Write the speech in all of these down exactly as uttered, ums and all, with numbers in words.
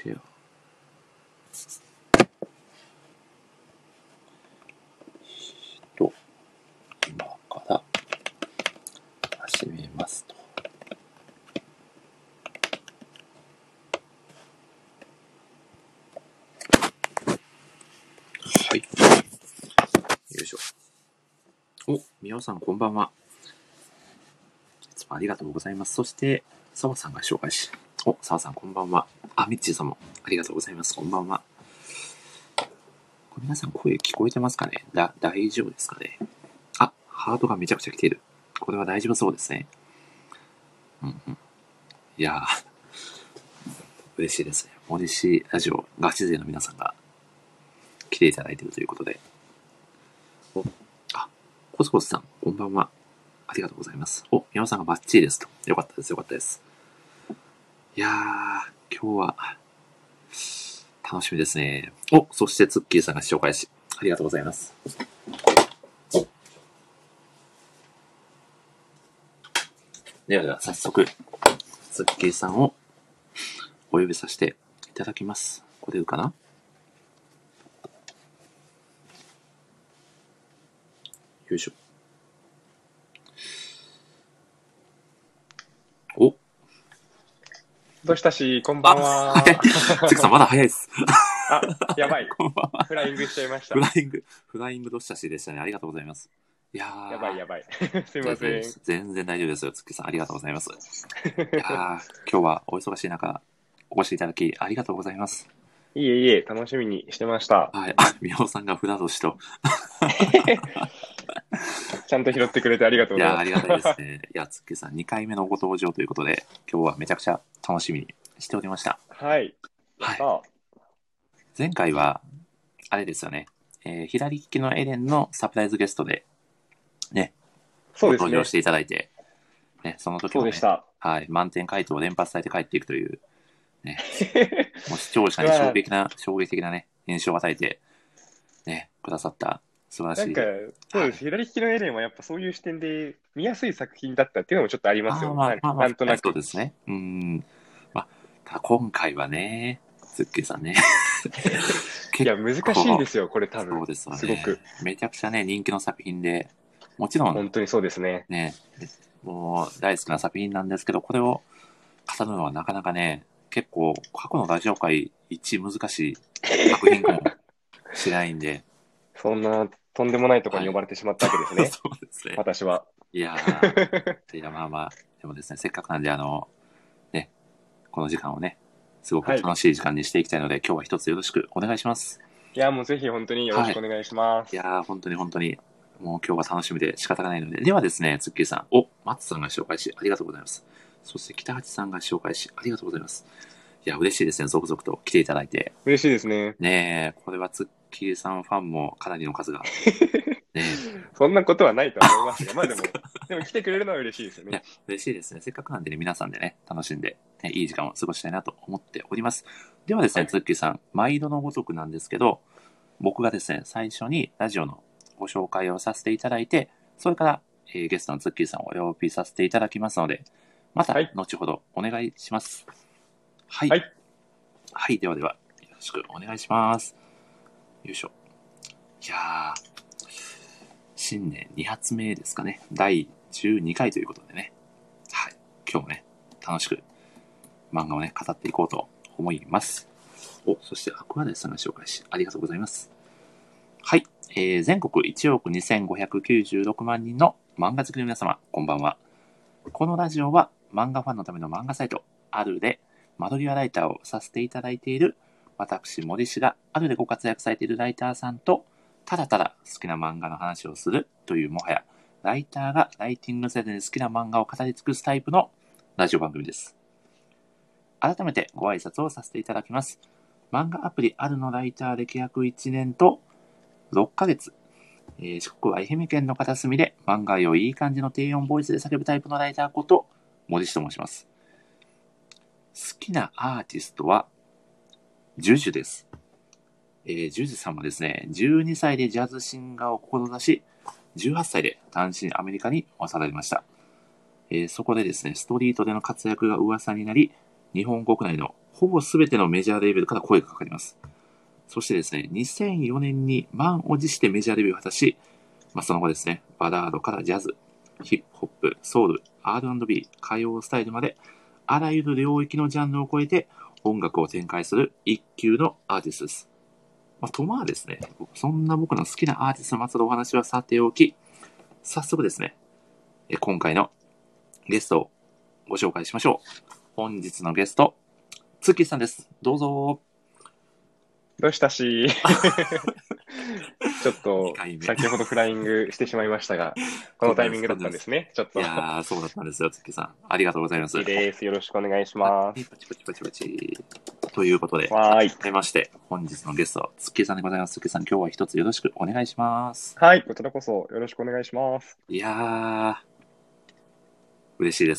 シェアと今から始めますと。はい。よいしょ。お、みおさんこんばんは。いつもありがとうございます。そして、澤さんが紹介し。お、澤さんこんばんは。あ、ミッチーさんもありがとうございます。こんばんは。これ皆さん声聞こえてますかね？だ、大丈夫ですかね？あ、ハートがめちゃくちゃ来ている。これは大丈夫そうですね。うんうん。いやー、嬉しいですね。森氏ラジオガチ勢の皆さんが来ていただいているということで。お、あ、コスコスさん、こんばんは。ありがとうございます。お、宮尾さんがバッチリですと。よかったです、よかったです。いやー、今日は、楽しみですね。お、そしてツッキーさんが紹介し、ありがとうございます。ではでは早速、ツッキーさんをお呼びさせていただきます。これ出るかな？よいしょ。お、 どうしたし、こんばんは。 ツッキーさんまだ早いです。 あ、やばい。 こんばんは。 フライングしちゃいました。 フライング、フライングどしたしでしたね。ありがとうございます。いやー。 やばいやばい。すいません。 全然大丈夫ですよ、ツッキーさん。ありがとうございます。いやー、今日はお忙しい中、お越しいただきありがとうございます。 いえいえ、楽しみにしてました。 はい。あ、みおさんが船年と。 ちゃんと拾ってくれてありがとうございます。 いやー、ありがたいですね。いや、ツッキーさんにかいめのご登場ということで、今日はめちゃくちゃ楽しみにしておりました。 はい。 はい。前回は、あれですよね。えー、左利きのエレンのサプライズゲストで、ね、 そうですね、 ご登場していただいて、ね、その時は、ね、 そうでした。 はい、満点回答を連発されて帰っていくという、ね、もう視聴者に衝撃な、衝撃的なね、印象を与えて、ね、くださった素晴らしい。 なんか、そうです、はい、左利きのエレンはやっぱそういう視点で見やすい作品だったっていうのもちょっとありますよね。 まあまあまあ、 なんとなく。 そうですね。うん。まあ、ただ今回はね、ツッキーさんね。 いや、難しいですよ、これ多分。 そうですよね。 すごく。 めちゃくちゃね、人気の作品で、もちろん、 本当にそうですね。 ね、もう大好きな作品なんですけど、これを語るのはなかなかね、結構過去のラジオ界一難しい作品かもしれないんで。 そんなとんでもないところに呼ばれてしまったわけですね。はい、 そうですね。 私は。 いやー、いやまあまあ、でもですね、せっかくなんで、あの、ね、この時間をね、すごく楽しい時間にしていきたいので、はい、今日は一つよろしくお願いします。 いや、もうぜひ本当によろしくお願いします。 はい、いやー、本当に本当に、もう今日は楽しみで仕方がないので。ではですね、ツッキーさん、お、松さんが紹介し、ありがとうございます。そして北八さんが紹介し、ありがとうございます。いや、嬉しいですね、続々と来ていただいて。 嬉しいですね。 ねえ、これはツッキーさんファンもかなりの数が。 ね、そんなことはないと思いますが、まあでも、でも来てくれるのは嬉しいですよね。 いや、嬉しいですね。せっかくなんでね、皆さんでね、楽しんで、ね、いい時間を過ごしたいなと思っております。ではですね、はい、ツッキーさん、毎度のごとくなんですけど、僕がですね、最初にラジオのご紹介をさせていただいて、それから、えー、ゲストのツッキーさんをお呼びさせていただきますので、また後ほどお願いします。はい。はい、はい、ではでは、よろしくお願いします。よいしょ。いやー、新年に発目ですかね。だいじゅうにかいということでね。はい。今日もね、楽しく漫画をね、語っていこうと思います。お、そしてアクアデスさんが紹介し、ありがとうございます。はい。えー、全国いちおくにせんごひゃくきゅうじゅうろくまん人の漫画好きの皆様、こんばんは。このラジオは漫画ファンのための漫画サイト、あるで窓際ライターをさせていただいている私、森氏があるでご活躍されているライターさんと、ただただ好きな漫画の話をするという、もはやライターがライティングせずに好きな漫画を語り尽くすタイプのラジオ番組です。改めてご挨拶をさせていただきます。漫画アプリあるのライター歴約いちねんとろっかげつ、えー、四国愛媛県の片隅で漫画愛をいい感じの低音ボイスで叫ぶタイプのライターこと森氏と申します。好きなアーティストはジュジュです。えー、ジュジュさんはですね、じゅうにさいでジャズシンガーを志し、じゅうはっさいで単身アメリカに渡られました。えー、そこでですね、ストリートでの活躍が噂になり、日本国内のほぼ全てのメジャーレーベルから声がかかります。そしてですね、にせんよねんに満を持してメジャーデビューを果たし、まあ、その後ですね、バラードからジャズ、ヒップホップ、ソウル、アールアンドビー、歌謡スタイルまで、あらゆる領域のジャンルを超えて音楽を展開する一級のアーティストです。まあ、とまあですね、そんな僕の好きなアーティストのまつるお話はさておき、早速ですね、今回のゲストをご紹介しましょう。本日のゲスト、ツッキーさんです。どうぞ。 どうしたしちょっと先ほどフライングしてしまいましたが、このタイミングだったんですね。ちょっと。 いやー、そうだったんですよ、ツッキーさん。ありがとうございます。 いいです。よろしくお願いします。 パチパチパチパチ。ということで、 はい。 はじめまして、本日のゲスト、ツッキーさんでございます。ツッキーさん、今日は一つよろしくお願いします。 はい、こちらこそよろしくお願いします。 いやー、嬉しいです。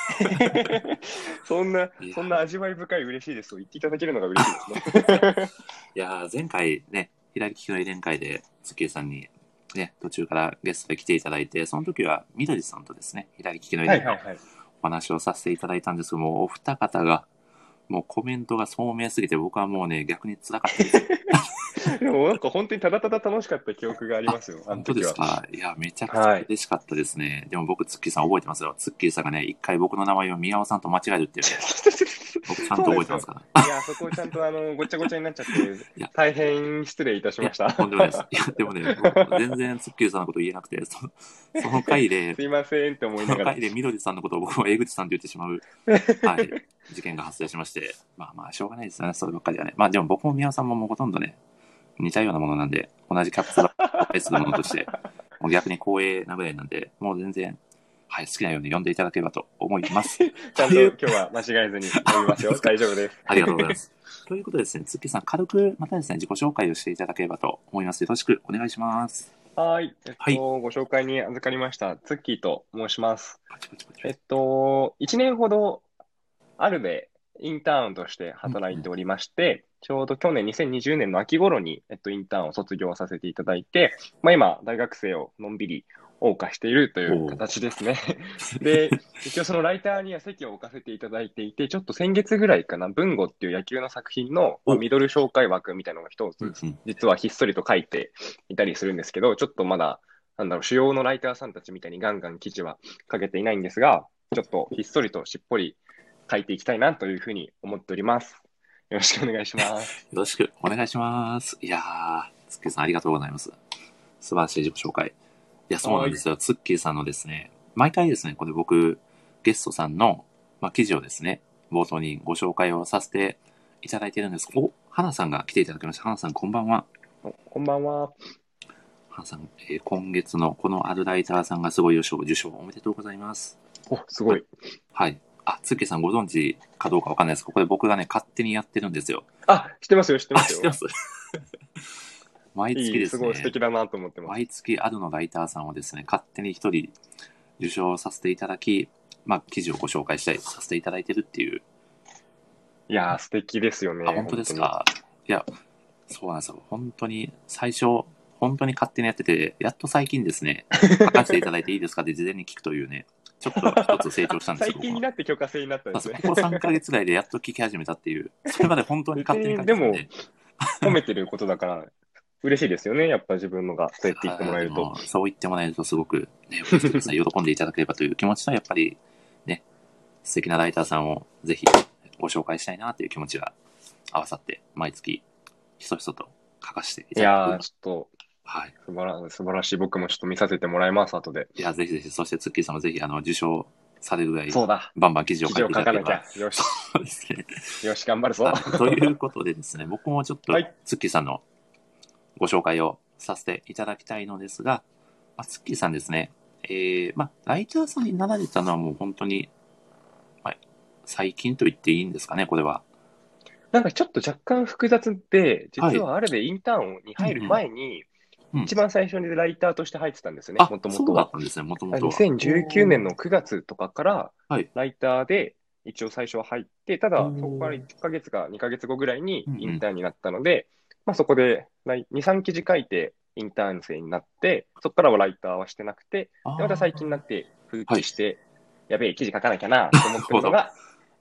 そんな、そんな味わい深い嬉しいですと言っていただけるのが嬉しいですね。 いやー、前回ね、左利きの遺伝会で、ツッキーさんにね、途中からゲストで来ていただいて、その時はみどりさんとですね、左利きの遺伝のお話をさせていただいたんですけども、お二方が、もうコメントが聡明すぎて、僕はもうね、逆に辛かったです。 でもなんか本当にただただ楽しかった記憶がありますよ。 本当ですか。いや、めちゃくちゃ嬉しかったですね。はい、でも僕、ツッキーさん覚えてますよ。ツッキーさんがね、一回僕の名前を宮尾さんと間違えるっていう、ね。僕ちゃんと覚えてますから。 いや、そこちゃんとあのごちゃごちゃになっちゃって、大変失礼いたしました。 とんでもないです。いや、でもね、僕全然ツッキーさんのこと言えなくて、そその回で、 すいませんって思いながら。 その回でみどりさんのことを僕は江口さんと言ってしまう、はい、事件が発生しまして、まあまあ、しょうがないですよね、そればっかりはね。まあでも僕も宮尾さんももうほとんどね、似たようなものなんで、同じキャプツバーを介するものとして、もう逆に光栄なぐらいなんで、もう全然、はい、好きなように呼んでいただければと思います。 ちゃんと今日は間違えずに読みますよ。大丈夫です。 ありがとうございます。ということでですね、ツッキーさん、軽くまたですね、自己紹介をしていただければと思います。よろしくお願いします。 はい。えっと、はい、ご紹介に預かりました、ツッキーと申します。 パチパチパチえっと、いちねんほど、あるでインターンとして働いておりまして、うんうん、ちょうど去年にせんにじゅうねんの秋頃に、えっと、インターンを卒業させていただいて、まあ、今、大学生をのんびり謳歌しているという形ですね。で、一応そのライターには席を置かせていただいていて、ちょっと先月ぐらいかな、文吾っていう野球の作品の、まあ、ミドル紹介枠みたいなのが一つ、実はひっそりと書いていたりするんですけど、ちょっとまだ、なんだろう、主要のライターさんたちみたいにガンガン記事は書けていないんですが、ちょっとひっそりとしっぽり書いていきたいなというふうに思っております。よろしくお願いします。 よろしくお願いします。いやー、ツッキーさんありがとうございます。素晴らしい自己紹介。いや、そうなんですよ。ツッキーさんのですね、毎回ですね、これ僕、ゲストさんの、まあ、記事をですね、冒頭にご紹介をさせていただいているんです。お、花さんが来ていただきました。花さん、こんばんは。 こんばんは。 花さん、えー、今月のこのあるライターさんがすごいよ賞受賞おめでとうございます。 お、すごい。 はい。あ、ツッキーさんご存知かどうかわかんないです。ここで僕がね、勝手にやってるんですよ。 あ、知ってますよ、知ってますよ。 知ってます毎月ですね。 いい、すごい素敵だなと思ってます。 毎月あるのライターさんをですね、勝手に一人受賞させていただき、まあ、記事をご紹介したりさせていただいてるっていう。 いやー、素敵ですよね。 あ、本当ですか。いや、そうなんですよ。本当に、最初、本当に勝手にやってて、やっと最近ですね、書かせていただいていいですかって事前に聞くというね、ちょっと一つ成長したんですよ。 最近になって許可制になったんですね。 ここさんかげつぐらいでやっと聞き始めたっていう、それまで本当に勝手に書いてたんで。 でも、褒めてることだから、嬉しいですよね。やっぱ自分のが、そうやって言ってもらえると。 そう言ってもらえるとすごく、ね、喜んでいただければという気持ちと、やっぱり、ね、素敵なライターさんをぜひご紹介したいなという気持ちが合わさって、毎月、ひそひそと書かせていただく。 いやー、ちょっと、 はい。 素晴ら素晴らしい。僕もちょっと見させてもらいます、後で。 いや、ぜひぜひ、そしてツッキーさんもぜひ、あの、受賞されるぐらい、 そうだ。 バンバン記事を書いていただければ。 記事を書かなきゃ。よし。 そうですね。 よし、頑張るぞ。 ということでですね、僕もちょっと、はい、ツッキーさんのご紹介をさせていただきたいのですが、まあ、ツッキーさんですね、えー、まあ、ライターさんになられたのはもう本当に、まあ、最近と言っていいんですかね、これは。 なんかちょっと若干複雑で、実はあれでインターンに入る前に、はい、一番最初にライターとして入ってたんですよね、もともとは。 そうだったんですね、もともとは。 にせんじゅうきゅうねんのくがつとかから、ライターで一応最初は入って、ただそこからいっかげつかにかげつごぐらいにインターンになったので、うんうん、まあ、そこでに、さん記事書いてインターン生になって、そこからはライターはしてなくて、でまた最近になって復帰して、はい、やべえ、記事書かなきゃなと思ってるのが、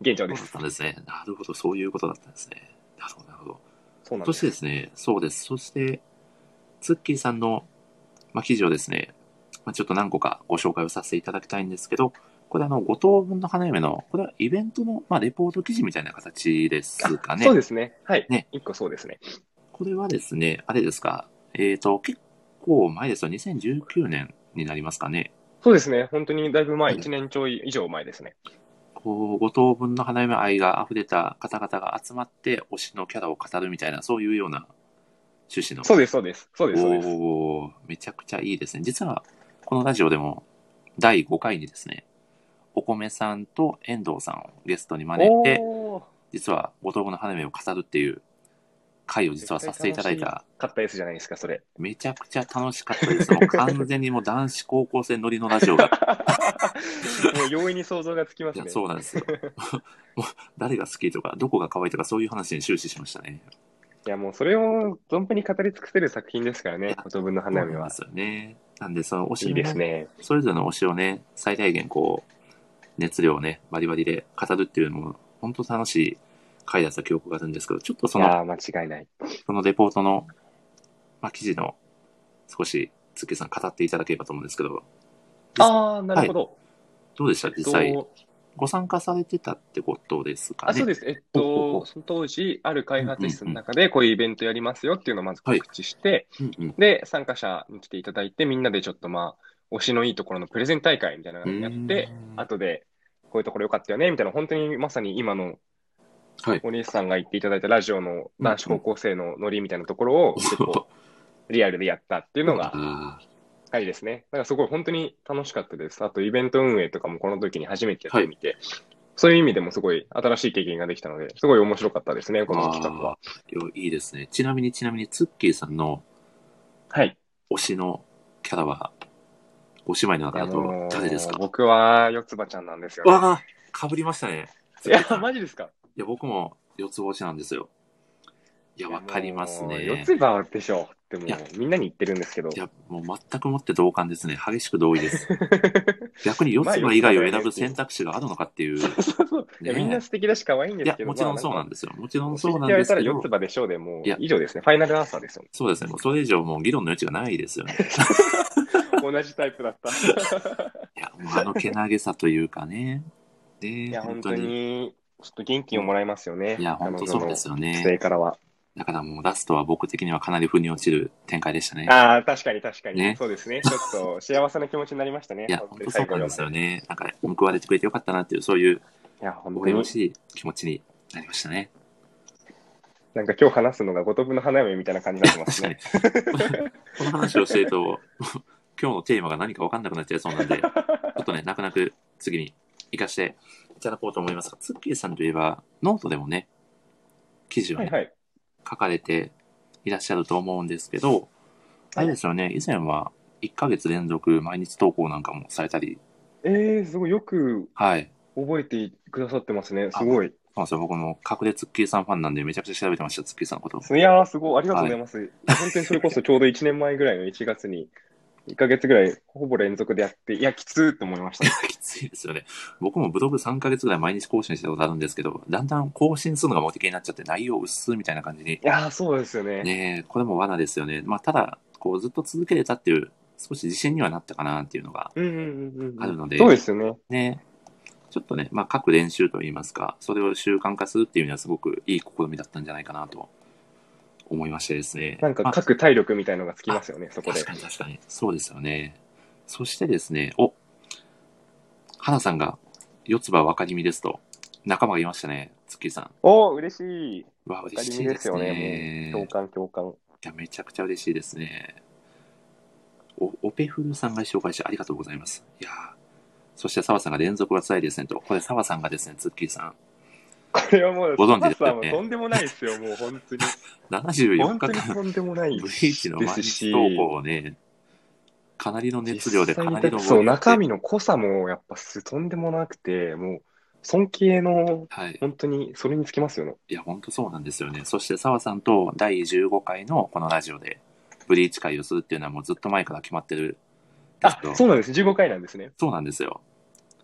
現状です。 そうだったんですね。なるほど、そういうことだったんですね。なるほど、なるほど。そしそうなんです。 てですね、そうです。そして、ツッキーさんの、まあ、記事をですね、まあ、ちょっと何個かご紹介をさせていただきたいんですけど、これあの、五等分の花嫁の、これはイベントの、まあ、レポート記事みたいな形ですあ、 かね。 そうですね。はい。 ね。 一個そうですね。 これはですね、あれですか、えっ、と、結構前ですよ。にせんじゅうきゅうねんになりますかね。 そうですね。本当にだいぶ前、 はい。 いちねんちょい以上前ですね。 こう、五等分の花嫁愛が溢れた方々が集まって推しのキャラを語るみたいな、そういうような趣旨の。 そうです、そうです。そうです、そうです。 おー、めちゃくちゃいいですね。実は、このラジオでもだいごかいにですね、お米さんと遠藤さんをゲストに招いて、 おー、 実は五等分の花嫁を語るっていう回を実絶対はさせてい楽しただいた。 かったやつじゃないですか、それ。 めちゃくちゃ楽しかったです。もう完全にもう男子高校生乗りのラジオが。 もう容易に想像がつきまいや、 すね。 そうなんですよ。もう誰が好きとか、どこが可愛いとか、そういう話に終始しましたね。 いや、もうそれを存分に語り尽くせる作品ですからね、 いや、 五等分の花嫁は。 そうなんですよね。なんで、その推しいいのね、 ですね。 それぞれの推しをね、最大限こう、熱量をね、バリバリで語るっていうのも、本当楽しい回だった記憶があるんですけど、ちょっとその、 いやー、間違いない。 そのレポートの、まあ、記事の少し、つっけさん語っていただければと思うんですけど、実あー、なるはい、 ほど。 どうでしたえっ実際、 と、 ご参加されてたってことですかあ、そうね。 です。えっと、 ほほほ。 その当時、ある開うんう発室のんうん。 中でこういうイベントやりますよっていうのをまずはい。 告知して、 うんうん。 で、参加者に来ていただいて、みんなでちょっとまあ、推しのいいところのプレゼン大会みたいなうーのをやって、 ん。 後で、こういうところ良かったよね、みたいな、本当にまさに今のはい。 お兄さんが言っていただいたラジオの男子うんうん。 高校生のノリみたいなところを結構リアルでやったっていうのが、 ああ、 はいですね。だからすごい本当に楽しかったです。あとイベント運営とかもこの時に初めてやっはい。 てみて、そういう意味でもすごい新しい経験ができたので、すごい面白かったですね、この企画は。 ああ、よいいですね。ちなみに、ちなみに、ツッキーさんのはい。 推しのキャラは、お芝居のいや中だと誰ですもう、 か？ 僕は四つ葉ちゃんなんですよね。 わあ、かぶりましたね。 いや、 ツッキーさん。いマジですか？ や、僕も四つ星なんですよ。いや、 いやわかりますもう、四ね。 つ葉でしょってもいや、 うみんなに言ってるんですけど。 いや、もう全くもって同感ですね。激しく同意です。逆に四まあつ葉四つ葉だよ以外を選ぶねっていう。 選択肢があるのかっていそうう。 そうそう。いや、みんなね素敵だし可愛いんえ。いや、 ですけど、 もちろんまあなんか、 そうなんですよ。もちろんそうなん推しって言われですけど、 たら四つ葉でしょうでもういや、 以上ですね。ファイナルアンサーですよね。 そうですね。もうそれ以上もう議論の余地がないですよね。 同じタイプだった。 いや、もうあのけなげさというかね。で、 いや、本当本当に。 に、ちょっと元気をもらいますよね。 いや、本彼女の当そうですよ出ね。 演からは。 だからもうラストは僕的にはかなり腑に落ちる展開でしたね。 ああ、確かに確かに。 ね。 そうですね。ちょっと幸せな気持ちになりましたね。 いや、 本当に本当そうなんで最後読んで。 すよね。なんか報われてくれてよかったなっていう、そういういや、本微当に。 笑ましい気持ちになりましたね。 なんか今日話すのが五等分の花嫁みたいな感じになってます確かに。 ね。 この話をしていると、今日のテーマが何か分かんなくなっちゃいそうなんで、ちょっとね、泣く泣く次に活かしていただこうと思いますが、ツッキーさんといえば、ノートでもね、記事をね、 はいはい。 書かれていらっしゃると思うんですけど、あはい。 れですよね、以前はいっかげつ連続毎日投稿なんかもされたり、 えー、すごいよくはい。 覚えてくださってますね。すあ、僕、 ごい。 そうなんですよ。僕も隠れツッキーさんファンなんでめちゃくちゃ調べてました、ツッキーさんのこと。 いやー、すごい。ありがとうはい。 ございます。いや、本当にそれこそちょうどいちねんまえぐらいのいちがつに、いっかげつぐらいほぼ連続でやって、いや、きつーって思いましたね。 きついですよね。僕もブログさんかげつぐらい毎日更新したことあるんですけど、だんだん更新するのが目的になっちゃって内容薄みたいな感じに。 いやー、そうですよね。 ねえ、これも罠ですよね。まあ、ただ、こうずっと続けれたっていう、少し自信にはなったかなっていうのがうんうんうんうんあうん。そうるので、 ですよね。 ね、ちょっとね、まあ、書く練習といいますか、それを習慣化するっていうにはすごくいい試みだったんじゃないかなと思いましてですね。 なんかま書く体力みたいのがつきあ、あ、 ますよね、そこで。 確かに確かに。そうですよね。そしてですね、お、花さんが四つ葉分かりみですと、仲間がいましたね、ツッキーさん。 おー、嬉しい。 うわ、嬉わかりみしいですですよね、もう。共ね。 感、共感。 いや、めちゃくちゃ嬉しいですね。お、オペフルさんが紹介してありがとうございます。いやー、そして澤さんが連続が辛いですねと。これ澤さんがですね、ツッキーさん。 これはもう、 ご存知サですよね。 さんもとんでもないですよ、もう本当に。 ななじゅうよっ本当にかかん、 とんでもないブリーチのです毎日投稿し、 をね、かなりの熱量で実際、 かなりのだってそう、 ボリュームで、 中身の濃さもやっぱすとんでもなくて、もう、尊敬の、 はい。 本当にそれにつきますよね。 いや、ほんとそうなんですよね。そして澤さんとだいじゅうごかいのこのラジオで、ブリーチ会をするっていうのはもうずっと前から決まってるんですあ、 けど、 そうなんです。じゅうごかいなんですね。 そうなんですよ。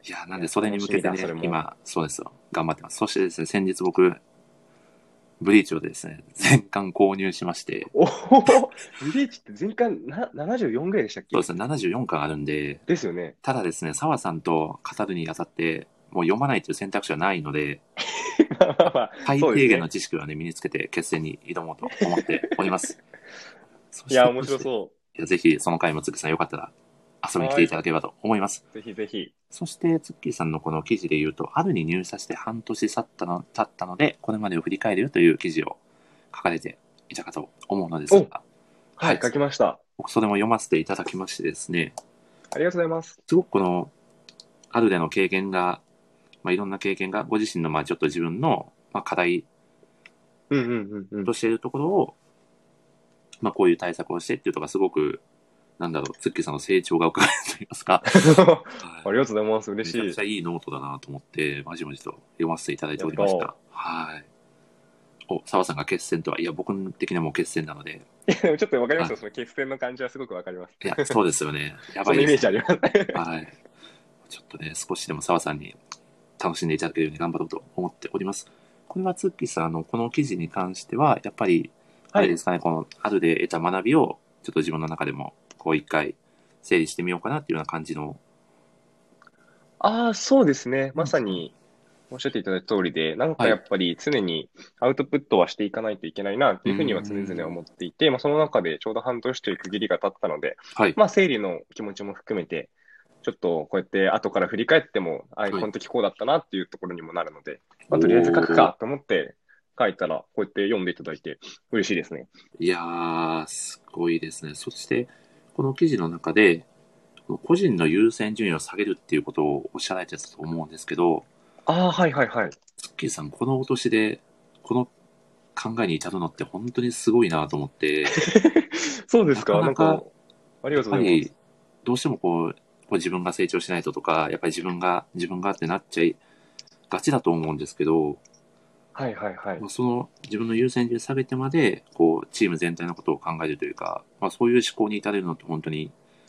いや、なんでそれに向けてね楽しみだそれ、も今、そうですよ。頑張ってます。そしてですね、先日僕、ブリーチをですね、全巻購入しまして、 おお、ブリーチって前巻なななじゅうよんぐらいでしたっけ？ そうですね、ななじゅうよんかんあるんで、 ですよね。 ただですね、澤さんと語るにあたって、もう読まないという選択肢はないので、 まあまあまあ、 最そうですね。 低限の知識はね、身につけて決戦に挑もうと思っております。そして、 いや、面白そしていそやぜひその回もつっきーさんよかったら遊う。 びに来はい。 ていただければと思います。 ぜひぜひ。 そして、ツッキーさんのこの記事で言うと、春に入社して半年経ったの経ったので、これまでを振り返るという記事を書かれていたかと思うのですお、 が、 はい、書きました。 僕それも読ませていただきましてですね、 ありがとうございます。 すごくこの、春での経験が、まあ、いろんな経験が、ご自身のまあちょっと自分のまあ課題うんうんうんうん。 としているところを、まあ、こういう対策をしてっていうところがすごく、なんだろう、ツッキーさんの成長が伺えると言いますか、 ありがはとうございます。 い、め嬉しい。 ちゃくちゃいいノートだなと思って、まじまじと読ませていただいてやったおりました。 ー。 はい。お、澤さんが決戦とは、いや、僕的にはもう決戦なので、 いや、でもちょっとわかりますよ。 はい、 その決戦の感じはすごくわかります。 いや、そうですよね。やそのイばいですよ。 メージあります。 はい。ちょっとね、少しでも澤さんに楽しんでいただけるように頑張ろうと思っております。これはツッキーさん、あの、この記事に関しては、やっぱり、あはい。 れですかね、この春で得た学びを、ちょっと自分の中でも、こう一回整理してみようかなっていうような感じの。 ああ、そうですね。 うん、 まさにおっしゃっていただいた通りで、なんはい。 かやっぱり常にアウトプットはしていかないといけないなってうーいうふうには常々 ん。 思っていて、まあ、その中でちょうど半年という区切りが経ったので、 はい。 まあ、整理の気持ちも含めて、ちょっとこうやって後から振り返っても、あ、 はい。 この時こうだったなっていうところにもなるので、まあ、とりあえず書くおー。 かと思って書いたら、こうやって読んでいただいて嬉しいですね。 いやー、すごいですね。そして、この記事の中で、個人の優先順位を下げるっていうことをおっしゃられてたと思うんですけど、 ああ、はいはいはい。 ツッキーさん、このお年で、この考えに至るのって本当にすごいなと思って、なそうですか。なんか、 かなか、 ありがとやっぱり、 うございます。 どうしてもこう、こう自分が成長しないととか、やっぱり自分が、自分がってなっちゃいがちだと思うんですけど、 はいはいはい。 まあ、その自分の優先順位を下げてまで、こう、チーム全体のことを考えるというか、まあ、そういう思考に至れるのって本当に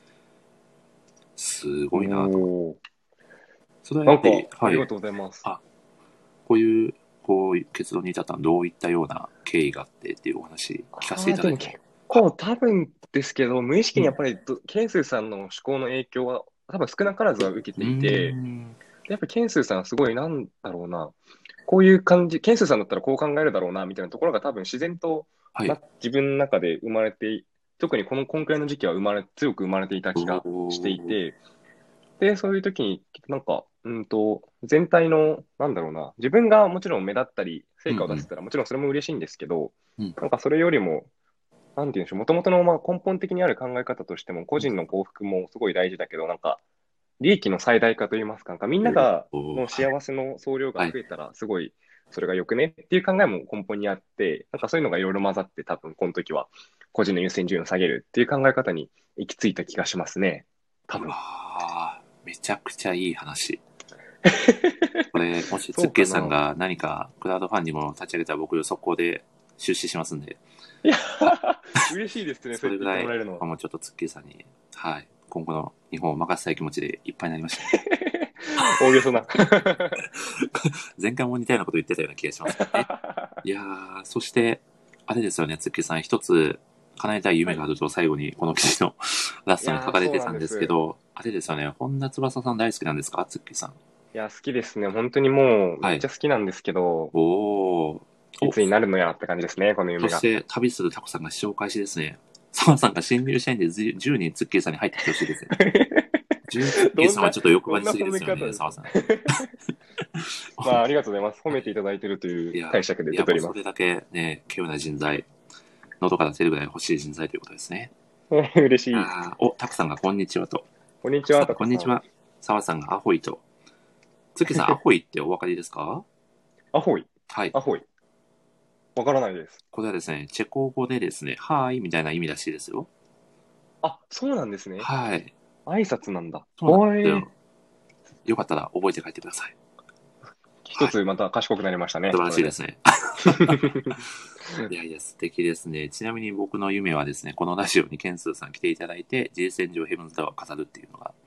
すごいなと思って。 おー。 それはやなんか、 っぱり、はい。 ありがとうございます。 あ、こういう、こういう結論に至ったのはどういったような経緯があってっていうお話聞かせていああ、 ただいても。 でも結構多分ですけど、無意識うん。 にやっぱりどケンスーさんの思考の影響は多分少なからずは受けうーていて、 ん。 でやっぱケンスーさんはすごいなんだろうな、こういう感じ、ケンスーさんだったらこう考えるだろうな、みたいなところが多分自然とはい。 な自分の中で生まれて、特にこの、こんくらいの時期は生まれ、強く生まれていた気がしていおー。 て、で、そういう時に、なんか、うんと、全体の、なんだろうな、自分がもちろん目立ったり、成果を出せうんうん。 たらもちろんそれも嬉しいんですけど、 うん。 なんかそれよりも、なんていうんでしょう、もともとのまあ根本的にある考え方としても、個人の幸福もすごい大事だけど、なんか、利益の最大化といいますか、なんかみんなが、 おー。 のはい。 幸せの総量がはい。 増えたら、すごい、それが良くねっていう考えも根本にあって、なんかそういうのがいろいろ混ざって、多分この時は、個人の優先順位を下げるっていう考え方に行き着いた気がしますね。多う分。 わー。めちゃくちゃいい話。これ、もしツッケイさんそうかな。 が何かクラウドファンディングを立ち上げたら僕、速攻で出資しますんで、 いや、 はい。 嬉しいですね、そうやって言ってそれぐらい、 もらえるのは。 もうちょっとツッキーさんに、はい、今後の日本を任せたい気持ちでいっぱいになりました。 大げさな。 前回も似たようなこと言ってたような気がしますね。いやー、そして、あれですよね、ツッキーさん、一つ叶えたい夢があると最後にこの記事のラストに書いやー、そうかれてたんなんです。 ですけど、あれですよね、本田翼さん大好きなんですか、ツッキーさん。 いや、好きですね。本当にもう、めはい。 っちゃ好きなんですけど、 おー。お、 いつになるのやって感じですね、この夢が。 そして、旅するタコさんが紹介しですね、澤さんが新入社員でじゅうにんツッキーさんに入ってきてほしいですね。じゅうツッキーどんな、 さんはちょっと欲張りすどんな褒めぎですよね、 方ですか？ 澤さん。 まあ、ありがとうございます。褒めていただいているといういや、 解釈でいや、 受け取ります。 もうそれだけね、稀有な人材、喉から出るぐらい欲しい人材ということですね。 嬉しい。 あーお、タコさんがこんにちはと。 こんにちは、 タコさん、 タコさん。 こんにちは。澤さんがアホイと。ツッキーさん、アホイってお分かりですか？ アホイ。 はい。 アホイ。わからないです。 これはですね、チェコ語でですね、はーいみたいな意味らしいですよ。 あ、そうなんですね。 はい。 挨拶なんだ。 そうなんでおい。 すよ。よかったら覚えて帰ってください。はい。 一つまた賢くなりましたね、 素晴らこれで。 しいですね。いやいや、素敵ですね。ちなみに僕の夢はですね、このラジオにケンスーさん来ていただいて、ジェイエスエヌ 上ヘブンズ・ダワーを飾るっていうのが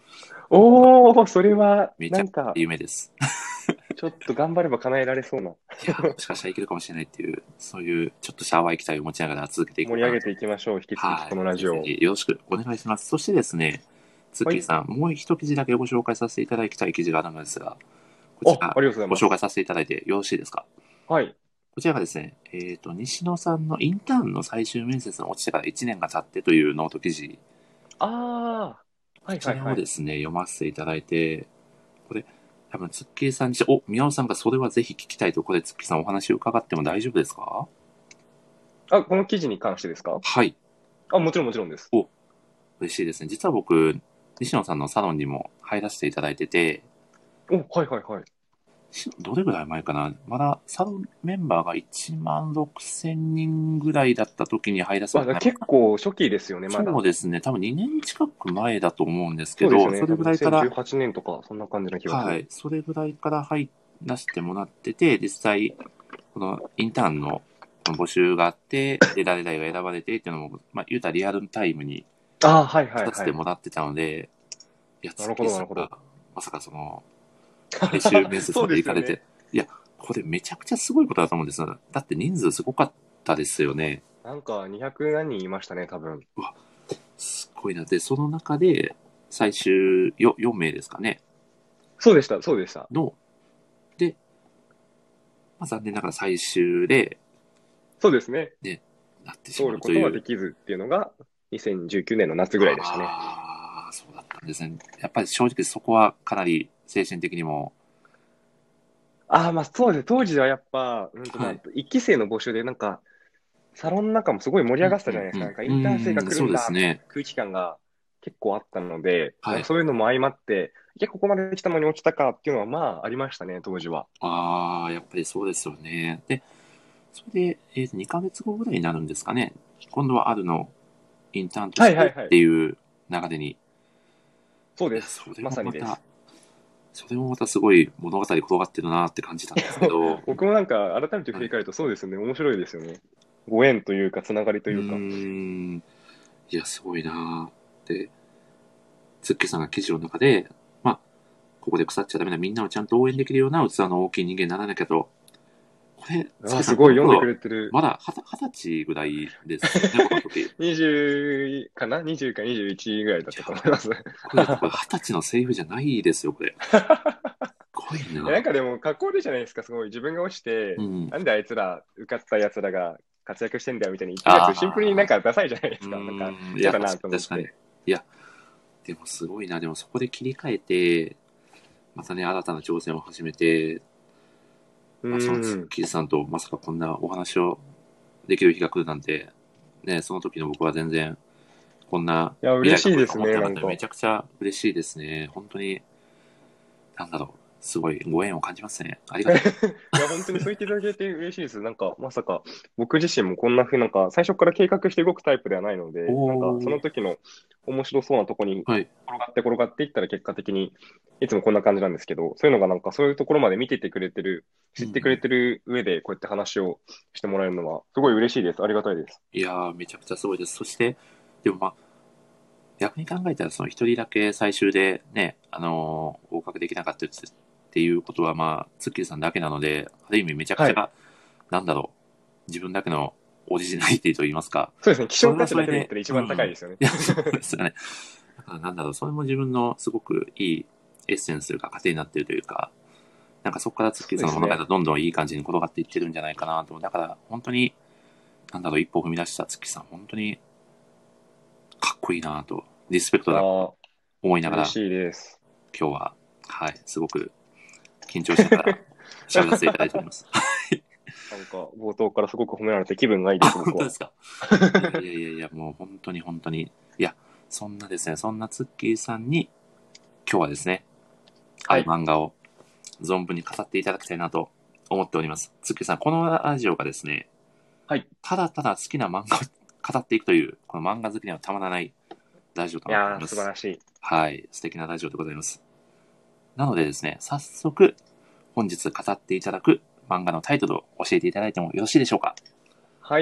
おー、それは、 めちゃくちゃなんか、 夢です。 ちょっと頑張れば叶えられそうな。 いや、もしかしたらいけるかもしれないっていう、そういうちょっとした淡い期待を持ちながら続けていこうかなと。 盛り上げていきましょう。引き続きはい。 このラぜひぜジオを。 ひよろしくお願いします。そしてですね、ツッはい。 キーさん、もう一記事だけご紹介させていただきたい記事があるのですが、こあ、 ちらありがとうございごます。 紹介させていただいてよろしいですか？ はい。 こちらがですね、えっ、と、西野さんのインターンの最終面接が落ちてからいちねんが経ってというノート記事、 ああ、はこちらをいはいはい。 ですね、読ませていただいて、これ、多分、ツッキーさんに、お、宮尾さんがそれはぜひ聞きたいと、これ、ツッキーさんお話を伺っても大丈夫ですか？ あ、この記事に関してですか？ はい。 あ、もちろんもちろんです。 お、嬉しいですね。実は僕、西野さんのサロンにも入らせていただいてて、 お、はいはいはい。 しどれぐらい前かな、まだサロンメンバーがいちまんろくせんにんぐらいだった時に入らせてわ、 もらいました。 結構初期ですよね、まだ。 そうですね。多分にねん近く前だと思うんですけど、 そうですよね。 それ多分ぐらいから、 にせんじゅうはちねんとか、そんな感じな気がする。 はい、それぐらいから入らせてもらってて、実際、このインターンのこの募集があって、で、誰々が選ばれてっていうのも、まあ、言うたらリアルタイムにああ、はいはいさせはい。 てもらってたので、いや、 なるほど、な月さんが、 るほど。 まさかその、最終面接そうまでですよね。 行かれて、いや、これめちゃくちゃすごいことだと思うんですよ。だって人数すごかったですよね。 なんかにひゃく何人いましたね、多分。 うわ、すごいな。で、その中で、最終よよん名ですかね、 そうでした、そうでした。 の、で、まあ、残念ながら最終で、 そうですね。 ね、なってし通まることはでうという。 きずっていうのが、にせんじゅうきゅうねんの夏ぐらいでしたね。 ああ、そうだったんですね。やっぱり正直そこはかなり精神的にも、 ああ、まあそうですね。当時ではやっぱ、うんとまあ、 はい。 一期生の募集でなんか、サロンの中もすごい盛りうん上がってたじゃないですか。なんか、イうんンターン生がうん。うん、そう来るんですね。 だみたいな空気感が結構あったので、なんかはい。 そういうのも相まって、いや、ここまで来たのに落ちたかっていうのはまあありましたね、当時は。 ああ、やっぱりそうですよね。で、それで、えーと、にかげつごぐらいになるんですかね。今度はあるのインターンとしてっはいはいはい。 ていう流れに。いや、 そうです。 それまもまた、 さにです。 それもまたすごい物語転がってるなって感じたんですけど、 僕もなんか改めて振はい。 り返るとそうですね。面白いですよね。ご縁というか、つながりとうーいうか。 ん、いや、すごいなーで、ツッケさんが記事の中で、まあ、ここで腐っちゃダメだ、みんなをちゃんと応援できるような器の大きい人間にならなきゃと。これ、ツッああ、 ケさん、 すごい読んでくこの頃、 れてる。 まだはた二十歳ぐらいですよね、この時。 にじゅうかな？ にじゅう かにじゅういちぐらいだっいや、 たと思います。 これだってこれ二十歳のセリフじゃないですよ、これ。すごいえなんな。 かでも、かっこ悪いじゃないですか、すごい。自分が落ちて、 うん。 なんであいつら、受かった奴らが活躍してんだよみたいに言ってるやつ、シンプルになんああ、 かダサいじゃないでうすか。なんか、 ーん、いや、 嫌だな確かに確かに。 と思って。 いや、でもすごいな。でもそこで切り替えて、またね、新たな挑戦を始めて、 うまあ、そのツッーん。 キーさんとまさかこんなお話をできる日が来るなんて、ね、その時の僕は全然こんないや、嬉未来が来るとしいですね、 思ってなかったので、めなんか。 ちゃくちゃ嬉しいですね。本当に、なんだろう、すごいご縁を感じますね。ありがたい。 いや、本当にそう言っていただけて嬉しいです。なんか、まさか、僕自身もこんな風なんか、最初から計画して動くタイプではないので、なんか、そおー、 の時の面白そうなとこにはい。 転がって転がっていったら結果的に、いつもこんな感じなんですけど、そういうのがなんか、そういうところまで見ててくれてる、 うんう知ってくれん。 てる上で、こうやって話をしてもらえるのは、すごい嬉しいです。ありがたいです。 いやー、めちゃくちゃすごいです。そして、でもまあ、逆に考えたら、その一人だけ最終でね、あのー合格できなかったっていうことは、まあ、ツッキーさんだけなので、ある意味めちゃくはい。 ちゃ、なんだろう、自分だけのオリジナリティと言いますか、 そうですね。希それ少価値だけで言っはそれで、 たら一番高いうん。 ですよね。 いや、そうですよね。だからなんだろう、それも自分のすごくいいエッセンスというか、糧になっているというか、なんかそこからツッキーさんの物語そうですね。 がどんどんいい感じに転がっていってるんじゃないかなと。だから本当に、なんだろう、一歩踏み出したツッキーさん、本当にかっこいいなと、リスペクトだとああ、 思いながら、 嬉しいです。 今日は、はい、すごく緊張しながら喋らせていただいております。 なんか、冒頭からすごく褒められて気分がいいあ、 です、僕は。 本当ですか。いやいやいやいや、もう本当に本当に。いや、そんなですね、そんなツッキーさんに、今日はですね、あるはい。 漫画を存分に語っていただきたいなと思っております。ツッキーさん、このラジオがですね、 はい。いただただ好きな漫画を語っていくという、この漫画好きにはたまらないラジオとなっておりやー、 ます。 素晴らしい。 はい、素敵なラジオでございます。なのでですね、早速、本日語っていただく漫画のタイトルを教えていただいてもよろしいでしょうか？ はい。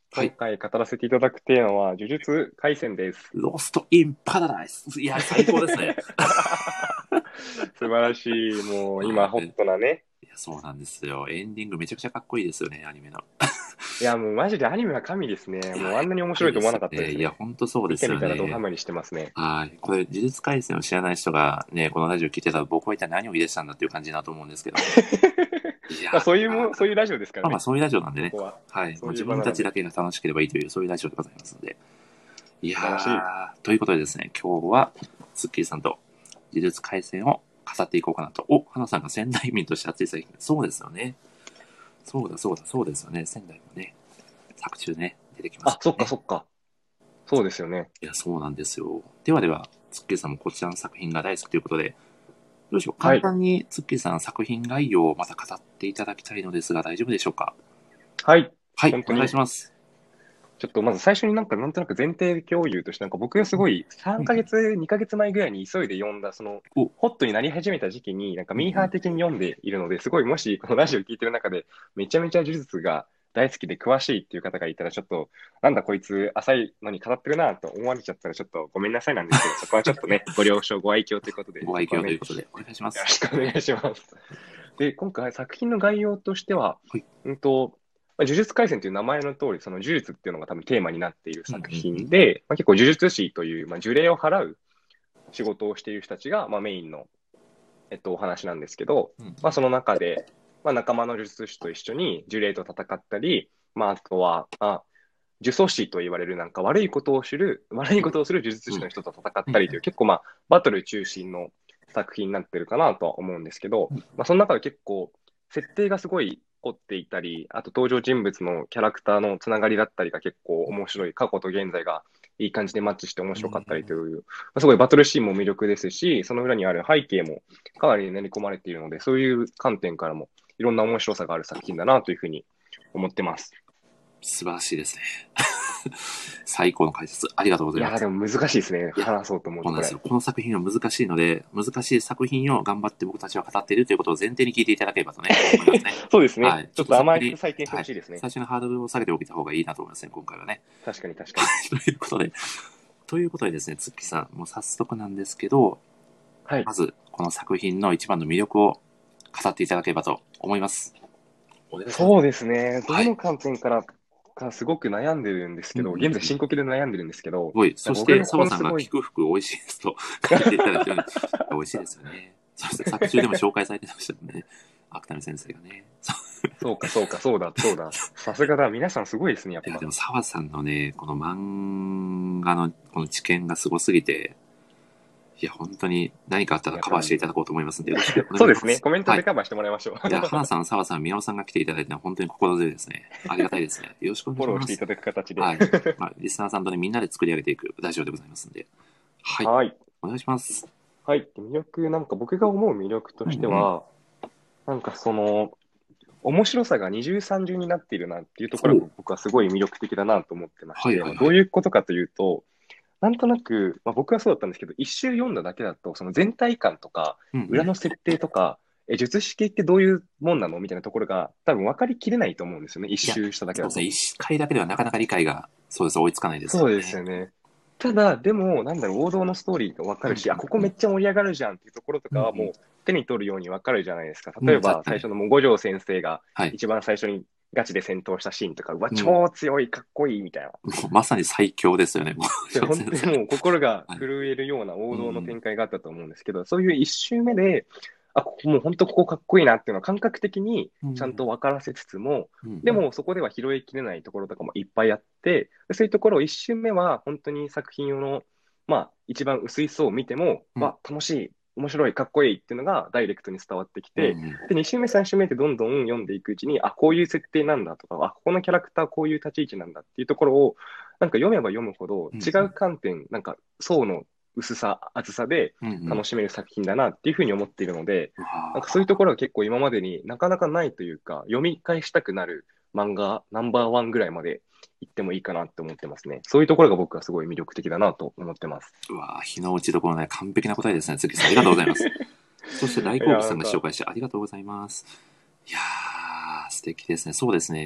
はい。 今回語らせていただくテーマは、呪術廻戦です。 ロスト・イン・パラダイス。いや、最高ですね。 素晴らしい。もう今、ホッまあね、 トなね。 いや、そうなんですよ。エンディングめちゃくちゃかっこいいですよね、アニメの。 いや、もうマジでアニメは神ですね。 いや、 もうあんなに面いいで白いと思わなかったですよね。いや、 すね。 ほんとそうで見てすよみたらドハね。 マりしてますね。 はい。これ、呪術廻戦を知らない人がね、このラジオ聞いてたら僕は一体何を言い出したんだっていう感じだと思うんですけど。いやまあ、そういうー、 も、そういうラジオですからね。 まあまあそういうラジオなんでね。 ここは。 はい。もうそういう自分た場なので。 ちだけが楽しければいいという、そういうラジオでございますので。いや素晴らしい。 ー、ということでですね、今日は、スッキーさんと呪術廻戦を語っていこうかなと。お、花さんが仙台民として熱い作品。そうですよね。そうだそうだそうですよね。仙台もね、作中ね、出てきますあ、そっかね。 そっか。そうですよね。 いや、そうなんですよ。ではでは、ツッキーさんもこちらの作品が大好きということで、どうでしょう。 はい。 簡単にツッキーさん作品概要をまた語っていただきたいのですが、大丈夫でしょうか。 はい。 はい、お願い本当に、 します。 ちょっとまず最初になんかなんとなく前提共有として、なんか僕がすごい3 うんうん、 ヶ月、にかげつまえぐらいに急いで読んだ、その、 お、 ホットになり始めた時期に、なんかうんうん、 ミーハー的に読んでいるので、すごいもしこのラジオ聞いてる中で、めちゃめちゃ呪術が大好きで詳しいっていう方がいたら、ちょっと、なんだこいつ浅いのに語ってるなと思われちゃったら、ちょっとごめんなさいなんですけど、そこはちょっとね、ご了承、ご愛嬌ということで、 ご愛そこはね、よ嬌ということで、お願いします。 ろしくお願いします。で、今回作品の概要としては、 はい。 うんと、まあ呪術廻戦という名前の通り、その呪術っていうのが多分テーマになっているうんうん作うん。 品で、まあ、結構呪術師という、まあ、呪霊を払う仕事をしている人たちが、まあ、メインの、えっと、お話なんですけど、 うんうん、 まあ、その中で、まあ、仲間の呪術師と一緒に呪霊と戦ったり、まあ、あとは、あ、呪詛師と言われるなんか悪いことをする、悪いことをする呪術師の人と戦っうんうんたりという、結構まあ、バトル中心の作品になってるかなとは思うんですけど、まあ、その中で結構、設定がすごい凝っていたり、あと登場人物のキャラクターのつながりだったりが結構面白い、過去と現在がいい感じでマッチして面白かったりという、まあ、すごいバトルシーンも魅力ですし、その裏にある背景もかなり練り込まれているので、そういう観点からもいろんな面白さがある作品だなというふうに思ってます。 素晴らしいですね。最高の解説、ありがとうございやー、 います。 でも難しいですね。 いや、 話そうと思うと、これ。 そうなんですよ。この作品は難しいので、難しい作品を頑張って僕たちは語っているということを前提に聞いていただければとね、思いますね。 そうですね。 はい。ちょっとちょっと甘くざっくり、 採点してはい。 ほしいですね。 最初のハードルを下げておいた方がいいなと思いますね、今回はね。 確かに確かに。 ということで、ということでですね、つっきさん、もう早速なんですけど、 はい。 まず、この作品の一番の魅力を語っていただければと思います。お願いします。 そうですね。どはい。 の観点からかすごごく悩んでるんですけど、 うんうんうん。 現在深呼吸で悩んでるんですけど、 すごい。 なんそして、 か僕がここ澤さんがのすごい、 菊福美味しいですと書いていただいてるので、美味しいですよね。そして作中でも紹介されてましたもんね。芥見先生がね。 そうかそうか、そうだ、そうだ。さすがだ。皆さんすごいですね、やっいや、 ぱ。 でも澤さんのね、この漫画のこの知見がすごすぎて、いや、本当に何かあったらカバーしていただこうと思いますので、よろしくおそうですね。 願いします。 コメントはい。 でカバーしてもらいましょう。 いや、花さん、澤さん、宮尾さんが来ていただいて本当に心強いですね。ありがたいですね。よろしくお願いします。 フォローしていただく形で。 はい。まあ、リスナーさんとね、みんなで作り上げていくラジオでございますんで。はい。 はい。 お願いします。 はい。魅力、なんか僕が思う魅力とうんうん。 しては、なんかその、面白さが二重三重になっているなっていうところほう。 が僕はすごい魅力的だなと思ってまして、まあ、どうはいはいはい。 いうことかというと、なんとなく、まあ、僕はそうだったんですけど、一周読んだだけだと、その全体感とか、 うんうん。 裏の設定とか、え、術式系ってどういうもんなのみたいなところが、多分分かりきれないと思うんですよね。一いや、 周しただけだと。 そうですね。一回だけではなかなか理解が、そうです、追いつかないですよそうですね。 よね。ただ、でも、なんだろう、王道のストーリーが分かうんるし、あ、ここめっちゃ盛り上がるじゃんっていうところとかはもううんうん。 手に取るように分かるじゃないですか。 うん、うん、 例えば、 確かに。 最初のもう五条先生がはい。 一番最初にガチで戦闘したシーンとか、うわ、 うん。 超強い、かっこいいみたいな。 もうまさに最強ですよね、もう、 で、 翔先生。 本当にもう心がはい。 震えるような王道のうんうん。 展開があったと思うんですけど、そういう一周目で、あ、ここもう本当ここかっこいいなっていうのを感覚的にちゃんうんと分からせつつも、 うん。うんうん。 でもそこでは拾いきれないところとかもいっぱいあって、そういうところを一周目は本当に作品の、まあ一番薄い層を見ても、 うん。 わ、楽しい、面白い、かっこいいっていうのがダイレクトに伝わってきて、 うんうん。 で、に周目、さん周目ってどんどん読んでいくうちに、あ、こういう設定なんだとか、あ、ここのキャラクターこういう立ち位置なんだっていうところを、なんか読めば読むほど違ううんうん。 観点、なんか層の薄さ、厚さでうんうん。 楽しめる作品だなっていうふうに思っているので、 うなんかそういうとわころが結構今までになかなかないというか、読み返したくなる漫画ナンバーワンぐらいまで行ってもいいかなって思ってますね。そういうところが僕はすごい魅力的だなと思ってます。 ーうわー、日の打ちどころね、完璧な答えですね。次さん、ありがとうございます。そして大いや、 好物さんなんか、 が紹介してありがとうございます。いやー、素敵ですね。そうですね。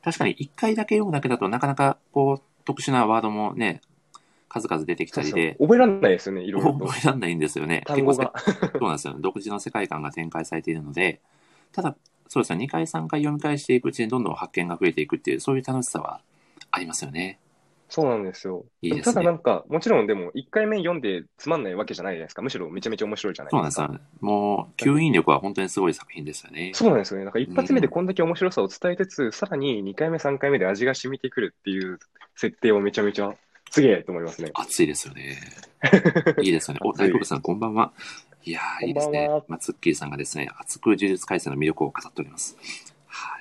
確かに一回だけ読むだけだとなかなかこう特殊なワードもね、数々出てきたりで、 そうそう覚えられないですよね、いろいろと。 覚えられないんですよね。 単語が。 結構せそうなんですよ。独自の世界観が展開されているので、ただ、そうですね、にかいさんかい読み返していくうちにどんどん発見が増えていくっていう、そういう楽しさはありますよね。 そうなんですよ。 いいですね。 ただなんか、もちろんでも、いっかいめ読んでつまんないわけじゃないじゃないですか。むしろめちゃめちゃ面白いじゃないですか。 そうなんですよ。もう、吸引力は本当にすごい作品ですよね。 そうなんですよね。なんか一発目でうん、 こんだけ面白さを伝えつつ、さらににかいめ、さんかいめで味が染みてくるっていう設定をめちゃめちゃすげえと思いますね。 熱いですよね。いいですよね。お、 熱い。 大黒さん、こんばんは。いやー、 こんいいですね。 ばんは。 まあ、ツッキーさんがですね、熱く呪術廻戦の魅力を語っております。はい。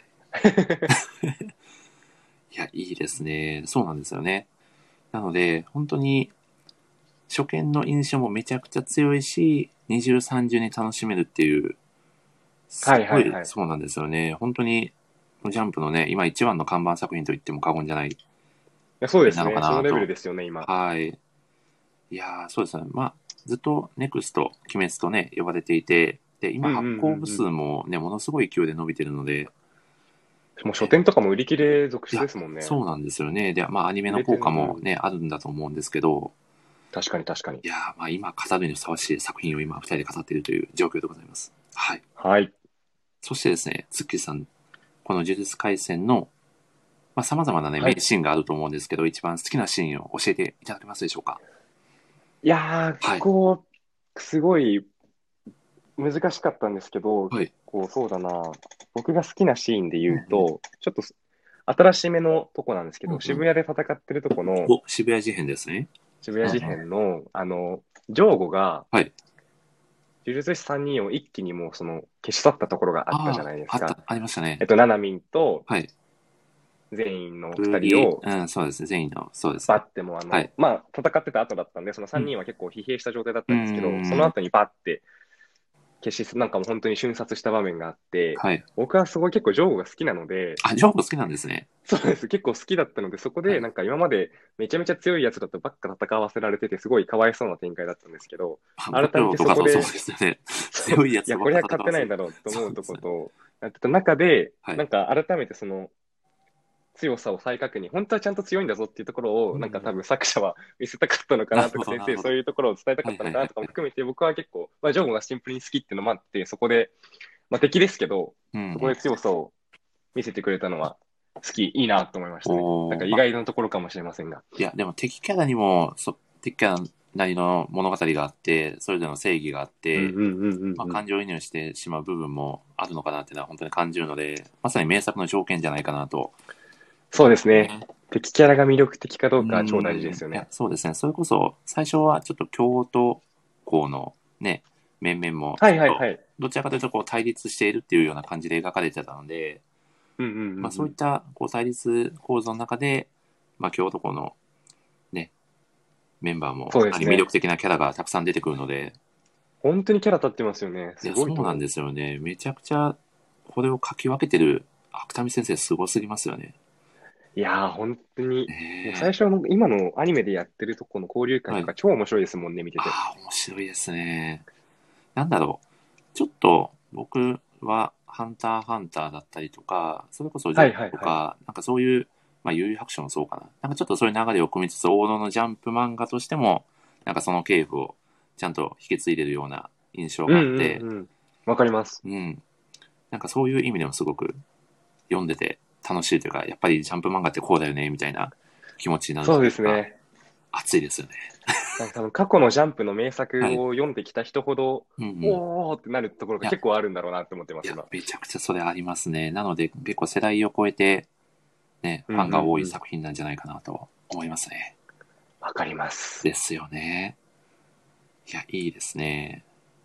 いや、いいですね。そうなんですよね。なので、本当に、初見の印象もめちゃくちゃ強いし、二重三重に楽しめるっていう、すはいごはいはい。いいそうなんですよね。本当に、ジャンプのね、今一番の看板作品と言っても過言じゃないやそうですなのかね。そのレベルなと。 ですよね、今。 はい。いやー、そうですね。まあ、ずっとネクスト、鬼滅とね、呼ばれていて、で、今発うんうんうん行部数もね、ものすごい勢いで伸びてるので、 うん。もう書店とかも売り切れ続いや、 出ですもんね。 そうなんですよね。で、まあ、アニメの効売れてる。うん。 果もね、あるんだと思うんですけど、 確かに確かに。 いやー、まあ、今、語るにふさわしい作品を今、二人で語っているという状況でございます。はい。 はい。 そしてですね、ツッキーさん、この呪術廻戦の、まあ、様々なね、 はい。 名シーンがあると思うんですけど、一番好きなシーンを教えていただけますでしょうか？ いやー、 はい。 こう、すごい難しかったんですけど、 はい。 こう、そうだな。僕が好きなシーンでうんうん。 言うと、ちょっと新しめのとこなんですけど、 うんうん。 渋谷で戦ってるとこの、 お、渋谷事変ですね。 渋谷事うんうん。 変の、あの、ジョーゴが、 はい。 呪術師さんにんを一気にもうその消し去ったところがあったじゃああ、あった、 ないですか。 ありましたね。 えっと、ナナミンとはい。 全員の二人次、 をうん、そうですね。全員の、そうですね。 バッてもうあの、 はい。 まあ、戦ってた後だったんで、その3 うん。 人は結構疲弊した状態だっうーたんですけど、そのん。 後にバッて消し、なんかもう本当に瞬殺した場面があって、 はい。 僕はすごい結構ジョーゴが好きなので、 あ、ジョーゴ好きなんですね。 そうです。結構好きだったので、そこはい。 でなんか今までめちゃめちゃ強いやつだとばっか戦わせられてて、すごいかわいそうな展開だったんですけど、 あ、五改めて条とかとそうそこで、 ですよね。 そう、 強いやいや、 つとばっかこれは勝戦わせる。 てないだろうと思うとそうですね。 ことやってた中で、 はい。 なんか改めてその強さを再確認、本当はちゃんと強いんだぞっていうところを、なんか多うんうん。 分作者は見せたかったのかなるほど、 なとか、先生、 なるほど。 そういうところを伝えたかはいったのかなとかもはいはいはい。 含めて、僕は結構、まあ、ジョーゴがシンプルに好きっていうのもあって、そこで、まあ、敵ですけど、 うんうん。 そこで強さを見せてくれたのは好き、いいなと思いましたね。なんおー、ま、 か意外なところかもしれませんが。 いや、でも敵キャラにも、そ、敵キャラなりの物語があって、それぞれの正義があって、 うんうんうんうんまあ、 うん。 感情移入してしまう部分もあるのかなっていうのは本当に感じるので、まさに名作の条件じゃないかなとそう思いですね。 ますね。 敵キャラが魅力的かどううかは超大事ーん。いや、 ですよね。 そうですね。それこそ、最初はちょっと京都校のね、面々も、 はちょっと、 いはいはい。 どちらかというとこう対立しているっていうような感じで描かれてたので、 うんうんうんまあそううん。 いったこう対立構造の中で、まあ京都校のね、メンバーもかなり魅そうですね。 力的なキャラがたくさん出てくるので、 本当にキャラ立ってますよね。すいや、 ごいと思う。 そうなんですよね。めちゃくちゃ、これを書き分けてる芥見先生すごすぎますよね。 いやー、本当に、もうえ最初の今のアニメでやってるとこの交流え、はい。 会とか超面白いですもんね、見てて。 ああ、面白いですね。なんだろう。ちょっと僕はハンターハンターだったりとか、それこそジョーはいはいはい。 とか、なんかそういう、まあ、幽遊白書もそうかな。なんかちょっとそういう流れを組みつつ、王道のジャンプ漫画としても、なんかその系譜をちゃんと引き継いでるような印象うんがあって、 うんうん。わかります。 うん。なんかそういう意味でもすごく読んでて楽しいというか、やっぱりジャンプ漫画ってこうだよね、みたいな気持ちになるそうというか、 ですね。 熱いですよね。 なんか多分過去のジャンプの名作はい。 を読んできた人ほど、 うんうん。いおーってなるところがや、 結構あるんだろうなって思ってます、 いや、 今。 めちゃくちゃそれありますね。なので、結構世代を超えて、ね、 うんうファンが多いんうん。 作品なんじゃないかなと思いますね。 わかります。 ですよね。いや、いいですね。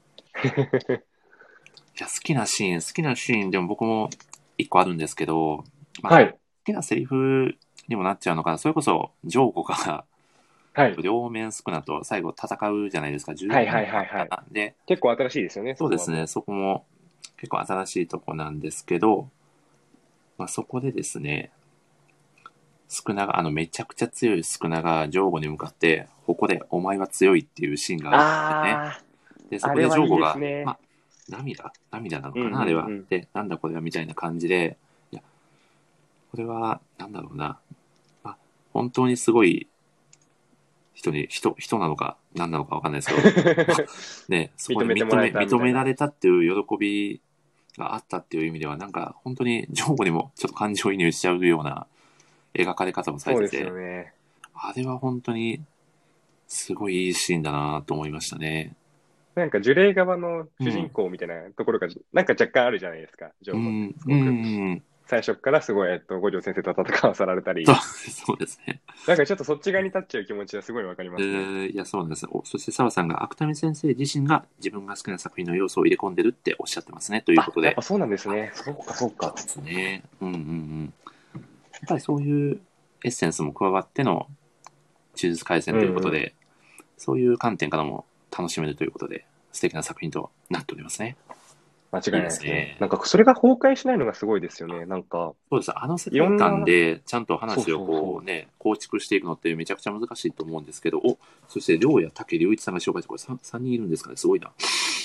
いや、好きなシーン、好きなシーンでも僕も一個あるんですけど、まあ、好はい。 きなセリフにもなっちゃうのかな。それこそ、ジョーコがはい。 両面少なと最後戦うじゃないですか。14 はいは面いはいはい。 かな。で、 結構新しいですよね、 そうですね、 そこはもそこも結構新しいとこなんですけど、まあ、そこでですね、少なが、あの、めちゃくちゃ強い少なが、ジョーゴに向かって、ここでお前は強いっていうシーンがう。 あるんですよね。 あで、 ー、 そこであれはいいジョーゴが、まですね。 あ、涙涙なのうんうかなあれは。 んうん。 で、なんだこれはみたいな感じで、いや、 これは、なんだろうな。まあ、本当にすごい人に、人、人なのか何なのかわかんないですけど、ね、そこで認めてもらえたみたいな認められたっていう喜びがあったっていう意味では、なんか本当にジョーゴにもちょっと感情移入しちゃうような描かれ方もされてて、 そうですよね。 あれは本当にすごいいいシーンだなと思いましたね。 なんか呪霊側の主人うん。 公みたいなところが、なんか若干あるじゃないですか、ジョーゴって。 うん。 すごく。 うん。 最初からすごい、えっと、五条先生と戦わされたり、 そうそうですね。 なんかちょっとそっち側に立っちゃう気持ちはすごいわかりまえすね。 ーいや、そうなんです。おそして澤さんが芥見先生自身が自分が好きな作品の要素を入れ込んでるっておっしゃってますね。というこあ、 とで。 やっぱそうなんですね。そうか、そうか。 ですね。うんうんうん。やっぱりそういうエッセンスも加わっての呪術廻戦ということで、 うんうん、 そういう観点からも楽しめるということで、素敵な作品となっておりますね。 間違いないですね。 いいですね。 なんかそれが崩壊しないのがすごいですよね。なんか、 そうです。あの世いろ界観んな、 でちゃんとそう話をそうそう。 こうね、構築していくのってめちゃくちゃ難しいと思うんですけど、お、そして、りょうやたけりゅういちさんが紹介して、これ 3, さんにんいるんですかね。すごいな。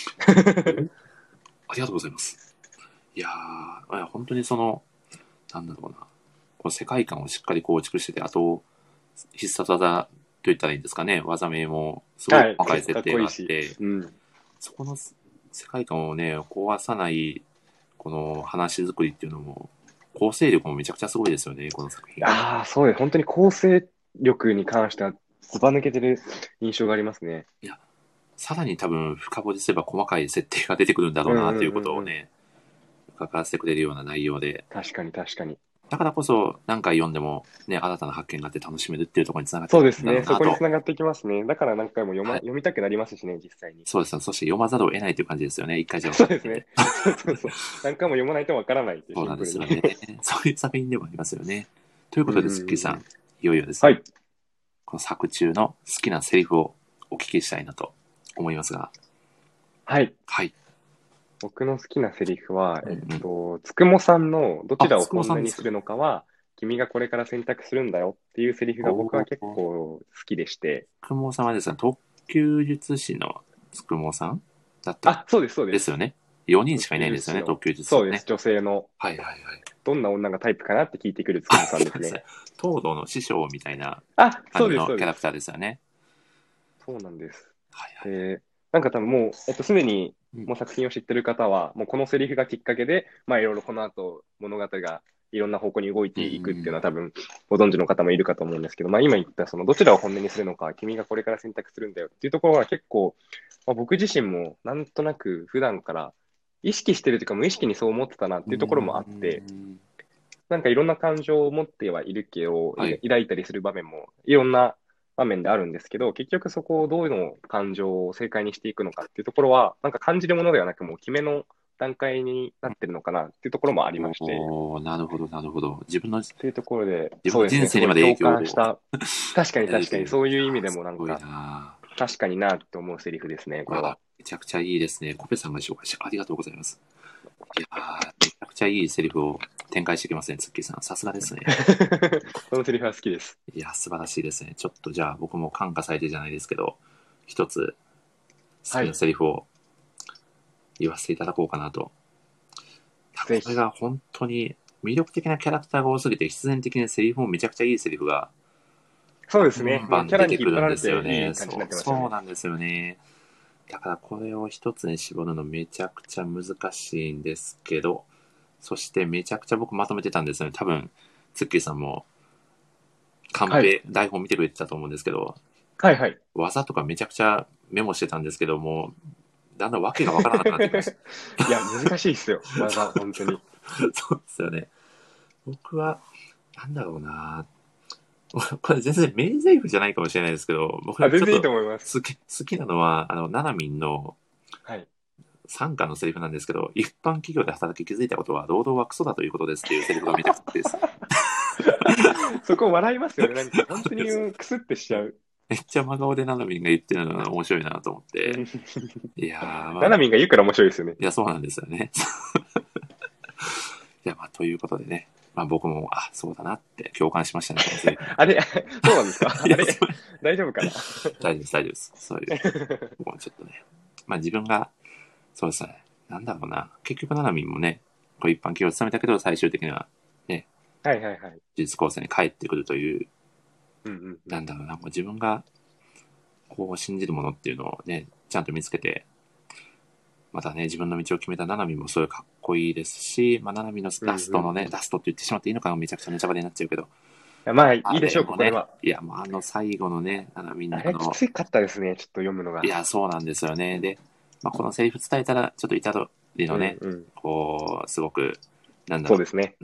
ありがとうございます。いやー、本当にその、なんだろうな、この世界観をしっかり構築してて、あと、必殺技と言ったらいいんですかね、技名もすごいはい、 細かい結構か設定があっっこいいし。 て、 うん。 そこの世界観をね、壊さない、この話作りっていうのも、構成力もめちゃくちゃすごいですよね、この作品。 ああ、そうです。本当に構成力に関しては、ずば抜けてる印象がありますね。 いや、さらに多分深掘りすれば細かい設定が出てくるんだろうんうんうなというこうんうん。 とをね、伺わせてくれるような内容で、 確かに確かに。 だからこそ何回読んでもね、新たな発見があって楽しめるっていうところにつながっていくんそうですね。そだろうなと。 こに繋がっていきますね。だから何回も読ま、 はい。 読みたくなりますしね、実際に。 そうですね。そして読まざるを得ないという感じですよね。一回じゃ分かんないんで。 そうですね。そうそうそう。何回も読まないとわからないっていう、 そうなんシンプルに。 ですよね。そういう作品でもありますよね。といううんことで、 うんうんうん。 スッキーさん、いよいよですね、 はい。 この作中の好きなセリフをお聞きしたいなと思いますが、 はい。 はい。 僕の好きなセリフは、えっうんうん。 と、つくもさんのどちあ、 らをつくもさんですか。 本音にするのかは、君がこれから選択するんだよっていうセリフが僕は結おー、 構好きでして。 つくもさんはですね、特級術師のつくもさんだったあ、そうです、そうです。 ですよね。よにんしかい特級ないんですよね、 術師の、 特級術師そうです、 はね。 女性の、 はいはいはい。 どんな女がタイプかなって聞いてくるつくあ、 もさんですね。 そうですね。東堂の師匠みたいなあ、 感じそうです、そうです。 のキャラクターですよね。 そうなんです。 はいはい。 で、なんか多分もう、えっと、すでにうん。 もう作品を知ってる方は、もうこのセリフがきっかけで、まあいろいろこの後物語がいろんな方向に動いうんていくっていうのはうん多分ご存知の方もいるかと思うんですけど、まあ今言ったそのどちらを本音にするのか、君がこれから選択するんだよっていうところは結構、まあ、僕自身もなんとなく普段から意識してるというか無意識にそう思ってたなっうん。 ていうところもあうって、 ーん。 なんかいろんな感情を持ってはいるけど、いはい。 抱いたりする場面もいろんな場面であるんですけど、結局そこをどういうの感情を正解にしていくのかっていうところは、なんか感じるものではなく、もう決めの段階になってるのかなっていうところもありまして、 おー、なるほど、なるほど。自分の、自っていうところで、 分のそうですね、す人生にまで影ごい共響を感した、確かに確かに与えている。いやそういう意味でー、すごいもなんか、 な確かになって思うセリフですね、 ー。わあ、 これは。 めちゃくちゃいいですね。コペさんが紹介してありがとうございます。いやー、めちゃくちゃいいセリフを展開してきますね、ツッキーさん。さすがですね。 そのセリフは好きです。 いや、素晴らしいですね。ちょっとじゃあ僕も感化されてじゃないですけど、一つ好きなはい、 セリフを言わせていただこうかなと。これぜひ。 が本当に魅力的なキャラクターが多すぎて、必然的にセリフもめちゃくちゃいいセリフがそうですね、もうバンバンキャラに引っ張出てくるんでられていすよね。 い感じになそう、 ってますよね。 そうなんですよね。だからこれを一つに絞るのめちゃくちゃ難しいんですけど、そしてめちゃくちゃ僕まとめてたんですよね。多分、ツッキーさんもカンはい、 ペ、台本見てくれてたと思うんですけど、 はい、はい。 技とかめちゃくちゃメモしてたんですけども、だんだんわけがわからなくなってきましいや、難しいっすよ、 た。そ技、 う本当に。 そうですよね。僕は、なんだろうなこれ全然名台詞じゃないかもしれないですけど、僕あ、全然いいがちょっとと思います。 好き、好きなのは、あの、ナナミンのはい。 傘下のセリフなんですけど、一般企業で働き気づいたことは、労働はクソだということですっていうセリフがめちゃくちゃ好きです。 そこ笑いますよね。なんか、本当にクスってしちゃう。 めっちゃ真顔でナナミンが言ってるのが面白いなと思って。いやー、まあ、 ナナミンが言うから面白いですよね。 いや、そうなんですよね。いや、まあ、ということでね、まあ僕も、あ、そうだなって共感しましたね、このセリフ。 あれ、そうなんですかいや、 あれ、 そう大丈夫かな大丈夫です、大丈夫です。そういう、僕もちょっとね、まあ自分が、そうですね、なんだろうな、結局ナナミンもね、こう一般企業を務めたけど、最終的には、ね、 はいはいはい。 呪術高専に帰ってくるという、 うんうんうん。 なんだろうな、もう自分がこう信じるものっていうのをね、ちゃんと見つけて、またね、自分の道を決めたナナミもすごいかっこいいですし、まあ、ナナミのうんラストのね、 うんうん。 ラストって言ってしまっていいのかな、めちゃくちゃネタバレになっちゃうけど、 まあ、いあいでしょう、これもね、 こでは。 いや、もうあの最後のね、ナナミあのあの、 れきつかったですね、ちょっと読むのが。 いや、そうなんですよね。で、まあ、このセリフ伝えたら、ちょっとイタドリのね、 うんうん。 こう、すごく、なんだろそうですね。 う、うん、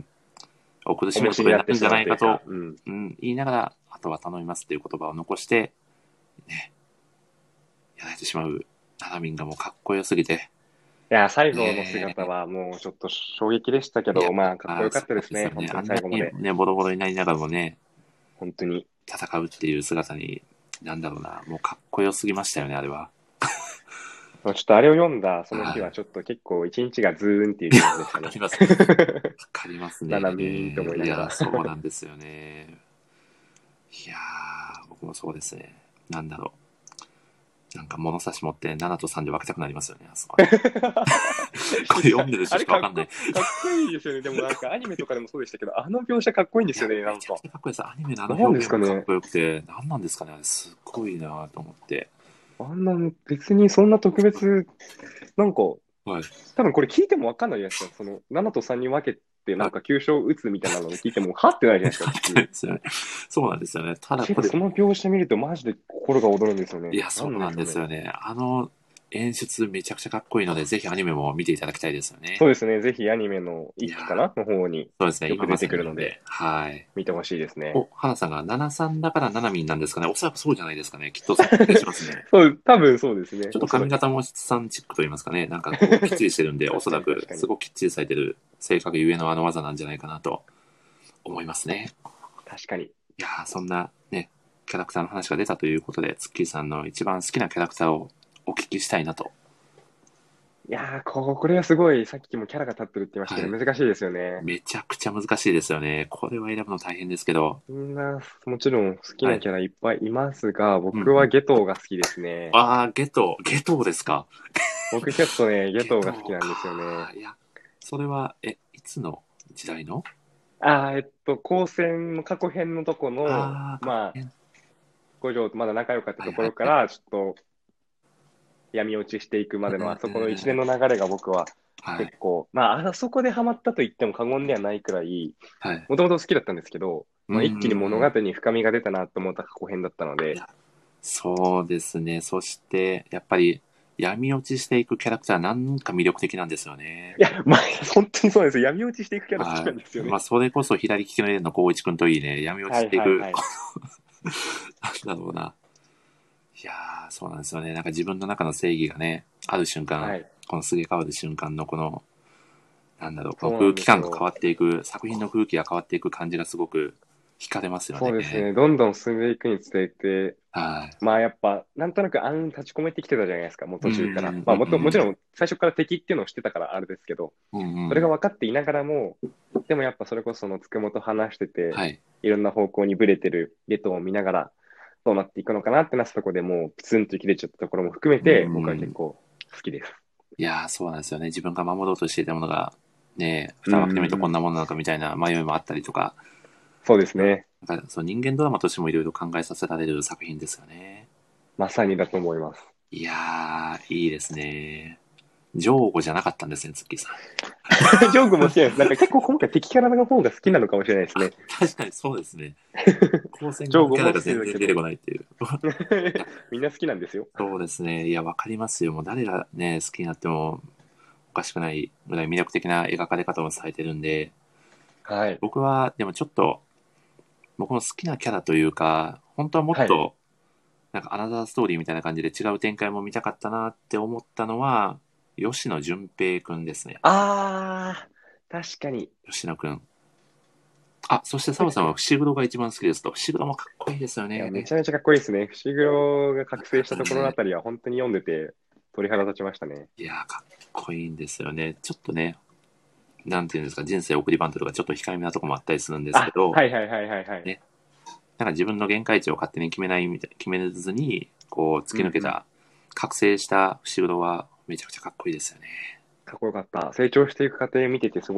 を苦しおめることになるんじ持ちになってしゃないかと、 まうというか。うん。 うん、言いながら、あとは頼みますっていう言葉を残して、ね、やられてしまうナナミンがもうかっこよすぎて、 いや、最後の姿ねはもうちょっと衝撃でしたけえ、いや、 ど、まあ、かっこよかっあそうたですね。 なんですよね。 本当にあんな最後まで。 にね、ボロボロになりながらもね、 本当に。 戦うっていう姿に、なんだろうな、もうかっこよすぎましたよね、あれは。 ちょっとあれを読んだその日はい。 はちょっと結構一日がズーンっていう気持ちでしたね。 わかります。わかりますななね。 みんと思いいや、 ながら。 そうなんですよね。いやー、僕もそうですね。なんだろう。なんか物差し持ってななとさんで分けたくなりますよね、あそこはね。これ読んでる人あれかっこ、 しか分かんない。 かっこいいですよね。でもなんかアニメとかでもそうでしたけど、あの描写かっこいいんでいや、 すよね、なめちゃくんか。 ちゃかっこいいです。アニメのあのなんで表現もかっすかね。 こよくて、何なんですかね、あれすっごいなと思って。 あんな、別にそんな特別、なんか、 はい。 多分これ聞いてもわかんないじゃないですか。その、ななとさんに分けてなはい。 んか急所を打つみたいなのを聞いても、はってないじゃないですか、 合ってない普通。 ですよね。そうなんですよね。ただこれ、 けどその描写見るとマジで心が躍るんですよね。 いや、そうなんなんでしょうね。 ですよね。あの演出めちゃくちゃかっこいいので、ぜひアニメも見ていただきたいですよね。 そうですね。ぜひアニメのいやー、 一期かなの方にそうですね。 よく出て今まさくるので、 になんで、はい。 見てほしいですね。 お、花さんがななさんだからななみんなんですかね。おそらくそうじゃないですかね。きっとそんな気がしますね。 そう、多分そうですね。 ちょっとおそらく。 髪型も七三チックと言いますかね。なんかこう、きっちりしてるんで、おそ確からくに確かに。 すごくきっちりされてる性格ゆえのあの技なんじゃないかなと思いますね。 確かに。 いやー、そんなね、キャラクターの話が出たということで、ツッキーさんの一番好きなキャラクターをお聞きしたいなと。 いやー、ここれはすごい、さっきもキャラが立ってるって言いましたけど、 はい。 難しいですよね。 めちゃくちゃ難しいですよね。これは選ぶの大変ですけど。 みんな、もちろん好きはい。 なキャラいっぱいいますが、 うんうん。 僕はゲトウが好きですね。 あー、ゲト、ゲトですか。 僕ちょっとね、ゲゲトトウが好きなんですよね。 か。いや、それは、え、いつの時代のあー、えっと、高専の過去編のとこの、 あー、かまあ、 ね。 五条とまだ仲良かったはいとこはいはい。 ろから、ちょっと闇落ちしていくまでのあそこの一連のえー、 流れが僕ははい。 結構、まあ、あそこでハマったと言っても過言ではないくらい、 はい。 もともと好きだったんですけど、 うんうまあ、一気に物んうん。 語に深みが出たなと思った過去編だったので、 いや、そうですね。そして、やっぱり、闇落ちしていくキャラクターなんか魅力的なんですよね。 いや、まあ、本当にそうです。闇落ちしていくキャラ好きなはい。まあ、 んですよね。 それこそ左利きの例の光一くんといいね、闇落ちはいしていく、 はいはい。 なんだろうな。いやー、そうなんですよね。なんか自分の中の正義がね、ある瞬間、 はい。 このすげ替わる瞬間のこの、なんだろう、このそうなんで空気すよ。 感が変わっていく、作品の空気が変わっていく感じがすごく惹かれますよね。 そうですね。どんどん進んでいくにつれて、 はい。 まあやっぱ、なんとなく暗雲立ち込めてきてたじゃないですか、もううん途中から。 うんまあもと、もちろうんん最初から敵っていうのを知ってたからあれですけど、 うんうん。 それが分かっていながらも、でもやっぱそれこそそのつくもと話してて、 はい。 いろんな方向にブレてるゲトを見ながら、どうなっていくのかなってなったところでもう、プツンと切れちゃったところも含めうて、僕はん。 結構好きです。 いやー、そうなんですよね。自分が守ろうとしていたものが、ね、 うん蓋を開けてみるとうんうん。 こんなものなのかみたいな迷いもあったりとか、 そうですね。 なんかそう人間ドラマとしてもいろいろ考えさせられる作品ですよね。 まさにだと思います。 いやー、いいですね。ジョーゴじゃなかったんですね、ツッキーさん。 ジョークも好きなんです。なんか結構今回敵キャラの方が好きなのかもしれないですね。 確かにそうですね。光線ジョー側のキャラクも好きが全然出てだけど、 こないっていう。いや、 みんな好きなんですよ。 そうですね。いや、わかりますよ。もう誰がね、好きになってもおかしくないぐらい魅力的な描かれ方をされてるんで、 はい。 僕は、でもちょっと、僕の好きなキャラというか、本当はもっはい。 と、なんかアナザーストーリーみたいな感じで違う展開も見たかったなって思ったのは、吉野純平くんですね。 あー、確かに。 吉野くん。あ、そしてそうですね。 サムさんは伏黒が一番好きですと。伏黒もかっこいいですよいや、めね。 ちゃめちゃかっこいいですね。伏黒が覚醒したところあたりは本当に読んでて鳥肌立ちましたね。 いやー、かっこいいんですよね。ちょっとね、なんていうんですか、人生送りバントとかちょっと控えめなとこもあったりするんですけあ、 ど、 はいはいはいはいはい。 ね、なんか自分の限界値を勝手に決めないみたい、決めずに、こう、突うんうん。 き抜けた、覚醒した伏黒はめちゃくちゃかっこいいですよね。 かっこよかった。成長していく過程見ててすごい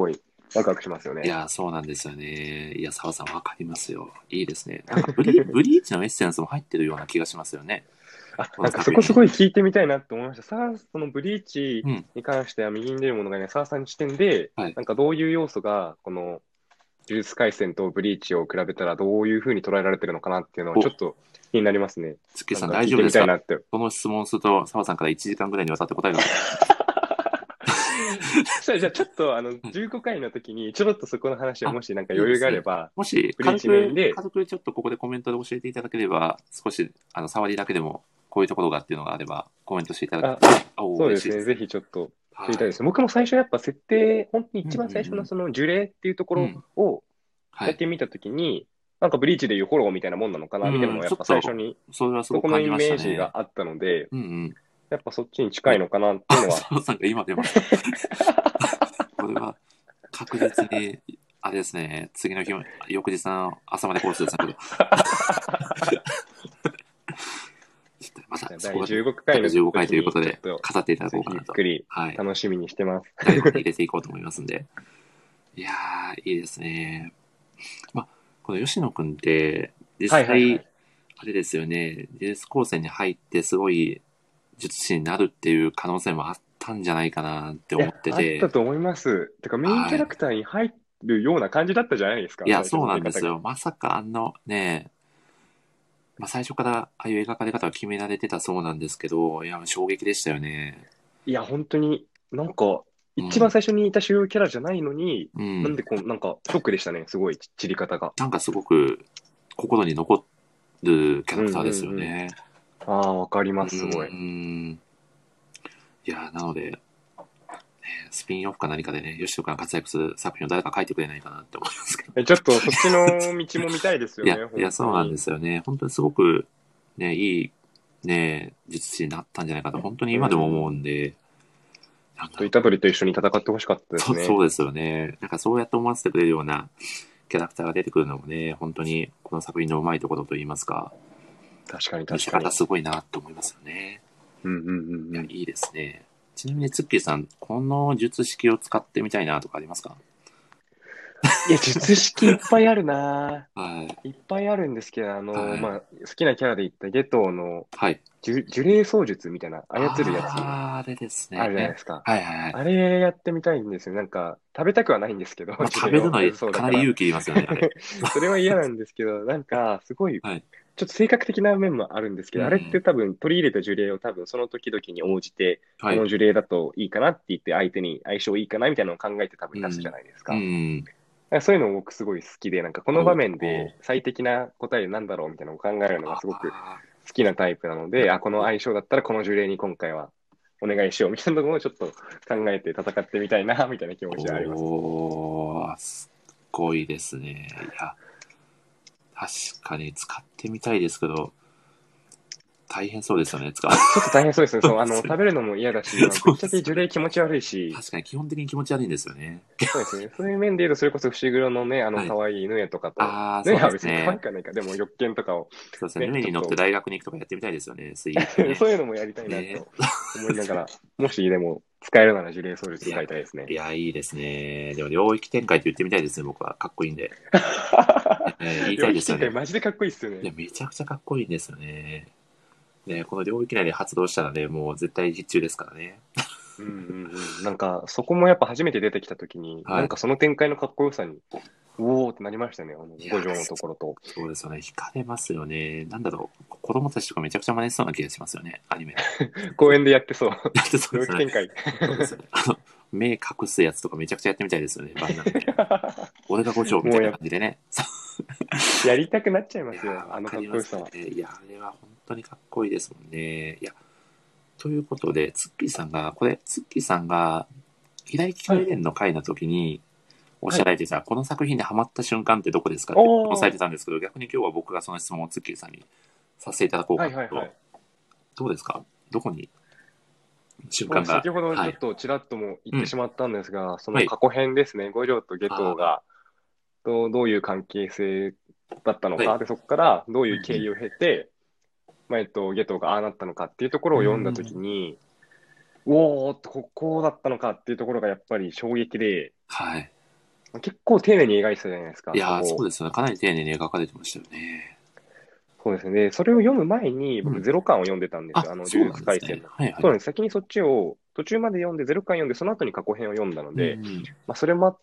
ワクワクしますよね。 いや、そうなんですよね。いや、澤さんわかりますよ。いいですね。なんかブリ、ブリーチのエッセンスも入ってるような気がしますよね。 あ、 こなんかの作品。 そこすごい聞いてみたいなって思いました。さあ、そのブリーチうん。 に関しては右に出るものがね、澤さんの視点で、 はい。 なんかどういう要素が、この呪術廻戦とブリーチを比べたらどういうふうに捉えられてるのかなっていうのはちょお、 っと気になりますね。 ツッキーさんなんか聞いて大丈夫ですか？ みたいなって。 この質問すると、澤さんからいちじかんぐらいにわたって答えが。 そしたらじゃあちょっとあのじゅうごかいの時にちょろっとそこの話をあ、 もしなんか余裕いいですね。 があれば、 もし、 ブリーチメイン軽く、 で、 軽くちょっとここでコメントで教えていただければ、少し、あの、触りだけでも、こういうところがっていうのがあれば、コメントしていただくあ、 と、あ、おそうですね、 嬉しいです。 ぜひちょっと知りたはい。 いです。僕も最初やっぱ設定、本当にうん一番最初うんのその呪霊っていうとこうん。うろん。 をはい。 だけ見たときに、なんかブリーチでいうフォローみたいなもんなのかなみたいなうん、 のがやっぱちょっと、 最初にそれはすそこのイごく感じましメージたね。 があったので、 うんうん。 やっぱそっちにお、 近いのかなっていうあ、 のは、 澤さんが今出ました。これは確実に、あれですね、次の日、翌日の朝までコースですね、これ。ちょっとまた、そこ第だけ、 じゅうごかいのだいじゅうごかい時にということで、 ちょっと語っていただこぜひゆうかなと。 っくりはい。 楽しみにしてます。 台本に入れていこうと思いますんで。いやー、いいですね。まあ、この吉野くんって、実際、 はいはいはい。 あれですよね、呪術高専に入ってすごい術師になるっていう可能性もあったんじゃないかなって思いや、 ってあったて、 と思います。てかメインキはい。 ャラクターに入るような感じだったじゃないですか、 いや、 最初そうの出方が。 なんですよ。まさかあのね、まあ、最初からああいう描かれ方は決められてたそうなんですけど、いや、衝撃でしたよね。 いや、本当になんか、一番うん。 最初にいた主要キャラじゃないのに、 うん。 なんでこう、なんかショックでしたね、すごい散り方が。 なんかすごく心に残るキャうんラクターですうんうん。 よね。 ああ、わかりうます、すごい。 ーん。いや、なので、スピンオフか何かでね、吉岡が活躍する作品を誰か書いてくれないかなって思いますけど。 え、ちょっとそっちの道も見たいですいや、 よね、 いや、そうなんで本当に。 すよね。本当にすごく、ね、いい、ね、術師になったんじゃないかと、本当にう今でも思うん。 んで、なんだろう。 と虎杖と一緒に戦ってほしかったですそう、 ね。 そうですよね。なんかそうやって思わせてくれるようなキャラクターが出てくるのもね、本当にこの作品のうまいところといいますか、 確かに見せ確かに。 方すごいなと思いますよね。 うんうんうんいや、 うん。 いいですね。ちなみにツッキーさん、この術式を使ってみたいなとかありますか？ いや、術式いっぱいあるなはい。 ぁ。いっぱいあるんですけど、あの、 はい。 まあ、好きなキャラで言ったゲトウのはい。 呪呪霊操術みたいな操るやつあー、あれですね。 あるじゃないですか。 はいはいはい。 あれやってみたいんですよ。なんか、食べたくはないんですけど、 まあ、 呪霊を食べるの外そうだから。 かなり勇気いりますよね、あれ。 それは嫌なんですけど、なんか、すごい、 はい。 ちょっと性格的な面もあるんですけど、あれってうん。 多分取り入れた呪霊を多分その時々に応じて、 はい。 この呪霊だといいかなって言って相手に相性いいかなみたいなのを考えて多分出すじゃうん。 ないですうか。 ん。 だからそういうの僕すごい好きで、なんかこのお場面お。 で最適な答えなんだろうみたいなのを考えるのがすごくあ好きなタイプなのー、いや、 で、あ、この相性だったらこの呪霊に今回はお願いしようみたいなところをちょっと考えて戦ってみたいな、みたいな気持ちはありますね。 おー、すっごいですね。いや、確かに使ってみたいですけど、大変そうですよね、使う。 ちょっと大変そうですね。そう、あの、 そうですよね。 食べるのも嫌だし、まあ、ぶっそうちゃけですよね。 呪霊気持ち悪いし、 確かに基本的に気持ち悪いんですよね。 そうですね。そういう面で言うと、それこそ伏黒のね、あの、 はい。 可愛いヌエとかと、 ああ、そうでヌエは別に可愛すね。 くはないか、でも、欲見とかをそうですね。 ね、 ヌエに乗ってちょっと大学に行くとかやってみたいですよね。スイーツね。 そういうのもやりたいなね。 と思いながら、もしでも使えるなら呪霊操術いや、 使いたいですね。 いや、いいですね。でも、領域展開って言ってみたいですね、僕は。かっこいいんで。えー言いた領域展開いですよね。 マジでかっこいいっすよいや、 ね。 めちゃくちゃかっこいいんですよね。ね、この領域内で発動したらね、もう絶対必中ですからね。 うんうんうん。なんか、そこもやっぱ初めて出てきたときに、 はい。 なんかその展開のかっこよさに、おーってなりましたね。あの、 いや、 五条のところと。 そうですよね。惹かれますよね。なんだろう。子供たちとかめちゃくちゃ真似しそうな気がしますよね。アニメ。 公園でやってそう。 やってそうですよね。 領域展開。 そうですよね。あの、目隠すやつとかめちゃくちゃやってみたいですよね。バンナムで。俺が五条みたいなもうや、 感じでね。そやりたくなっちゃいういやますよ。 ー、わあのかりますね。 かっこよさは。 いや、あれは本当にかっこいいですもんね。いや、ということで、ツッキーさんが、これ、ツッキーさんが、平井はい。 機械伝の回の時に、おっはい。 しゃられてた、この作品でハマった瞬間ってどこですかって質問されおー。 てたんですけど、逆に今日は僕がその質問をツッキーさんにさせていただこうかなと。 はいはいはい。 どうですか？どこに瞬まあ、 間が。 先ほどはい。 ちょっとちらっとも言ってうん。 しまったんですが、そはい。 の過去編ですね。五条と下ああ、 等がどう、どういう関係性だったのはい。 か、で、そこからどういう経うん緯を経て、まあ、えっと、ゲトがああなったのかっていうところうん。 を読んだとうーん。 きに、おーっと、ここうだったのかっていうところがやっぱり衝撃で、 はい。 結構丁寧に描いてたじゃないですか。 いやー、 そこそうですよね。かなり丁寧に描かれてましたよね。 そうですね。それを読む前に、僕、 うん。 ゼロ巻を読んでたんですあ、 よ。あの、 そう呪なんですね。 術廻戦の。 はいはい。 そうなんです。先にそっちを、途中まで読んで、ゼロ巻読んで、その後に過去編を読んだのうんうで、 ん。 まあ、それもあって、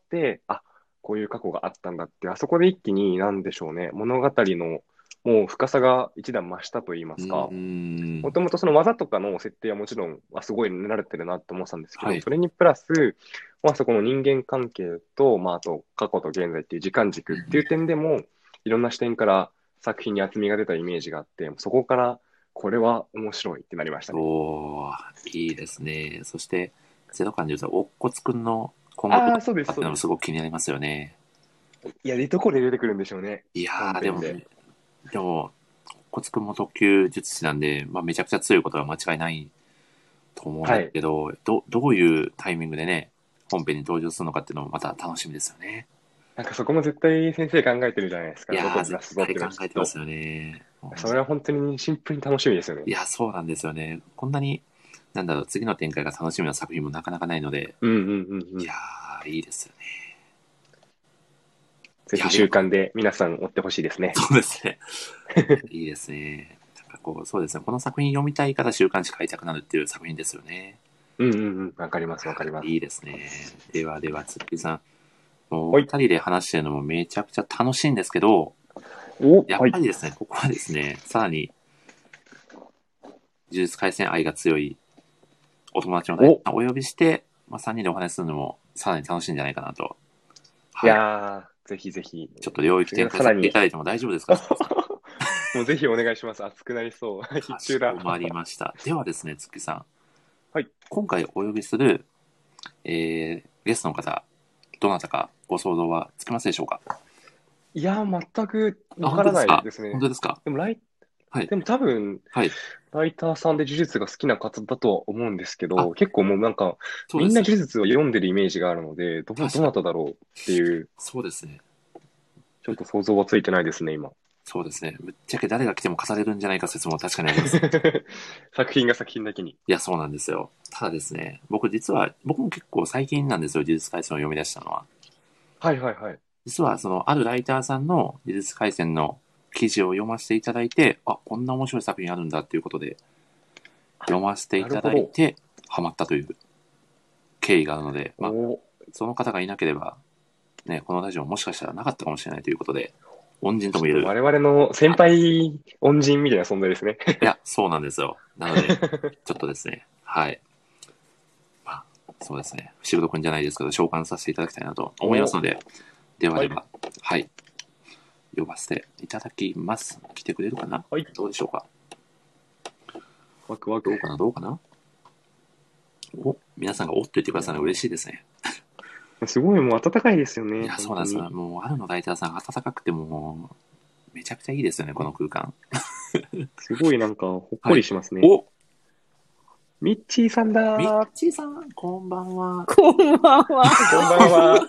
あ、こういう過去があったんだって、あそこで一気に、なんでしょうね、物語の、もう深さが一段増したと言いまうすか。 ーん。 もともとその技とかの設定はもちろん、あ、すごい練られてるなって思ってたんですけど、 はい。 それにプラス、まあ、そこの人間関係と、まあ、あと過去と現在っていう時間軸っていう点でも、いろんな視点から作品に厚みが出たイメージがあって、そこからこれは面白いってなりましたね。 おー、いいですね。そして、ゼロ感で言うと、おっこつくんの今後とああ、そうです、 かっていうのもすそうです。 ごく気になりますよね。 いや、で、どこで出てくるんでしょうね。 いやー、でも、 本編で。 でも、おっこつくんも特級術師なんで、まあ、めちゃくちゃ強いことは間違いないと思うんですはい。 けど、ど、どういうタイミングでね、本編に登場するのかっていうのもまた楽しみですよね。 なんかそこも絶対先生考えてるじゃないですか。どいやー、 こで出絶すぞっていうの対考はきっと。 えてますよね。 それは本当にシンプルに楽しみですよね。 いや、そうなんですよね。こんなに、なんだろう、次の展開が楽しみな作品もなかなかないので、 うんうんうんうん。 いやー、いいですよね。いや、 ぜひでも、 習慣で皆さん追ってほしいですね。 そうですね。いいですね。なんかこう、そうですね。この作品読みたいから週刊誌買いたくなるっていう作品ですよね。 うんうんうん。わかりますわかります。 いいですね。ではでは、つっきーさん。もう、 はい。 二人で話してるのもめちゃくちゃ楽しいんですけど、 お、 やっはい。 ぱりですね、ここはですね、さらに、呪術廻戦愛が強いお友達をね、 お、 お呼びして、まあ、さんにんでお話しするのも、さらに楽しいんじゃないかなと。 いはい。 やー、ぜひぜひ。 ちょっと領域それ展がさらに、 開させていただいても大丈夫ですか？ もうぜひお願いします。熱くなりそう。必かし中だ。 こまりました。ではですね、つっきーさん。 はい。 今回お呼びする、えー、ゲストの方、どなたかご想像はつきますでしょうか？ いやー、全くあ、 わからな本当ですか？ いですね。 本当ですか？ でもライ、 はい。 でも多分、 はい。 ライターさんで呪術が好きな方だとは思うんですけあ、 ど、結構もうなんか、 そうですね。 みんな呪術を読んでるイメージがあるので、ど、ど確かに。 なただろうっていう、 そうですね。 ちょっと想像はついてないですね、今。 そうですね。ぶっちゃけ誰が来ても語れるんじゃないか説も確かにあります。 作品が作品だけに。 いや、そうなんですよ。ただですね、僕実は、僕も結構最近なんですよ、呪術廻戦を読み出したのは。 はいはいはい。 実は、その、あるライターさんの呪術廻戦の記事を読ませていただいて、あ、こんな面白い作品あるんだっていうことで、読ませていたなるほど。 だいて、ハマったという経緯があるので、まあ、 おー、 その方がいなければ、ね、このラジオもしかしたらなかったかもしれないということで、恩人とも言える。 ちょっと我々の先輩恩人みたいな存在ですね。 いや、そうなんですよ。なので、ちょっとですね、はい。まあ、そうですね、伏黒くんじゃないですけど、召喚させていただきたいなと思いますので、ではでは、はい、呼ばせていただきます。来てくれるかな？ はい。 どうでしょうか？ ワクワク。 どうかなどうかなお、皆さんがおっと言ってくださるのは嬉しいですね。 すごいもう温かいですよね、 いや、そうなんですよ。 本当に。 もう、あるのライターさん、暖かくても、めちゃくちゃいいですよね、この空間。 すごいなんかほっこはい。 りしますね。 お、 ミッチーさんだミッー。 チーさん、こんばんは。 こんばんは。 こんばんは。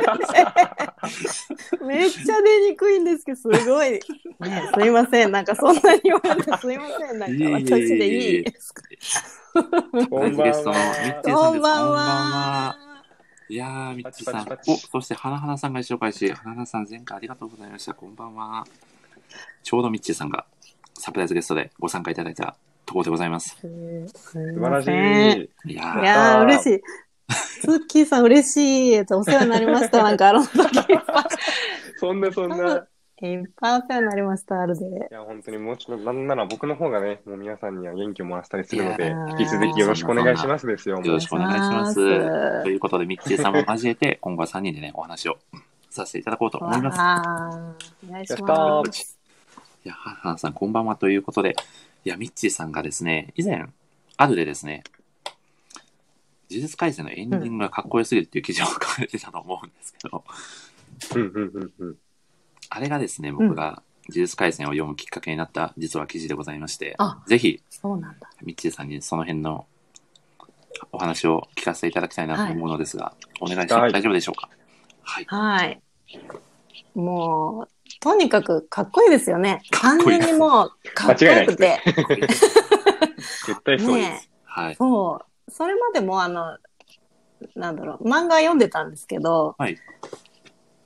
めっちゃ出にくいんですけど、すごい。ね、すいません。なんかそんなに言われてすいません。なんか私でいいですか？ こんばんは。 ゲストのミッチーさんです。 こんばんこんばんは。 は。いやー、ミッパチチーさん。 パチパチ。 お、そして、花々さんが一紹介し、花々さん、前回ありがとうございました。こんばんは。ちょうどミッチーさんがサプライズゲストでご参加いただいたところでございます。 すい素晴らしません。 い。 いやいー、 やー、嬉しい。ツッキーさん嬉しい。お世話になりました。なんかあの時。 そんなそんな。 いっぱいお世話になりました、あるで。 いや、本当にもうちょっと、なんなら僕の方がね、もう皆さんには元気をもらったりするのいで、 やー引き続きよろしくお願いしますですよ、もう。 よろしくお願いします。ということで、ミッチーさんも交えて、今後はさんにんでね、お話をさせていただこうと思います。 わーお願いしやったまー。 す。 いや、ははさん、こんばんはということで、いや、ミッチーさんがですね、以前、あるでですね、呪術廻戦のエンディングがかっこよすぎるっていう記事を書かれてたと思うんですけど、 うんうんうんうん。 あれがですね、僕が呪術廻戦を読むきっかけになった実は記事でございまして、 あ、 ぜひ、 そうなんだ。 ミッチーさんにその辺のお話を聞かせていただきたいなと思うのですが、お願いしても大丈夫でしょうか？はい。 はい。もう、とにかくかっこいいですよね。 かっこいい単純にもう、かっこよくて。 絶対そうです。 ねはい。 そう。それまでも、あの、なんだろう、漫画読んでたんですけど、 はい。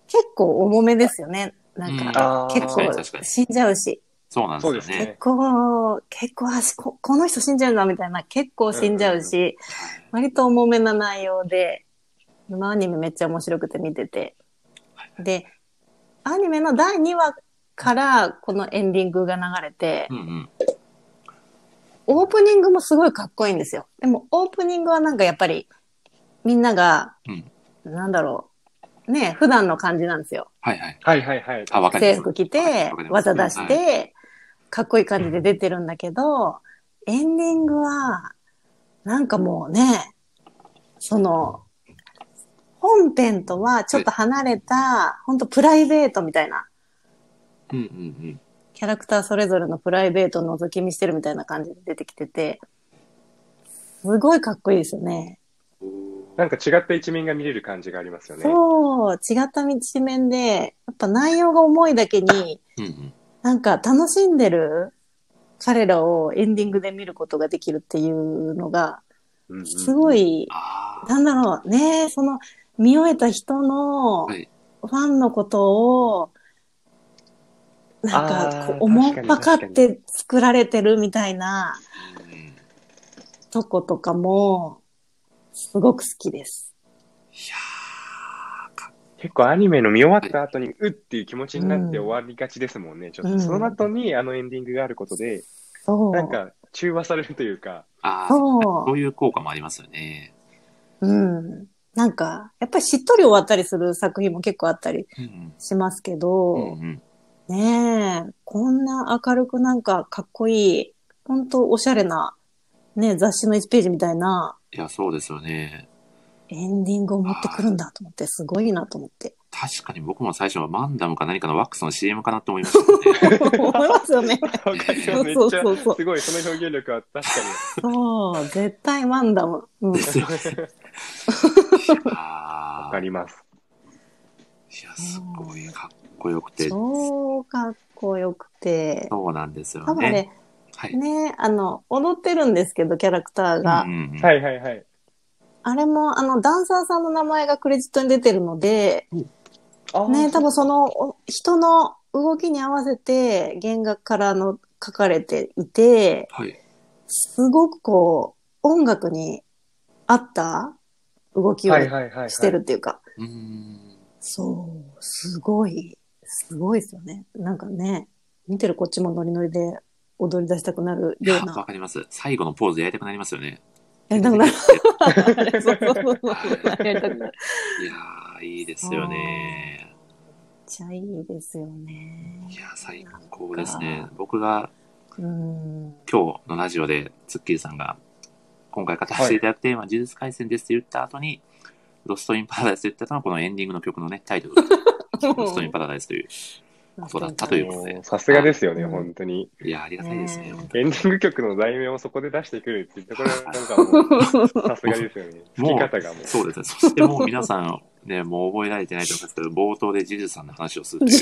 結構重めですよね。なんか、 うん結確かに確かに構死んじゃうし。 そうなんですよね。 そうですね結構、結構、あしこ、この人死んじゃうな、みたいな、結構死んじゃうし、 うんはい割と重めな内容で、このアニメめっちゃ面白くて見てて。で、アニメのだいにわからこのエンディングが流れて、 うんうん。 オープニングもすごいかっこいいんですよ。でもオープニングはなんかやっぱりみんなが、 うん。 なんだろう、ね、普段の感じなんですよ。 はいはい。 はいはいはい。 あ、わかります。 制服着はいてわかり、ます技出しはいて、かっこいい感じで出てるんだけど、エンディングは、なんかもうね、その、本編とはちょっと離れた、本当プライベートみたいな、 うんうんキャラクターそれぞれのプライベートを覗き見してるみたいな感じで出てきてて、すごいかっこいいですよね。 うん。 なんか違った一面が見れる感じがありますよね。 そう、違った一面で、やっぱ内容が重いだけに、 うんうん。 なんか楽しんでる彼らをエンディングで見ることができるっていうのが、 うんうんうんすごい、 ああ。 なんだろうね、その見終えた人のはい。 ファンのことを、なんかこう、 あー思っ確かにぱかっ確かて作られてるみたいなうんとことかも、すごく好きです。 いやーか結構アニメの見終わった後に、うっていう気持ちになってうん終わりがちですもんね。ちょっうんとその後にあのエンディングがあることで、 そう。 なんか中和されるというか、 あーそそういう効果もありますよね。 う。うん。なんか、やっぱりしっとり終わったりする作品も結構あったりうんしますけうん。 ど、 うんうん。 ねえ、こんな明るくなんかかっこいい、ほんとおしゃれな、ね、雑誌のいちページみたいないや、そうですよね。 エンディングを持ってくるんだと思って、すごいなと思って。 確かに僕も最初はマンダムか何かのワックスの シーエム かなと思いましたね。 思いますよね。 わかります。 そうめっちゃ、 そうそうそうすごい、その表現力は確かそう、絶対マンダム。うん。 ですよね。 に。 あわかります。 いや、すごいかっこよくて。 超かっこよくて。 そうなんですよね。 多分ね、 はい。 ね、あの、踊ってるんですけど、キャラクターが。 うんうんうんはいはいはい。 あれも、あの、ダンサーさんの名前がクレジットに出てるので、 あーね、多分そのお人の動きに合わせて弦楽からの書かれていて、 はい。 すごくこう、音楽に合った動きをはいはいはいはい。 してるっていうか、 うーん。 そう、すごい、すごいですよね。なんかね、見てるこっちもノリノリで踊り出したくなるいや、わような。 かります。最後のポーズやりたくなりますよね。 やりたくなる。そうそうそうそう。やりたくなる。 いやー、いいですよね。 めっちゃいいですよね。 いや、最高ですね。僕がうん。 今日のラジオで、ツッキーさんが、今回語らせていただくテーマは、呪術廻戦ですって言った後に、ロストインパラダイスって言ったのは、このエンディングの曲のね、タイトルが、ロストインパラダイスということだったということでもう。さすがですよね、 うん本当に。 いや、ありがたいですね。 ね本当にエンディング曲の題名をそこで出してくるっていうところが、なんかもう、さすがですよね。吹き方がもう。 そうですね。そしてもう皆さん、ね、もう覚えられてないと思いますけど、冒頭でジジュさんの話をすると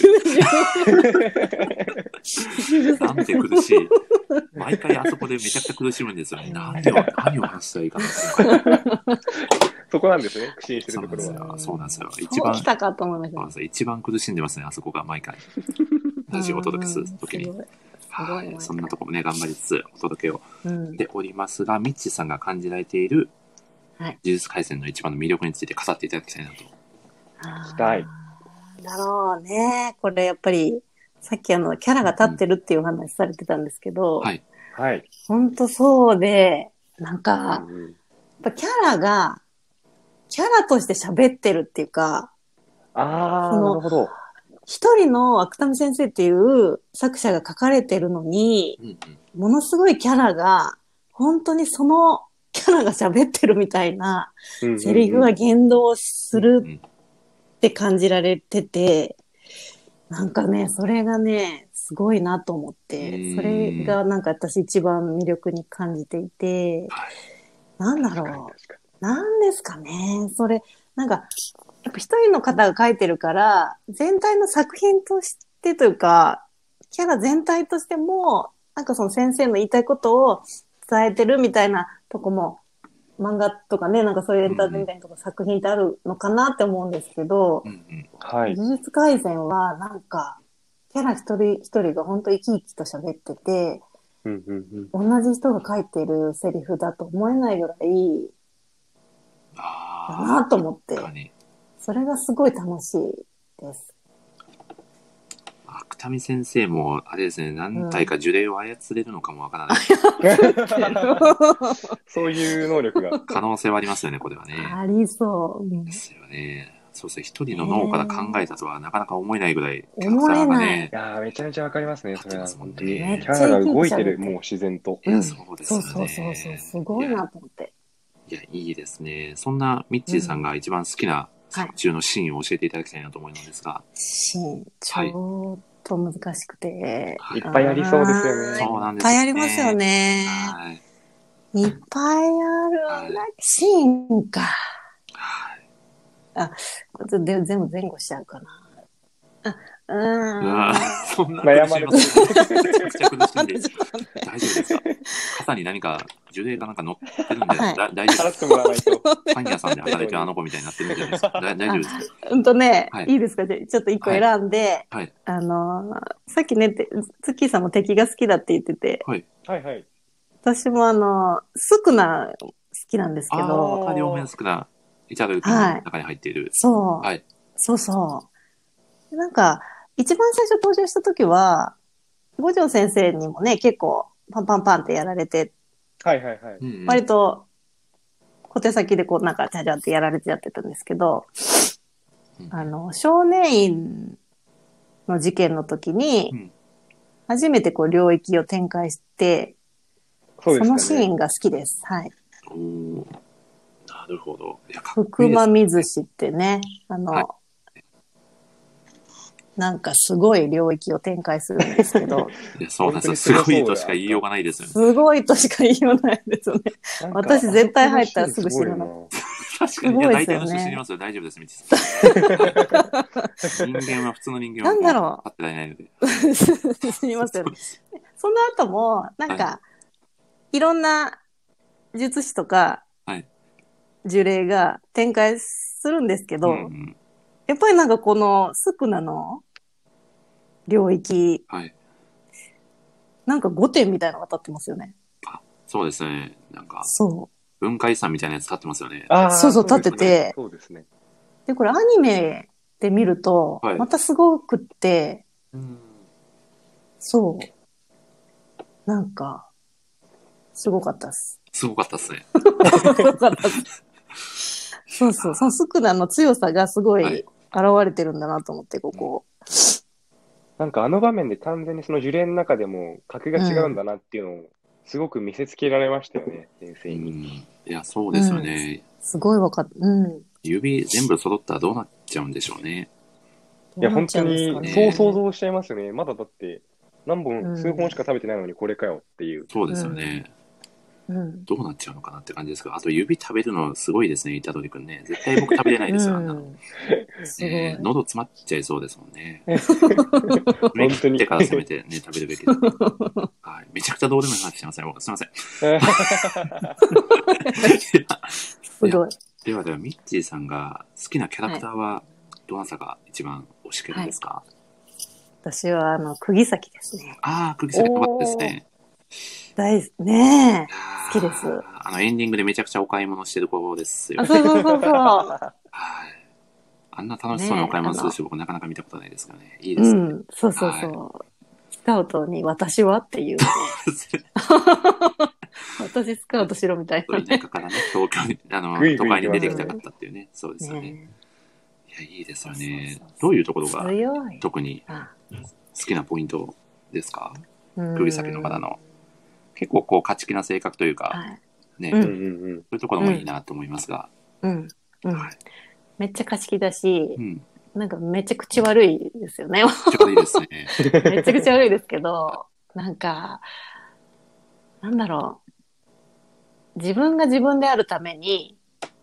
いう。なんて苦しい。毎回あそこでめちゃくちゃ苦しむんですよね。何を、何を話したらいいかな。 そこなんですね、苦心してるところは。 そうなんですよ。そうなんですよ。一そう番、 来たかと思いましたそうなんですよ。一番苦しんでますね、あそこが毎回。ラジオをお届けするときに。 うんすごいはい。そんなとこもね、頑張りつつお届けをうんしておりますが、ミッチーさんが感じられている、 はい呪術廻戦の一番の魅力について語っていただきたいなと。 聞きたい。 だろうね。これやっぱり、さっきあの、キャラが立ってるっていう話されてたんですけど、 はい。 はい。 ほんとそうで、なんか、 うんうんやっぱキャラが、キャラとして喋ってるっていうか、 あー、 そのなるほど。 一人の芥見先生っていう作者が書かれてるのに、 うんうん。 ものすごいキャラが、本当にそのキャラが喋ってるみたいな、 うんうんうんセリフが言動するうんって感じられてて、なんかね、それがね、すごいなと思っうて、 んそれがなんか私一番魅力に感じていて、 はい。 なんだ確かにろ確かう。なんですかね。それ、なんか、やっぱ一人の方が書いてるから、全体の作品としてというか、キャラ全体としても、なんかその先生の言いたいことを伝えてるみたいなとこも、 漫画とかね、なんかそういうエンターテインメントの作品ってあるのかなって思うんですけど、 うんうんはい。 呪術廻戦はなんか、キャラ一人一人が本当生き生きと喋ってて、 うんうんうん。 同じ人が書いてるセリフだと思えないぐらいだあなと思ってあ、確かに。 それがすごい楽しいです。 芥見先生も、あれですね、何体か呪霊を操れるのかもわからない。 そういう能力が。 可能性はありますよね、これはね。 ありそう。うんですよね。そうですね、一人の脳から考えたとはなかなか思えないぐらい、キャ思えないラクターがねい、やーめちゃめちゃわかりますね、それは。本当に。キめっちゃャラが動いてる、 生き生き喋ってもう自然と。 いやそうですそうよね。 そうそうそう、すごいなと思って。 いや、いいですね。そんなミッチーさんが一番好きな作中のシーンを教えていただきたいなと思うんですが。 シーン、ちょっと難しくて。 はいいっぱいありそうですよね。 そうなんですいっぱいありますよね。 はい。 いっぱいある、シーンか。 はい。 あ、で全部前後しちゃうかな。あ、うーん。 そんな悩まれてる。 めちゃくちゃ苦しんで、大丈夫ですか？肩に何か呪霊かなんか乗ってるんで、 はいだ大丈夫ですか？ 払ってもらわないと。 パン屋さんで働いてるあの子みたいになってるんじゃないですか？だ大丈夫ですか？ うんとね、 はいいいですか？じゃあちょっと一個選んで、 はい。 あのー、さっきね、てツッキーさんも敵が好きだって言ってて、 はい。 はいはい。 私もあの、スクナ好きなんですけど、 ああ、両面少な、イチャドル君の中に入っている。 そう、 はい。 そうそう。なんか、一番最初登場した時は、五条先生にもね、結構パンパンパンってやられて、 はいはいはい。 うんうん割と小手先でこうなんかチャチャってやられてやってたんですけど、 うんあの、少年院の事件の時にうん、 初めてこう領域を展開して、 そうですかね。 そのシーンが好きです。はい。 おーなるほど。いや、かっこいい福です間水氏ってね、あの、 はいなんかすごい領域を展開するんですけど、 いや、そうなんですよ。 本当にすすごそうごいとしか言いようがないですよね。 すごいとしか言いようないですよね。 なんか私絶対入ったらすぐ死ぬあの。 確かに。いや、大体のすごいですよね人知りますよ。大丈夫です、みちさん。人間は普通の人間はなんだろう立ってられないので。 死にますよね。 そうですその後も、なんか、、 はいろんな術師とか、 はい呪霊が展開するんですけど、 うんうんやっぱりなんかこのスクナの領域、 はい。 なんかごてんみたいなのが立ってますよね。 そうですね。なんか、 そ文化遺産みたいなやつ立ってますよね。 あーそうそうですね立ててそうですね。 う。で、これアニメで見るとはい、 またすごくって、 うんそう。なんか、すごかったです。 すごかったですね。 すごかったです。そうそう。そのスクナの強さがすごいはい現れてるんだなと思って、ここ。 なんかあの場面で完全にその呪霊の中でも格が違うんだなっていうのをすごく見せつけられましたよね、先う生に。 ん。いや、そうですよね。 すごいわかった。うん。 指全部揃ったらどうなっちゃうんでしょうね。 いや、本当どうなっちゃうんですにかねそう想像しちゃいますよね。まだだって何う本、 ん数本しか食べてないのにこれかよっていう。 そうですよね。 うん。 どうなっちゃうのかなって感じですが、あと指食べるのすごいですね、イタドリ君ね。絶対僕食べれないですよ、あんなの。 うんすごい。 えー喉詰まっちゃいそうですもんね。 本当に手から攻めてね、食べるべきだ。はい。めちゃくちゃどうでもいい話してません、僕。すいません。 すごい。 ではでは、ミッチーさんが好きなキャラクターは、どなたが一番推しキャラですか？ 私は、あの、釘崎ですね。 ああ、釘崎の方ですね。 大好き。ねえ。 あー好きですあの、エンディングでめちゃくちゃお買い物してる子ですよあ、 ね。 そうそうそうそう。 はい。あんな楽しそうなお買い物する人、僕なかなか見たことないですからね。いいですね。 うん。そうそうそう。スカウトに私はっていう、ね。私スカウトしろみたいな、ね。 田舎からね、東京に、あの、 ぐいぐい都会に出てきたかったっていうね。そうですよね。 ねいや、いいですよねそうそうそう。 どういうところが強い。 特にあ好きなポイントですか？ うん釘崎の方の。結構こう、勝ち気な性格というか、 はい。 ね、 うんうんうんうん。 そういうところもいいなと思いますが。 うん。うんはい。 めっちゃ貸し気だしう、ん。 なんかめっちゃ口悪いですよね。 ちょうどいいですね。 めっちゃ口悪いですけど、なんか、なんだろう。自分が自分であるために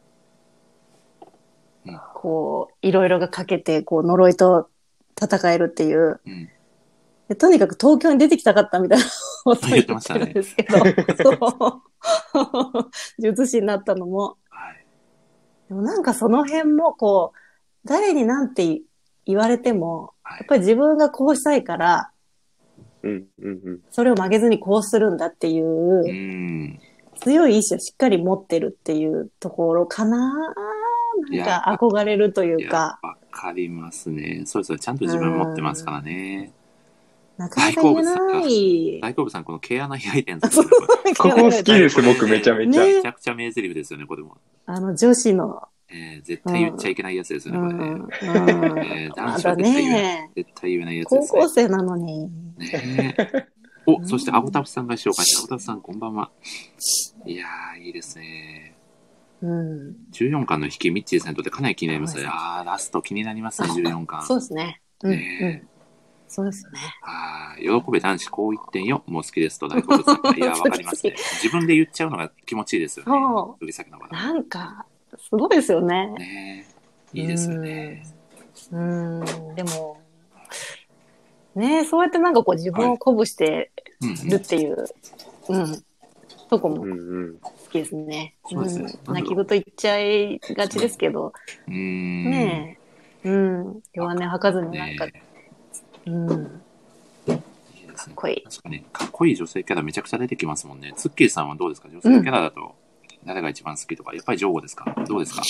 うん、 こう、いろいろがかけて、こう、呪いと戦えるっていう。 うん。 でとにかく東京に出てきたかったみたいなことを言ってるんですけど、そう。 術師になったのも。 はい。 でもなんかその辺もこう、誰になんて言われても、 はいやっぱり自分がこうしたいから、 うんうんうん。 それを曲げずにこうするんだっていう、 うーん。 強い意志をしっかり持ってるっていうところかな。なんか憧れるというか。 わかりますね。そうですね。ちゃんと自分持ってますからね。 なかなか言えない。 大好物さん、この毛穴開いてるんですよ。 ここ好きです、僕めちゃめちゃ。 ねめちゃくちゃ名台詞ですよね、これも。 あの、女子の。 えー、絶対言っちゃいけないやつですよね、 うんこれね。 うんえー、男子は絶対言えない、絶対言えないやつですね。 高校生なのに。 ねお、そしてアゴタフさんが紹介した。アゴタフさん、こんばんは。いやー、いいですね。 うん、 じゅうよんかんの引き、ミッチーさんにとってかなり気になりますね。あー、ラスト気になりますね、じゅうよんかん。 そうですね。うんねうん、そうですね。 あー、喜べ男子こう言ってんよ。もう好きですと大好物さんが。いやー、わかりますね。自分で言っちゃうのが気持ちいいですよね。 そう。 指先の場なんか、すごいですよね。 ねいいですよね。 うん、うんでも、ねそうやってなんかこう自分を鼓舞してるっていう、はい、うん、うん、とこも好きですね。うんうん、そうですね。泣き言言っちゃいがちですけど、 うんねえ、うん、弱音吐かずになんか、ね、うん。 いいですね。かっこいい。確かに、かっこいい女性キャラめちゃくちゃ出てきますもんね。ツッキーさんはどうですか？女性キャラだと誰が一番好きとか、やっぱりジョーゴですか？どうですか？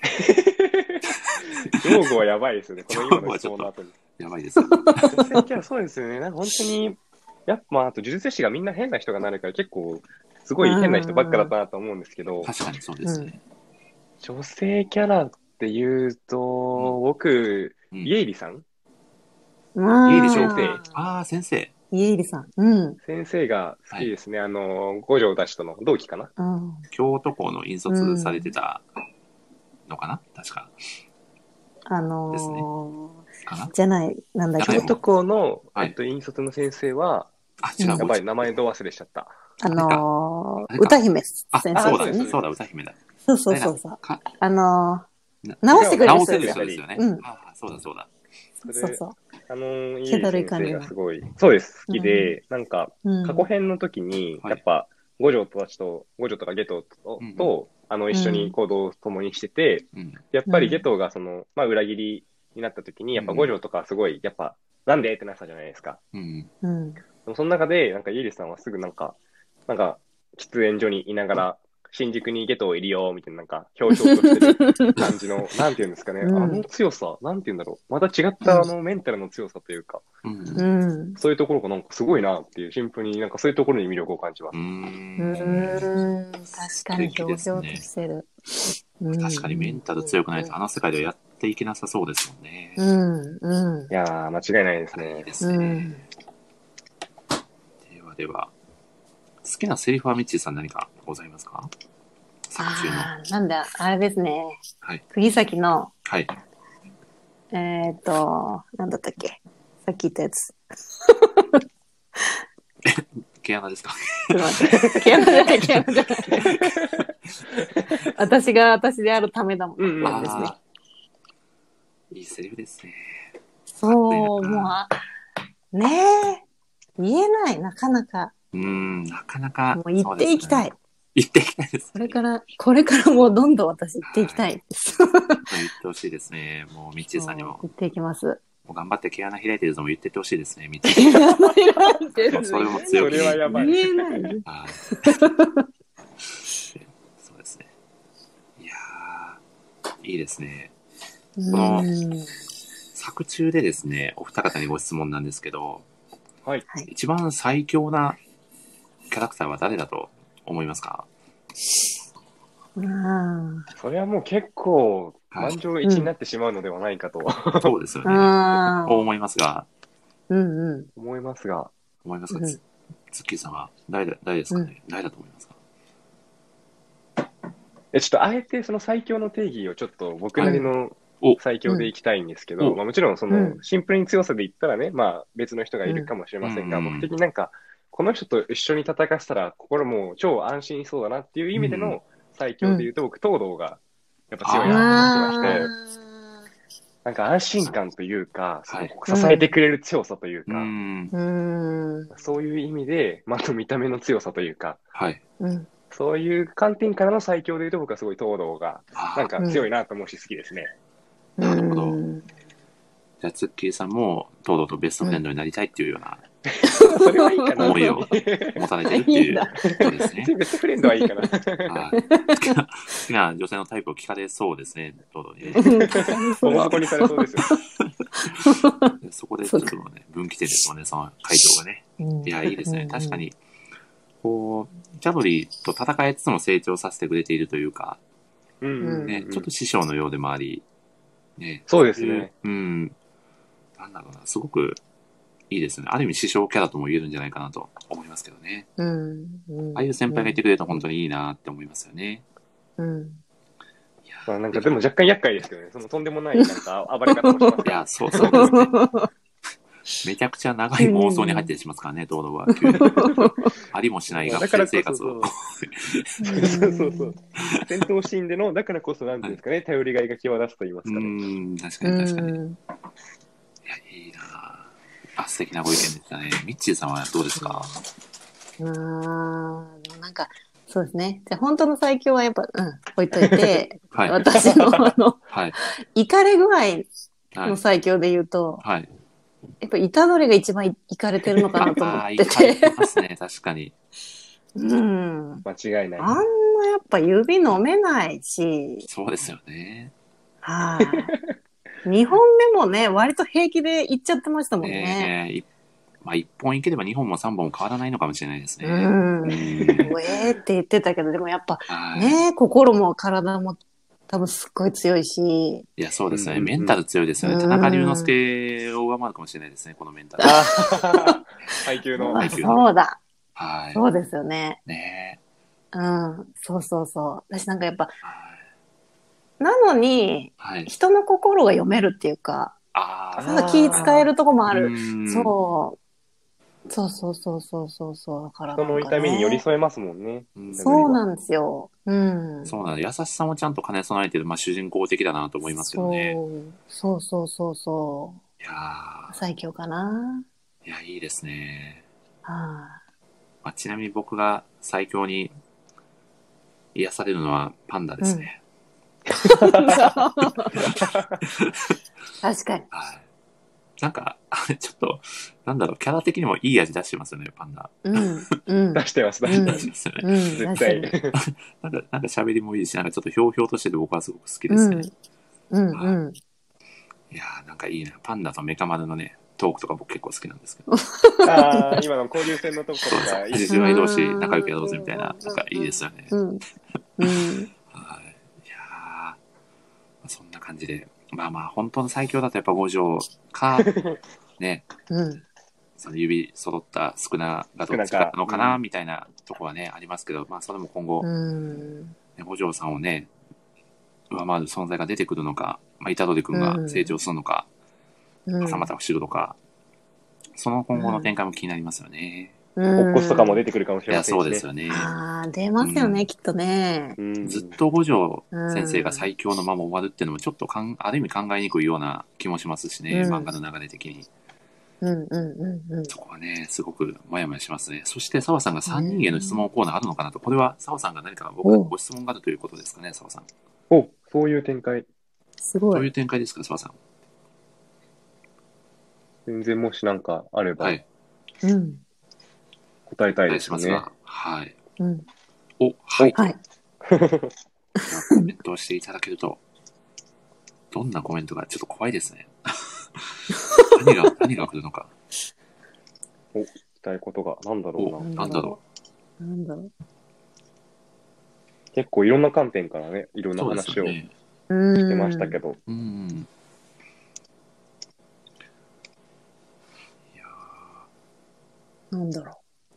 ジョーゴはやばいですよね。この今の質問の後に。 やばいですよ。 女性キャラそうですよね。なんか本当に、やっぱあと呪術師がみんな変な人がなるから結構すごい変な人ばっかだったなと思うんですけど。 確かにそうですね。 女性キャラって言うと、うん、僕、うん、イエイリさん。 イエイリ先生。ああ、先生。 イエイリさん。うん。 先生が好きですね。はい、あの、五条たちとの同期かな。 うん、 京都校の引率されてたのかな、うん、確か。 あのー、 ですね。かなじゃない、なんだっけ。 京都校の、えっと、引率の先生は、 あ、違う。 やばい、名前ど忘れしちゃった。 あのー、歌姫先生、ね。 あ、そうだ、そうだ、歌姫だ。 そうそうそうそう。あのー、直してくれる人ですよ。ですよね。うん。あ、そうだそうだ。 そうそう。 あのー、イエリ先生がすごい、そうです、好きで、うん、なんか、過去編の時に、やっぱ、五条たちと、五条とかゲトと、うんと、あの、一緒に行動を共にしてて、うん、やっぱりゲトがその、まあ、裏切りになった時に、やっぱ五条とかすごい、やっぱ、なんでってなったじゃないですか。うん。でもその中で、なんかイエリさんはすぐなんか、なんか、喫煙所にいながら、新宿にゲトいるよ、みたいな、なんか、ひょうひょうとしてる感じの、なんていうんですかね、うん、あの強さ、なんていうんだろう、また違ったあのメンタルの強さというか、うん、そういうところがなんかすごいなっていう、シンプルになんかそういうところに魅力を感じます。うん、確かにひょうひょうとしてる。 確かにメンタル強くないと、あの世界ではやっていけなさそうですもんね。 うん、うん。 いやー、間違いないですね。 いいですね。うん、ではでは。好きなセリフはミッチーさん何かございますか？ 作中の。あなんだ、あれですね。 はい。 釘崎の、 はい。 えっと、なんだったっけ？さっき言ったやつ。 毛穴ですか？ ちょっと待って。毛穴じゃない、毛穴じゃない。私が私であるためだもん。うんうんですね。 いいセリフですね。 そう、もう、ねえ。言えない、なかなか。 うん、なかなか。 もう行っていきたい。 行っていきたいです。 これから、これからもうどんどん私行っていきたいです。 言ってほしいですね。もう、ミッチーさんにも。 行っていきます。 もう頑張って毛穴開いてるぞも言ってってほしいですね、ミッチーさん。毛穴開いてる。それも強気に。 それはやばい。 言えない。 そうですね。いやー、いいですね。この、作中でですね、お二方にご質問なんですけど、 はい。 一番最強なキャラクターは誰だと思いますか？ うん。 それはもう結構、満場一致になってしまうのではないかと。 はいうん、そうですよね。思いますが。 うんうん。 思いますが。 思いますが、うん、ツッキーさんは誰だ、誰ですかね、うん、誰だと思いますか？ え、ちょっとあえてその最強の定義をちょっと僕なりの最強でいきたいんですけど、まあもちろんそのシンプルに強さで言ったらね、まあ別の人がいるかもしれませんが、うん、僕的になんか、この人と一緒に戦ったら心も超安心しそうだなっていう意味での最強で言うと、うん、僕東堂がやっぱ強いなと思ってまして、なんか安心感というか、その支えてくれる強さというか、 うん、 そういう意味で、まあ見た目の強さというか、 はい、 そういう観点からの最強でいうと僕はすごい東堂があなんか強いなと思うし好きですね。 なるほどうんじゃあ、ツッキーさんも、東堂とベストフレンドになりたいっていうようなそれはいいかな。 思いを持たれてるっていうことですね。 ベストフレンドはいいかな。 はい好きな好きな女性のタイプを聞かれそうですね、東堂にね。 ボコボコにされそうですよ。 そこでちょっとね、分岐点ですもんね、その回答がね。いや、いいですね。確かに、こう、チャドリーと戦いつつも成長させてくれているというか、 うんね、ちょっと師匠のようでもあり、ね、 そうですね。 うん。なんだろうな、すごくいいですね。ある意味師匠キャラとも言えるんじゃないかなと思いますけどね。 うんうんああいう先輩がいてくれると本当にいいなって思いますよね。 うんいやまあなんかでも若干厄介ですけどね。そのとんでもないなんか暴れ方もしますいや、そうそうですね。めちゃくちゃ長い妄想に入ったりしますからね、道路は。急にありもしない学生生活を。 そうそうそう。戦闘シーンでの、だからこそなんていうんですかね、頼りがいが際立つと言いますうかね。 ん、確かに確かに。いや、いいなあ、素敵なご意見でしたね。ミッチーさんはどうですか？ うん、でもなんか、そうですね。じゃあ本当の最強はやっぱ、うん、置いといて、 はい。 私のあの、 はい。 イカれ具合はい。 の最強で言うと、 はい。 やっぱイタドリが一番いイカれてるのかなと思ああ、 っていかれて。 てますね、確かに。 うん。 間違いない。 あんなやっぱ指飲めないし、 そうですよね。 はい。にほんめもね、割と平気で行っちゃってましたもんね。 ねえ、いまあ、いっぽんいければにほんもさんぼんも変わらないのかもしれないですね。 うん。 うんもうえーって言ってたけど、でもやっぱはいね、心も体も多分すっごい強いし。 いや、そうですね。 うんうんうんメンタル強いですよね。 うん田中龍之介を上回るかもしれないですね、このメンタル。 あ配給の。 あ配給そうだ。 はい。 そうですよね。 ねうん。そうそうそう。私なんかやっぱ、 え。はい。 なのに、 はい。 人の心が読めるっていうか、 ああ、 ただ気使えるとこもある。 うんそう。そうそうそうそうそうそう。だからなんか、ね、 人の痛みに寄り添えますもんね。 うんそうなんですよ。うん。 そうなの。優しさもちゃんと兼ね備えてる、まあ、主人公的だなと思いますけどね。 そうそうそうそいやう。最強かな。 ーいや、いいですね。 はまあ、ちなみに僕が最強に癒されるのはパンダですね。 確かに。 はい。なんか、あれちょっと、なんだろう、キャラ的にもいい味出してますよね、パンダ。 うん。うん。 出してます、出してうんます。 出してますよね。 うん。 絶対。 確かになんか、なんか喋りもいいし、なんかちょっとひょうひょうとしてて僕はすごく好きでうんすね。。 うん。うん。 いやー、なんかいいな。パンダとメカ丸のね、トークとか僕結構好きなんですけど。 ああ、今の交流戦のところがいいですね。 じじわい同士仲良くやろうぜみたいな、なんかいいですよね。 うん。うん。 はい。いやー、そんな感じで。まあまあ、本当の最強だとやっぱ五条か、ね、 うん。 その指揃った少ながどっちかのかな、みたいなとこはね、ありますけど、まあそれも今後、 うん。 ね、五条さんをね、上回る存在が出てくるのか、まあ、虎杖君が成長するのか、 うん。 朝又走るのか、その今後の展開も気になりますよね。 オッコスとかも出てくるかもしいや、 れませんしね。 そうですよね。 ああ、出ますよね、 うんきっとね。 うんずっと五条先生が最強のまま終わるっていうのもちょっとかんある意味考えにくいような気もしますしね、 うん漫画の流れ的に。 うんうんうんうん。 そこはね、すごくもやもやしますね。そして澤さんがさんにんへの質問コーナーあるのかなと、これは澤さんが何か僕おご質問があるということですかね、澤さん。 お、そういう展開。 すごい。 どういう展開ですか、澤さん。 全然もしなんかあればはい。 うん。 答えたお願いいですね。 しますが、はい。 うん。 お、はい。 はい。 ではコメントをしていただけると、どんなコメントがちょっと怖いですね。何が、何が来るのか。 お、聞きたいことが、なんだろお、 うな。 なんだろなんだろう。 結構いろんな観点からね、いろう。 んなそうです話をしよね。 うん。 てましたけど。 うん。いやなんだろ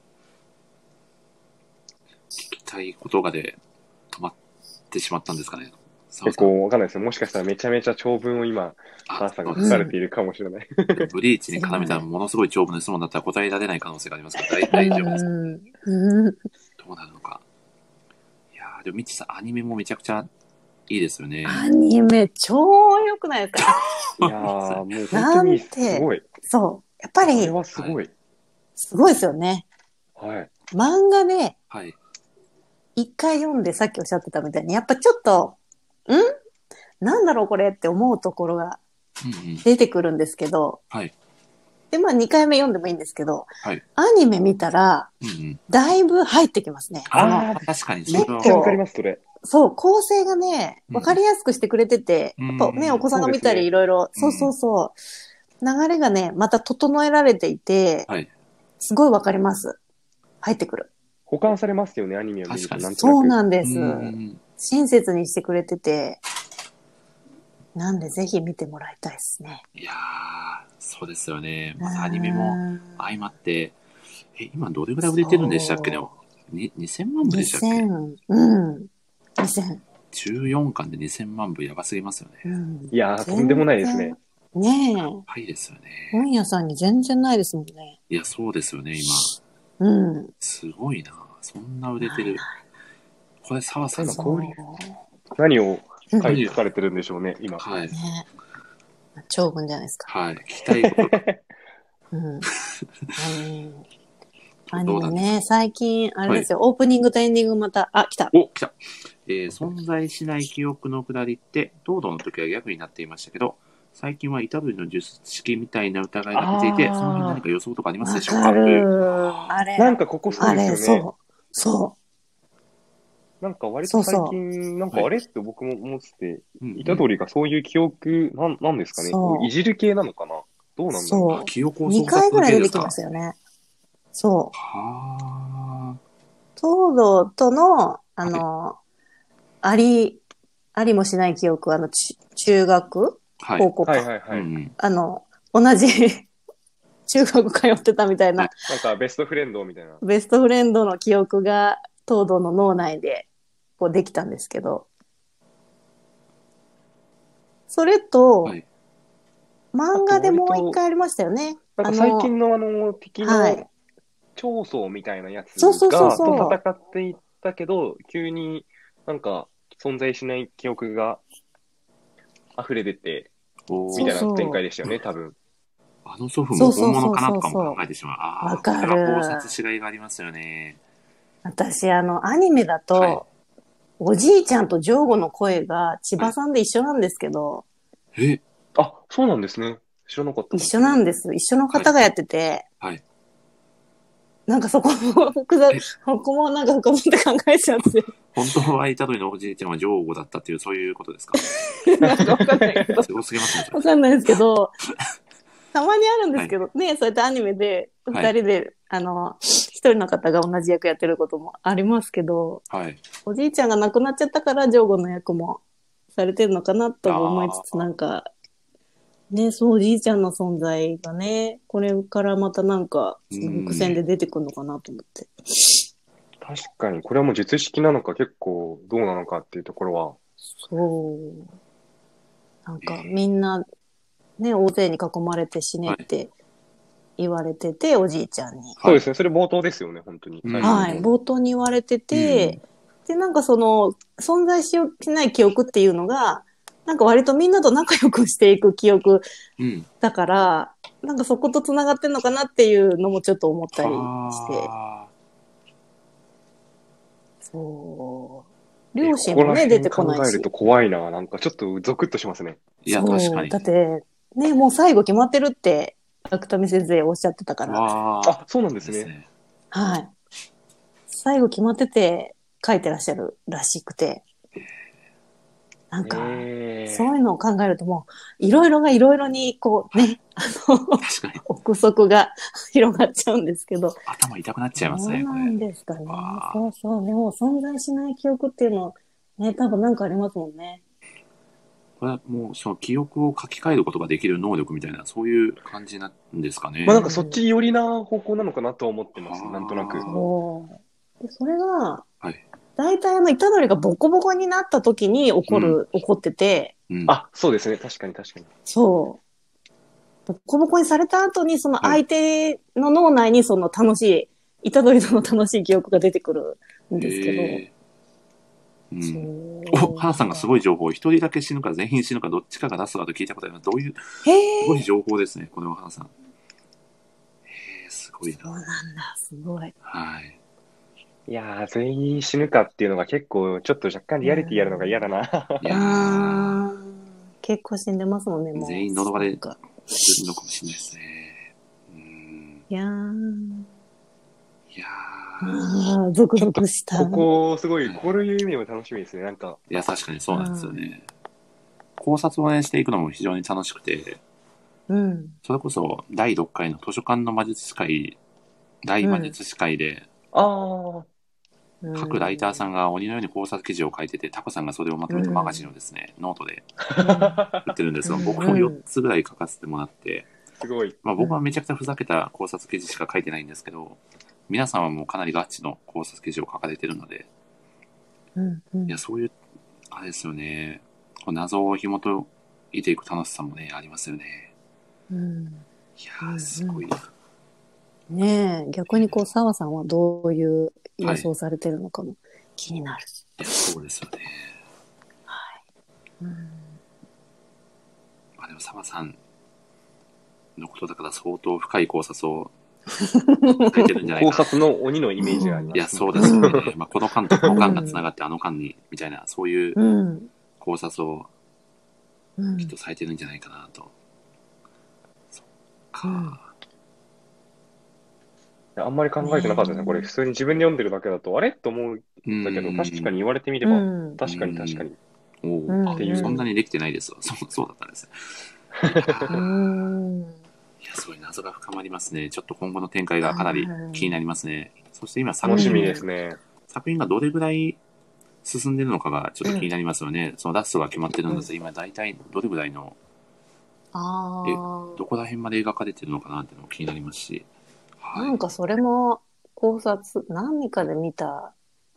ー、聞きたいことがで止まってしまったんですかね。澤結さん。 構わかんないですよ。もしかしたらめちゃめちゃ長文を今、母さんが書かれているかもしれない。 ブリーチに絡めたものすごい長文の質問だったら答えられない可能性がありますから、大う。 大丈夫ですか。 うん。うん。 どうなるのか。いやー、でもミッチさん、アニメもめちゃくちゃいいですよね。 アニメ超良くないですか？ いやー、もう本当にすごい。 そう。やっぱこれり、 はすごい。 すごいですよね。 はい。 漫画ではい。 一回読んでさっきおっしゃってたみたいに、やっぱちょっと、んなんだろうこれって思うところがうんうん。 出てくるんですけど、 はい。 で、まあにかいめ読んでもいいんですけど、 はい。 アニメ見たら、 うんうん。 だいぶ入ってきますね。そのああ、 確かに、そめっれはちゃわかります、それ。 そう、構成がね、 うんわかりやすくしてくれてて、 うんやっぱね、お子さんが見たそうですねりいろいろ、 うんそうそうそう、流れがね、また整えられていて、 はい。 すごいわかります。入ってくる。 保管されますよね、アニメを見ると、 確かになんとなく。 そうなんです。 うんうん親切にしてくれてて、なんでぜひ見てもらいたいですね。 いやー、そうですよね。またアニメも相まって、え、今どれぐらい売れてるんでしたっけね。ににせんまん部でしたっけ。 にせん、うん。にせん。 じゅうよんかんでにせんまん部やばすぎますよね。 うん、 いやー、とんでもないですね。 ねえ。 はいですよね。 本屋さんに全然ないですもんね。 いや、そうですよね、 うん。 今。すごいな。そんな売れてる。これ、澤さんのそう。 氷。 何を書はいいて書かれてるんでしょうね、今。 はい。 ね。長文じゃないですか。 はい。聞きたいことが。 うん。アニどうなんですメね、最近、あれですよ、オープニングとエンディングまた、あ、来た。 お、来た。えー存在しない記憶のくだりって、東堂の時はギャグになっていましたけど、最近は虎杖の術式みたいな疑いが出ていて、 あーその辺何か予想とかありますわでしょうか。 かというる。あれ。 なんかここそうあれ、 ですよね。 そう。そなんか割と最そう近、なんかあれって僕も思ってて、 うんうん虎杖がそういう記憶、なんなんですかね、 そうこういじる系なのかな、どうなんだろそうあ記憶う。 をに操作するかいぐらい出てき系ですか。 ましたよね。そう。 は東堂との、あの、あり、ありもしない記憶、あの、ち中学あ。はい。 う。 高校か。 はいはいはい。 うんうんあの、同じ中学通ってたみたいな、 なんかベストフレンドみたいな。 ベストフレンドの記憶が東堂の脳内でこうできたんですけど、それと、 はい。 漫画でもう一回ありましたよね。 なんか最近のあの敵のはい。 長宗みたいなやつそうそうそうがそうと戦っていったけど、急になんか存在しない記憶が溢れ出て、 おーみたいそうそうな展開でしたよね、多分。 あの祖父も本物かなとかも考えてしまう。ああ、 わかるこれは考察しがいがありますよね。 私、あの、アニメだと、 はいおじいちゃんとジョーゴの声が千葉さんで一緒なんですけど、 え、 あ、そうなんですね。知らなかった。 一緒なんです。一緒の方がやってて、 はい。 なんかそこも複雑え、 そこもなんか深掘って考えちゃって、 本当は虎杖のおじいちゃんは上皇だったっていう、そういうことですか。 なんかわかんないけど、 すごすぎますね。それわかんないですけど、たまにあるんですけど、ね、そうやってアニメで二人で、あの、一人の方が同じ役やってることもありますけど、 はい。 おじいちゃんが亡くなっちゃったから、ジョーゴの役もされてるのかなとも思いつつ、 あーなんか、ね、そう、おじいちゃんの存在がね、これからまたなんか、その伏線で出てくるのかなと思って。 確かに、これはもう術式なのか結構どうなのかっていうところは。 そう。なんか、みんな、ね、大勢に囲まれて死ねって言われてて、おじいちゃんに。 そうですね、それ冒頭ですよね、本当に。 うん最初のはい、冒頭に言われてて、で、なんかその、存在しようしない記憶っていうのが、なんか割とみんなと仲良くしていく記憶うん。 だから、なんかそこと繋がってんのかなっていうのもちょっと思ったりして。 はそう。両親もね、 ここら辺出てこないし考える。と怖いな、なんかちょっとゾクッとしますね。 ーいや、 そう確かに。 だって、ね、もう最後決まってるって、芥見先生おっしゃってたから。 わあ。 あ、そうなんですね。 ですね。 はい。最後決まってて書いてらっしゃるらしくて。なんか、 へーそういうのを考えるともう、いろいろがいろいろに、こうね、あの、 確かに。 憶測が広がっちゃうんですけど。 頭痛くなっちゃいますね、 そうなんこれ。 ですかねわ。あそうそう。でも存在しない記憶っていうの、ね、多分なんかありますもんね。 これはもう、その記憶を書き換えることができる能力みたいな、そういう感じなんですかね。 まあなんかそっち寄りな方向なのかなとは思ってます、 うんなんとなく。 そう。で、それが、 はい。 大体あの、虎杖がボコボコになった時に起こる、起こってて、 うん。 あ、そうですね、確かに確かに。 そう。ボコボコにされた後に、そのはい相手の脳内にその楽しい、虎杖との楽しい記憶が出てくるんですけど。 へーうん。 そうお、花さんがすごい情報。一人だけ死ぬか全員死ぬかどっちかが出すかと聞いたことあります。どういう、 へーすごい情報ですね、これは花さん。へえ、すごいな。 そうなんだ、すごい。 はい。 いやー、全員死ぬかっていうのが結構、ちょっと若干リアリティやるのが嫌だな。 いやー、 あー結構死んでますもんね、もう。 全員呪われるなんかのかもしれないですね。うーん。 いやー、 いやあーゾクゾクした。 ここ、すごい、こういう意味でも楽しみですね。なんか、 ー、いや、確かにそうなんですよね。考察をね、していくのも非常に楽しくて、 うん。 それこそだいろっかいの図書館の魔術師会、大魔術師会で、 ああ、 各ライターさんんが鬼のように考察記事を書いてて、タコさんがそれをまとめたマガジンをですね、ノートで売ってるんですが、 うん僕もよっつぐらい書かせてもらって、 すごい。 まあ、僕はめちゃくちゃふざけた考察記事しか書いてないんですけど、皆さんはもうかなりガチの考察記事を書かれてるので、 うんうんいや、そういう、あれですよね、こう謎を紐解いていく楽しさもね、ありますよね。 うんいやー、すごいな。 ねえ、逆にこう、澤さんはどういう予想されてるのかも気になる。 いや、そうですよね。 うんまあでも、澤さんのことだから相当深い考察を書いてるんじゃない考かな。 察の鬼のイメージがあります、 いや、そうですよね。まあ、この間とこの間が繋がってあの間に、みたいな、そういううん。 考察をうんきっとされてるんじゃないかなと。そっか。 うんあんまり考えてなかったですね。これ、普通に自分で読んでるだけだと、あれと思うんだけど、確かに言われてみれば、 うん確かに確かに。 おお、 うんあっていうそんなにできてないですわ。そう、そうだったんですね。 ういん。 や、すごい謎が深まりますね。ちょっと今後の展開がかなり気になりますね。そして今、作品楽しみですね。 作品がどれぐらい進んでるのかがちょっと気になりますよね。そのラストが決まってるんですが、今大体どれぐらいの、 ああ。 どこら辺まで描かれてるのかなっていうのも気になりますし。はい、 なんかそれも考察、何かで見た、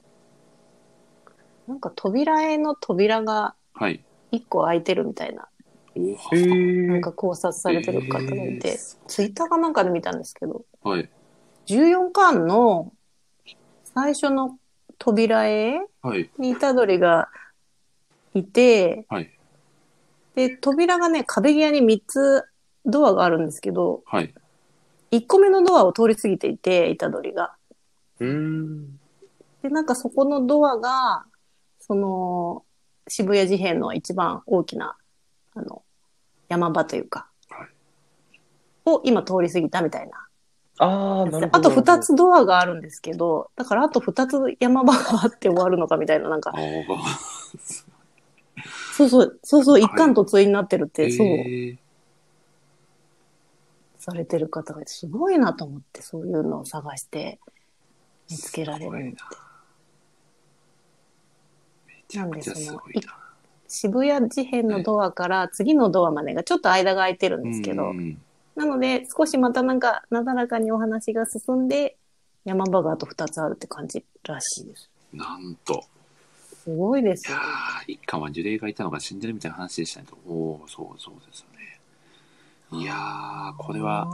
なんか扉絵の扉がはい。 一個開いてるみたいな、 おへーなんー。 か考察されてる方がいて、 えーツイッターかなんかで見たんですけど、 はい。 じゅうよんかんの最初の扉絵はい。 に虎杖がいて、 はい。 で、扉がね、壁際にみっつドアがあるんですけど、 はい。 いっこめのドアを通り過ぎていて、虎杖が。 うーん。 で、なんかそこのドアが、その、渋谷事変の一番大きな、あの、山場というか、 はいを今通り過ぎたみたいな。 ああ、なるほど。 あとふたつドアがあるんですけど、だからあとふたつ山場があって終わるのかみたいな、なんかあ、ーそうそう、そうそう、 はい一貫と対になってるって、そう、 えーされてる方がすごいなと思って、そういうのを探して見つけられるって。 めちゃくちゃすごいな。 渋谷事変のドアから次のドアまでがちょっと間が空いてるんですけど、 うんなので少しまたなんかなだらかにお話が進んで、山場があとふたつあるって感じらしいです。 なんと。 すごいですいやよね。 ー、一巻は呪霊がいたのが死んでるみたいな話でしたねと。おお、そうそうですよね。いやー、これは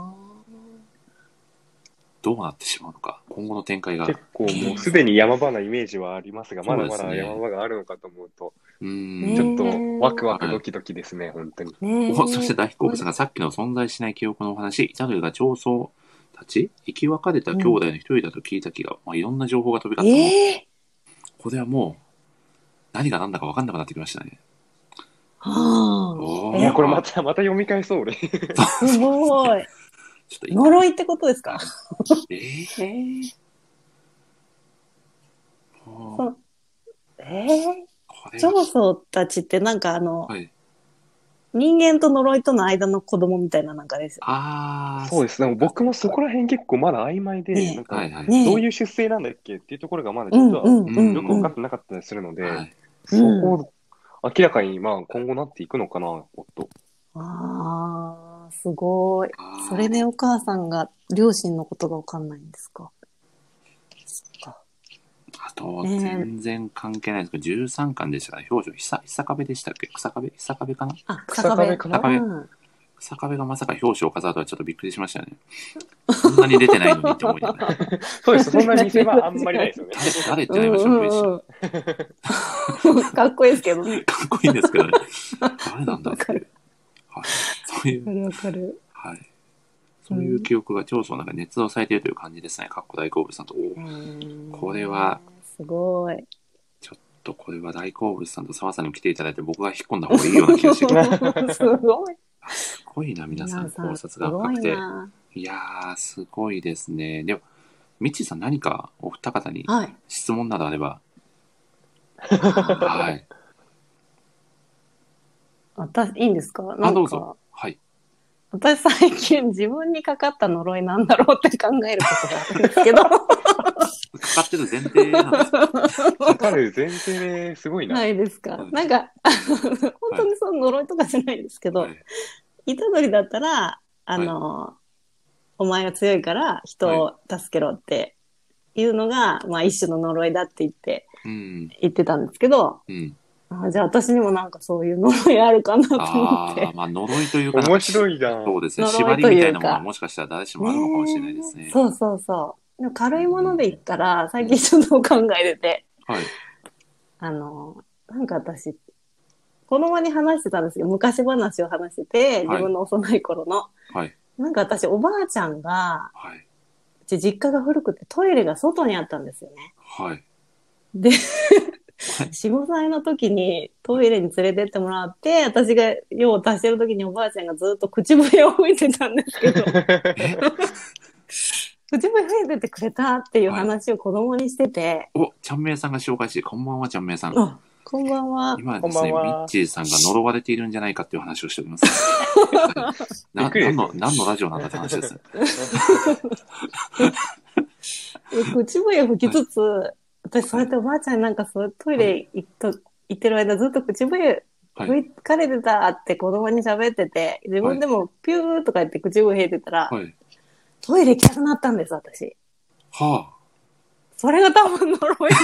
どうなってしまうのか。今後の展開が。 結構もうすでに山場なイメージはありますが、 そうでねまだますだ山場があるのかと思うと、 うねーん。 ちょっとワクワクドキドキですね、本当に。 ねえおそして大飛行物さんがさっきの存在しない記憶のお話、タヌが長宗たち、生き別れた兄弟の一人だと聞いた気が、まあ、いろんな情報が飛び交っても、 ええこれはもう、何が何だか分かんなくなってきましたね。 はあ。 おーいや、これまた、また読み返そう、俺。 すごい。 ちょっと呪いってことですか？ えー、 ええもうそうええこれは長宗たちってなんかあの、 はい。 人間と呪いとの間の子供みたいななんかですよ。 あー、 そうです。でも僕もそこら辺結構まだ曖昧で、 ねなんか、 はいはい。 ねえどういう出生なんだっけっていうところがまだうん実はうんうんよくうん分かってなかったりするので、 はい。 そこを明らかに、まあ、今後なっていくのかな、もっと。 ああ、すごい。 あーそれでお母さんが両親のことがわかんないんですか。そっか。 あと、 ねえ全然関係ないですけど、じゅうさんかんでしたから、表情、ひさ、久壁でしたっけ草壁久壁かなあ、 草壁かな草壁うん草壁がまさか表紙を飾るとはちょっとびっくりしましたよね。そんなに出てないのにって思いながら。 そうです。そんな見せ場あんまりないですよね。 誰ってなりました、びっくりしうんうんかっこいいですけどね。 かっこいいんですけどね。誰なんだっていう。はい。そういう、 わかるわかる。 はい。 そういう記憶が長所なんか捏造されているという感じですね。かっこ大好物さんと。おこれは、 すごい。 ちょっとこれは大好物さんと澤さんに来ていただいて僕が引っ込んだ方がいいような気がしてきます。 すごい。 すごいな、皆さん考察すごいが深くて。 な。 いやー、すごいですね。では、ミッチーさん何かお二方にはい。 質問などあれば。はい。 私、いいんですか？なんかあ、どうぞ。はい。 私最近自分にかかった呪いなんだろうって考えることがあるんですけど。 かかってる前提なんですか？ かかる前提ですごいな。 ないですか？ うんなんか、本当にその呪いとかじゃないんですけど、 はい。 虎杖だったら、あの、お前は強いから人を助けろっていうのが、まあ一種の呪いだって言って、 うん。 言ってたんですけど、 うん。 あじゃあ私にもなんかそういう呪いあるかなと思っああ、 て。 まあ呪いというか、 面白いな。 そうですね。 呪縛いというかりみたいなものはもしかしたら誰しもあるのかもしれないですね。 そうそうそう。でも軽いもので言ったら、最近ちょっと考えてて、 はい。 あの、なんか私、子供に話してたんですよ。昔話を話してて、自分の幼い頃の。 はい。 なんか私、おばあちゃんが、 はい。 うち実家が古くてトイレが外にあったんですよね。 はい。 で、よん、ごさいの時にトイレに連れてってもらって、私が用を足してる時におばあちゃんがずっと口笛を吹いてたんですけど、口笛吹いててくれたっていう話を子供にしてて、 お、ちゃんめいさんが紹介して、こんばんは、ちゃんめいさん。 あ、こんばんは。 今ですね、ミこんばんはッチーさんが呪われているんじゃないかっていう話をしております。なびっくりです何の、何のラジオなんだって話です。 口笛吹きつつ、私そうやっておばあちゃんになんかそうトイレ行っと、行ってる間ずっと口笛はい。 吹かれてたって子供に喋ってて、自分でもピューとか言って口笛吹いてたら、 はい。 トイレ行きたくなったんです、私。 はそれが多分呪いだと思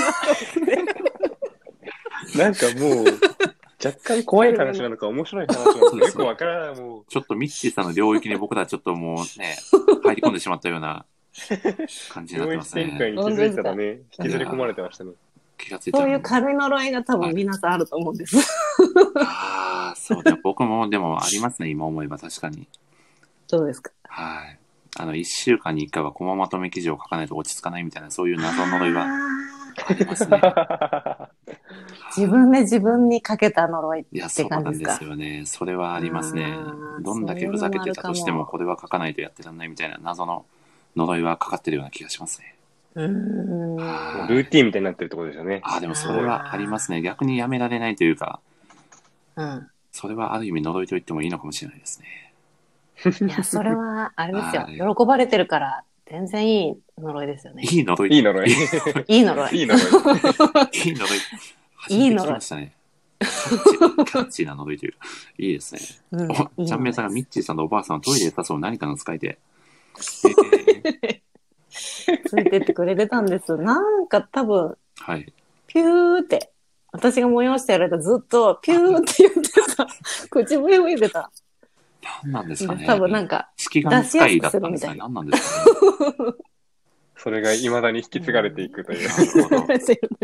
って。 なんかもう、若干怖い話なのか面白い話なのかよくわからない。もうあ。ちょっとミッチーさんの領域に僕らちょっともうね、入り込んでしまったような感じになって領域ますね。 展開に気づいたらね、引きずり込まれてましたね。 気がついたら。 そういう軽い呪いが多分皆さんあると思うんです。 ああ、そうだ。僕もでもありますね、今思えば確かに。 どうですか？ はい。あの、一週間に一回はコマまとめ記事を書かないと落ち着かないみたいな、そういう謎の呪いはありますね。 自分で自分にかけた呪いっいや、 てそうなんで感じですか？ すよね。それはありますねあ。ーどんだけふざけてたとしても、こそういうのもあるかもれは書かないとやってらんないみたいな謎の呪いはかかってるような気がしますね。 うーん。 はいルーティンみたいになってるってことですよね。 ああ、でもそれはありますね。逆にやめられないというか、 うん。 それはある意味呪いと言ってもいいのかもしれないですね。 いや、それは、あれですよ。 はい喜ばれてるから、全然いい呪いですよね。 いい呪い。 いい呪い。 いい呪い。 いい呪い。 いい呪い。初めて聞きましたね。キャッチーキャッチーな呪いというか、いいですね。 うん、 お、ちゃんめいさんがミッチーさんとおばあさんはトイレで刺すを何かの使いで。えーついてってくれてたんです。なんか多分、 はい。 ピューって、私が催してやられたずっと、ピューって言ってた。口笛吹いてた。 何なんですかね。 多分なんか、 式眼使いだったんですかね。 出しやすくするみたいな何なんですかね。 それが未だに引き継がれていくという。 なるほど。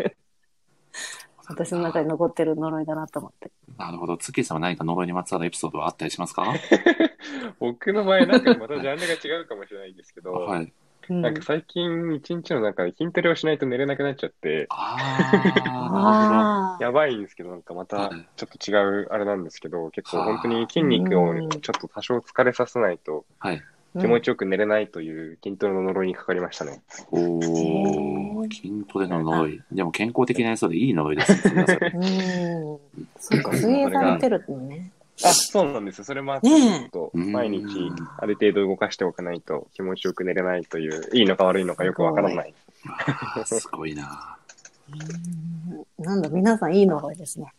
私の中に残ってる呪いだなと思って。 なるほど。月さんは何か呪いにまつわるエピソードはあったりしますか？ 僕の場合なんかまたジャンルが違うかもしれないんですけど、 はい。 うん、 なんか最近一日の中で筋トレをしないと寝れなくなっちゃって、 ああ、 あやばいんですけど、なんかまたはいちょっと違うあれなんですけど、結構はあ本当に筋肉をちょっと多少疲れさせないとなるほど。はい。 気持ちよく寝れないという筋トレの呪いにかかりましたね。 おへー、 ー筋トレの呪い。でも健康的なやつでいい呪いですね。それはそれうん。そっか、水泳されてるのね。 あ、そうなんですよ。それもあって、 ねえちょっとうん毎日ある程度動かしておかないと気持ちよく寝れないという、いいのか悪いのかよくわからない。 あーすごいな。 うんなんだ、皆さんいい呪いですね。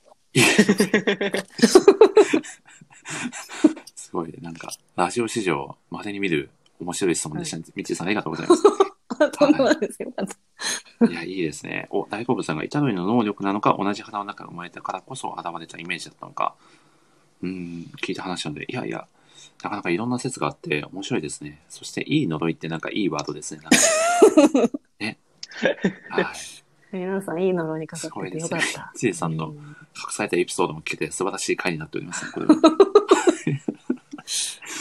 すごい、なんか、ラジオ史上、稀に見る面白い質問でしたね。みちさん、ありがとうございます。 あ、そうなんですよ。 いや、いいですね。お、大好物さんが、虎杖の能力なのか、同じ腹の中が生まれたからこそ現れたイメージだったのか、うーん、聞いた話なので、いやいや、なかなかいろんな説があって面白いですね。そして、いい呪いってなんかいいワードですね。なんかね。はい。 皆さんいい呪いにかかすごってていですねよかった。。 ちえさんのうん隠されたエピソードも聞けて素晴らしい回になっておりますね、これは。い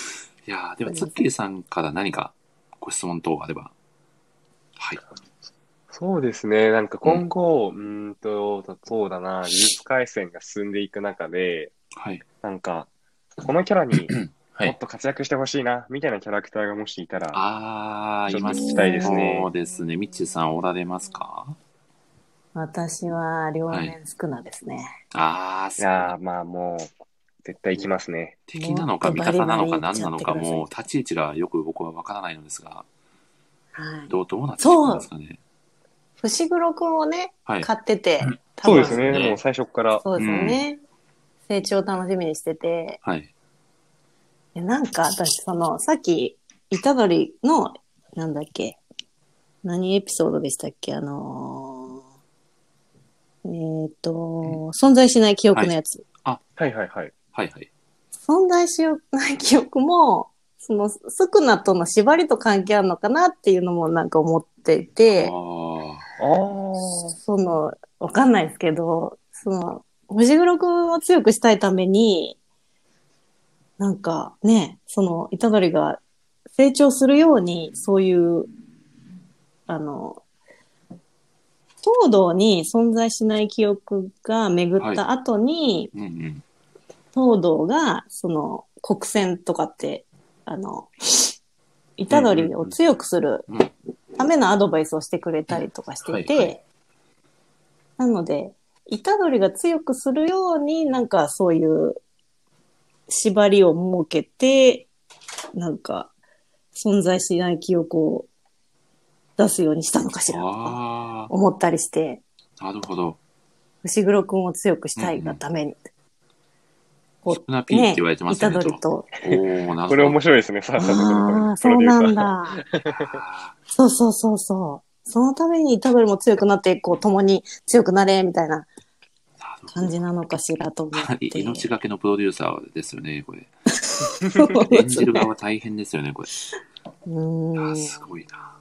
いやー、では、ツッキーさんから何かご質問等あれば。はい。 そうですね。なんか今後、うーんと、そうだな、呪術廻戦が進んでいく中で、 はい。 なんか、このキャラにはい。 もっと活躍してほしいな、みたいなキャラクターがもしいたら、 あー、 ちょっといます。 聞きたいですねそうですね。ミッチーさんおられますか？ 私は両面少なですね。 あー、 いやー、まあもう、絶対行きますね。 敵なのか味もっとバリ方なのかバリいっ何なのかちゃってくださいもう立ち位置がよく僕はわからないのですが、 はい。 どう、どうなっていくんですかね。 伏黒くんをね、 はい。 買ってて、多分そうですね。 ねもう最初から。 そうですよね。成長楽しみにしてて、 はい。 でなんか私、その、さっき、虎杖の、なんだっけ、何エピソードでしたっけ、あのー、えっ、と、存在しない記憶のやつ。 はいはいはい。 はいはい。 存在しない記憶も、その、スクナとの縛りと関係あるのかなっていうのもなんか思っていて、 あああ。 その、わかんないですけど、その、藤黒くんを強くしたいために、なんかね、その、虎杖が成長するように、そういう、あの、東堂に存在しない記憶が巡った後に、 ー。うんうん。 東堂が、その、国戦とかって、あの、虎杖を強くするうんうんためのアドバイスをしてくれたりとかしていて、 はいはいなので、虎杖が強くするように、なんかそういう縛りを設けて、なんか存在しない記憶を出すようにしたのかしらとかあ思ったりして、 あ、なるほど。 伏黒くんを強くしたいがために、こ少なピーって言われてますよね。 虎杖と。 おー、なるほど。 これ面白いですね、サーシャとこのああ、そうなんだ。 あそうそうそうそう。そのために虎杖も強くなって、こう、共に強くなれ、みたいなーなるほど感じなのかしらと思かなりって。 命がけのプロデューサーですよね、これ。 そう演じる側大変ですよね、これ。 うあーん。 ーすごいな。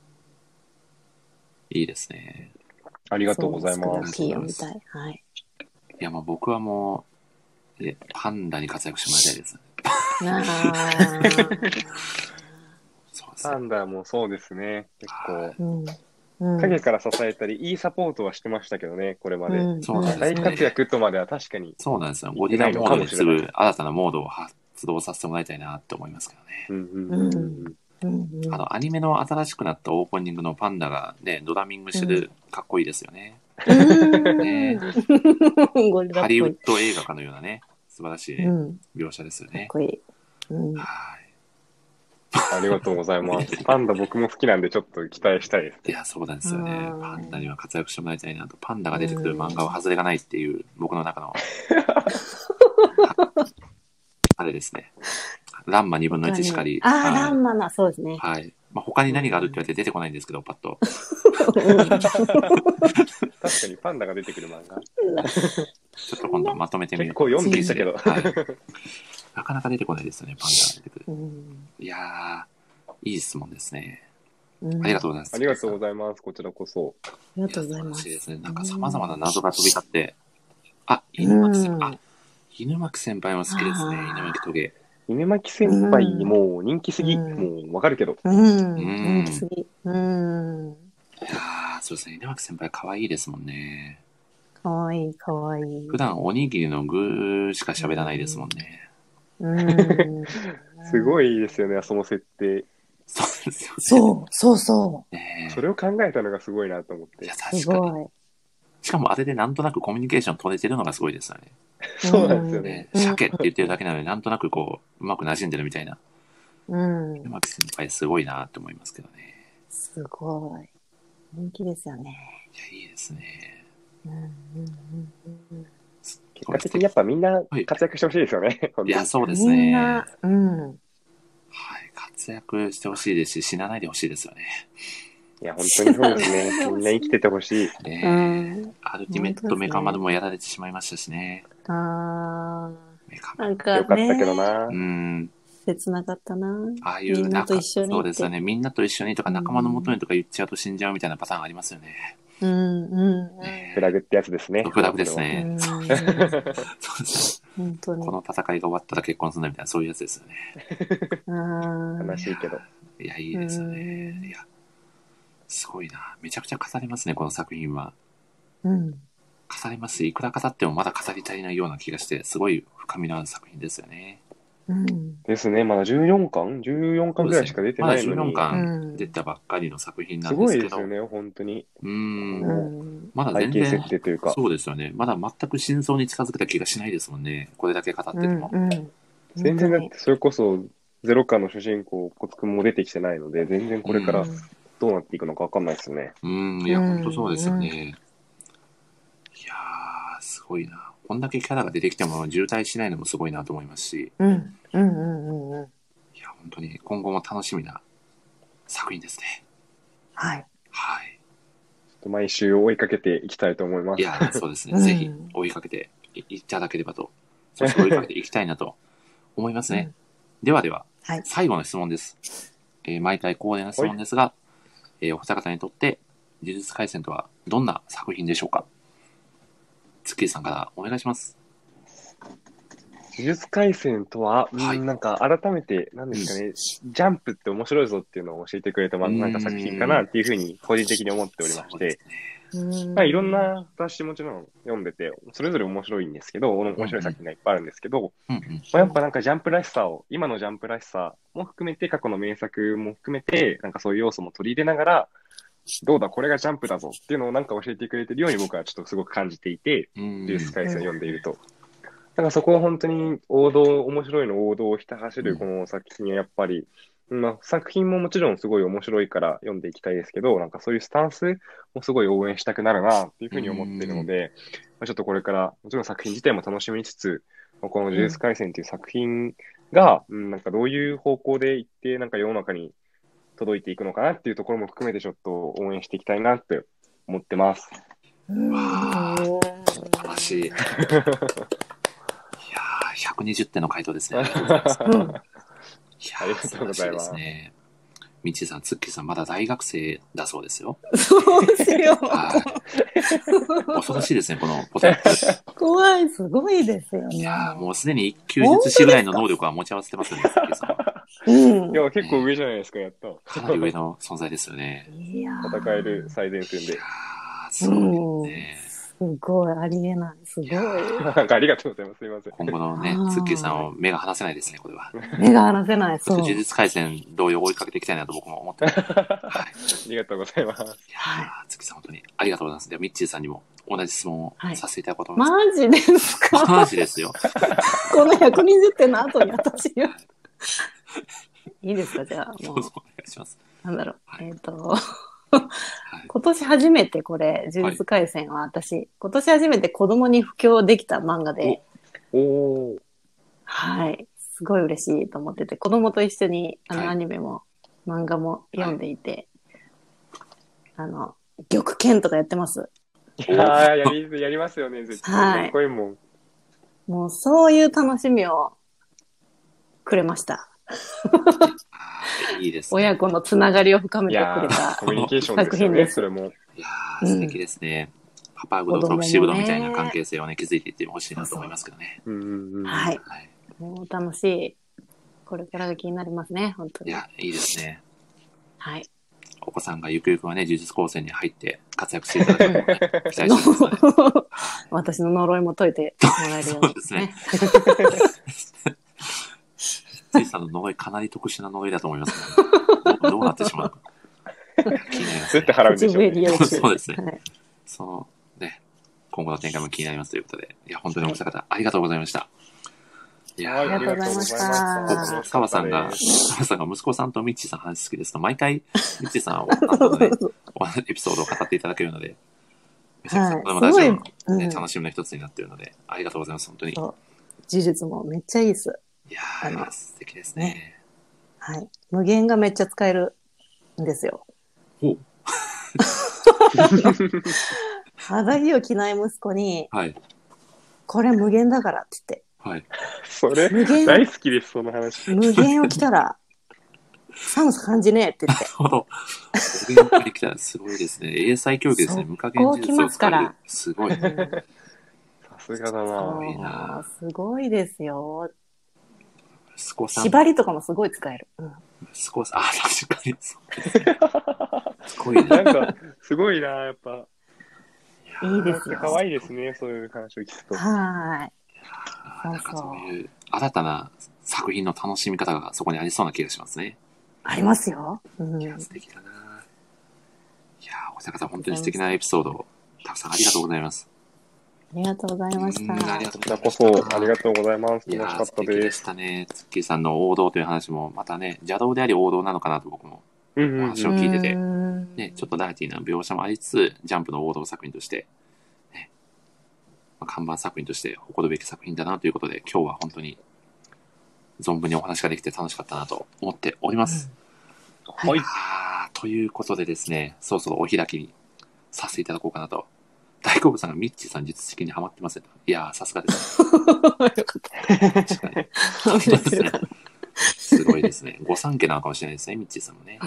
いいですね。 ありがとうございそうます。 少な P を見たい。はい。 いや、まあ僕はもう、えパンダに活躍してもらいたいですね。 なあ。 そうですね。 サンダーもそうですね。結構、 うん。うん。 影から支えたり、いいサポートはしてましたけどね、これまで。 うんそうなんです大活躍とまでは確かに。 そうなんですよ。ゴリラモードにすぐ新たなモードを発動させてもらいたいなって思いますけどね。 うんうんうんうんうんうん。 あの、アニメの新しくなったオープニングのパンダがね、ドラミングしてる、かっこいいですよね。ねゴリラっぽい。 ハリウッド映画かのようなね、素晴らしいうん。 描写ですよね。 かっこいい。うん。 はい。 ありがとうございます。パンダ僕も好きなんでちょっと期待したいです。 いや、そうなんですよねあ。ーパンダには活躍してもらいたいなと。パンダが出てくる漫画は外れがないっていう、僕の中の、あれですね。ランマにぶんのいちしかり。 ああ、 はいランマな、そうですね。 はい。まあ、他に何があるって言われて出てこないんですけど、パッと。 確かにパンダが出てくる漫画。 ちょっと今度まとめてみる結構読んでいたけど。 はい。なかなか出てこないですよね、パンダが出てくる。 うんいやー、いい質問ですね。 うんありがとうございます。 ありがとうございます。こちらこそ。 ありがとうございま素晴らしいですす。 ね。なんか様々な謎が飛び交って。あ、犬巻先輩。あ、犬巻先輩も好きですね。 あー犬巻トゲ。 犬巻先輩、 うんもう人気すぎ。 うんもうわかるけど。 うん。 うん人気すぎ。うん。 いやー、そうですね。犬巻先輩可愛いですもんね。 かわいい、かわいい。 普段おにぎりの具しか喋らないですもんね。 うん。 すごい。 いですよね、その設定。 そうですよね。 そう、そうそねそれを考えたのがすごいなと思っいや、 て。 う。す確かに。 ごい。 しかもあれでなんとなくコミュニケーション取れてるのがすごいですよね。 そうなんですよね。 ね鮭って言ってるだけなので、なんとなくこう、うまく馴染んでるみたいな。 うん。 犬巻先輩すごいなって思いますけどね。 すごい。人気ですよね。 いや、いいですね。 うんうんうんうん結果的にやっぱみんな活躍してほしいですよね。本当にいや、そうですみんね。 な、うん。 はい、活躍してほしいですし、死なないでほしいですよね。 いや、本当にそうですね。みんな生きててほしい。 ねうん。 アルティメットメカ丸もやられてしまいましたしね。 あメカあ、なんよかかったけどね、 なう。ん。 切なかったな。 ああいうみんなと一緒にそうですよね。みんなと一緒にとか仲間のもとにとか言っちゃうと死んじゃうみたいなパターンありますよね。 うんうんうん。 ねフラグってやつですね。 フラグですね。 うんそうですね。 本当に。 この戦いが終わったら結婚するんだみたいな、そういうやつですよね。 うーん。 悲しいけど。 いや、いいですようね。 んいや、すごいな。めちゃくちゃ語れますね、この作品は。 うん。 語れますし、いくら語ってもまだ語り足りないような気がして、すごい深みのある作品ですよね。 うん。 ですね。まだじゅうよんかん ?じゅうよん 巻ぐらいしか出てないのに。 まだじゅうよんかんうん出たばっかりの作品なすごんですけど。 いですよね、本当に。 うー。 うんん。 まだ背景全然設、定というか。 そうですよね。まだ全く真相に近づけた気がしないですもんね。これだけ語ってても。 うん。 全然だって、それこそ、ゼロ巻の主人公、コツくんも出てきてないので、全然これからどうなっていくのかわかんないですよね。 うーん、いや、ほんとそうですよね。いやー、すごいな。こんだけキャラが出てきても渋滞しないのもすごいなと思いますし、 うん。うん。うん。うん。 いや、本当に今後も楽しみな作品ですね。 はい。 はい。 毎週追いかけていきたいと思います。 いや、そうですね。 うんぜひ追いかけていいただければと、そして追いかけていきたいなと思いますね。ではでは、 はい。 最後の質問です。えー毎回恒例の質問ですが、えーお二方にとって、呪術廻戦とはどんな作品でしょうか？ツッキーさんからお願いします。 呪術廻戦とは、うんはいなんか改めて、なんですかね、ジャンプって面白いぞっていうのを教えてくれた、まあ、なんか作品かなっていうふうに個人的に思っておりましてそうです、ね。 うん。 まあ、いろんな雑誌もちろん読んでて、それぞれ面白いんですけど、面白い作品がいっぱいあるんですけど、 うんうん。 まあ、やっぱなんかジャンプらしさを、今のジャンプらしさも含めて、過去の名作も含めて、なんかそういう要素も取り入れながら、どうだ、これがジャンプだぞっていうのをなんか教えてくれてるように僕はちょっとすごく感じていて、 うん呪術廻戦を読んでいると。なんかそこは本当に王道、面白いの王道をひた走るこの作品はやっぱり、まあ、作品ももちろんすごい面白いから読んでいきたいですけど、なんかそういうスタンスもすごい応援したくなるなっていうふうに思っているので、まあ、ちょっとこれからもちろん作品自体も楽しみつつ、まあこの呪術廻戦という作品が、うん、なんかどういう方向でいって、なんか世の中に届いていくのかなっていうところも含めてちょっと応援していきたいなって思ってます。 うん。 わ素晴らしい。いやー、ひゃくにじゅってんの回答ですね。ありがとうございます。 うん。 いやありがとうございます素晴らしいですね。みちさん、ツッキーさん、まだ大学生だそうですよ。 そうしよう。 はい。恐ろしいですね、このポテン。 怖い、すごいですよね。 いやー、もうすでに一級術師ぐらいの能力は持ち合わせてますよね、ツッキーさんは。 うん。 いや、結構上じゃないですか、やった。 かなり上の存在ですよね。 いやー戦える最前線でいや。ー、すごいですね。 すごい、ありえない。すごい。 なんかありがとうございます。すいません。 今後のねあー、 ツッキーさんを目が離せないですね、これは。 目が離せない。そう。 そして呪術廻戦同様追いかけていきたいなと僕も思ってます。はい。 ありがとうございます。 いやー、ツッキーさん本当にありがとうございます。では、ミッチーさんにも同じ質問をさせていただこうと思います。 マジですか？ マジですよ。 このひゃくにじゅってんの後に私が。いいですか？じゃあ、もうどうぞ、お願いします。 なんだろう。 はいえっ、と、 はい。 今年初めてこれ、呪術廻戦は私、今年初めて子供に布教できた漫画で、 おー。 はい。すごい嬉しいと思ってて、子供と一緒にあの、 はいアニメも漫画も読んでいて、あの、玉剣とかやってます。 いやーやり、やりますよね、絶対。 はいかっこいいもん。 もうそういう楽しみをくれました。 あーいいですね。 親子のつながりを深めいやてくれー、 たコ。ミュニケーションですよね、 作品ですそれも。 いやー、素敵ですね。パパブドとプシブドみたいな関係性をね、築いていってほしいなと思いますけどね。 うんうんうん。 はい。 はい。 もう楽しい。これからが気になりますね、本当に。 いや、いいですね。 はい。 お子さんがゆくゆくはね、呪術高専に入って活躍していただくのをね、期待してますので。 私の呪いも解いてもらえるように、 そうですね。ついさんの呪い、かなり特殊な呪いだと思いますけど、どうどうなってしまうのか。気になりますね。 どうやって払うんで口しょうね。 笛によるそうですねはい。 そのね、今後の展開も気になりますということで、いや、本当にお二方、ありがとうございました。いやはい、 ありがとうございましたー、澤さんが、 です澤さんが息子さんとミッチーさん話好きですと、毎回、ミッチーさんを、なんとね、エピソードを語っていただけるので、めちゃくちゃはいこれもラジオの、ねうん楽しみの一つになっているので、ありがとうございます、本当に。いそう呪術もめっちゃいいです。 やあのー、素敵ですね。 はい。無限がめっちゃ使えるんですよ。 ほう。 肌着を着ない息子に、 はい。 これ無限だからって言って、 はい。 それ無、限大好きです、その話。 無限を着たら、寒さ感じねえって言って。 なるほど。無限から来たらすごいですね。英才教育ですね。 そう無加減技術を使えるこう来ますから。 すごい。 さすがだな。 そういいなすごいですよ。 息子さん。 縛りとかもすごい使える。うん、 息子さん、あ、確かにそうですね。すごいなな。 んか、すごいな、やっぱ。 いいですよ。 可愛いですね、そういう話を聞くと。 はい。 あなんかそういう新たな作品の楽しみ方がそこにありそうな気がしますね。 ありますよ。うん、 いや、素敵だな。いや、お二方本当に素敵なエピソードをたくさんありがとうございます。 ありがとうございました。 うんありがとうございこました。 そ、ありがとうございます。 いやー、 楽しかった素敵でです。 したね。ツッキーさんの王道という話も、またね、邪道であり王道なのかなと僕もうんうんお話を聞いてて、 うんね、ちょっとダーティーな描写もありつつ、ジャンプの王道作品として、ね、まあ看板作品として誇るべき作品だなということで、今日は本当に存分にお話ができて楽しかったなと思っております。 はいいやーということでですね、そろそろお開きにさせていただこうかなと。大好物さんがミッチーさん術式にハマってますね。いやー、さすがです。確かに。本当ですね。すごいですね。御三家なのかもしれないですね、ミッチーさんもね。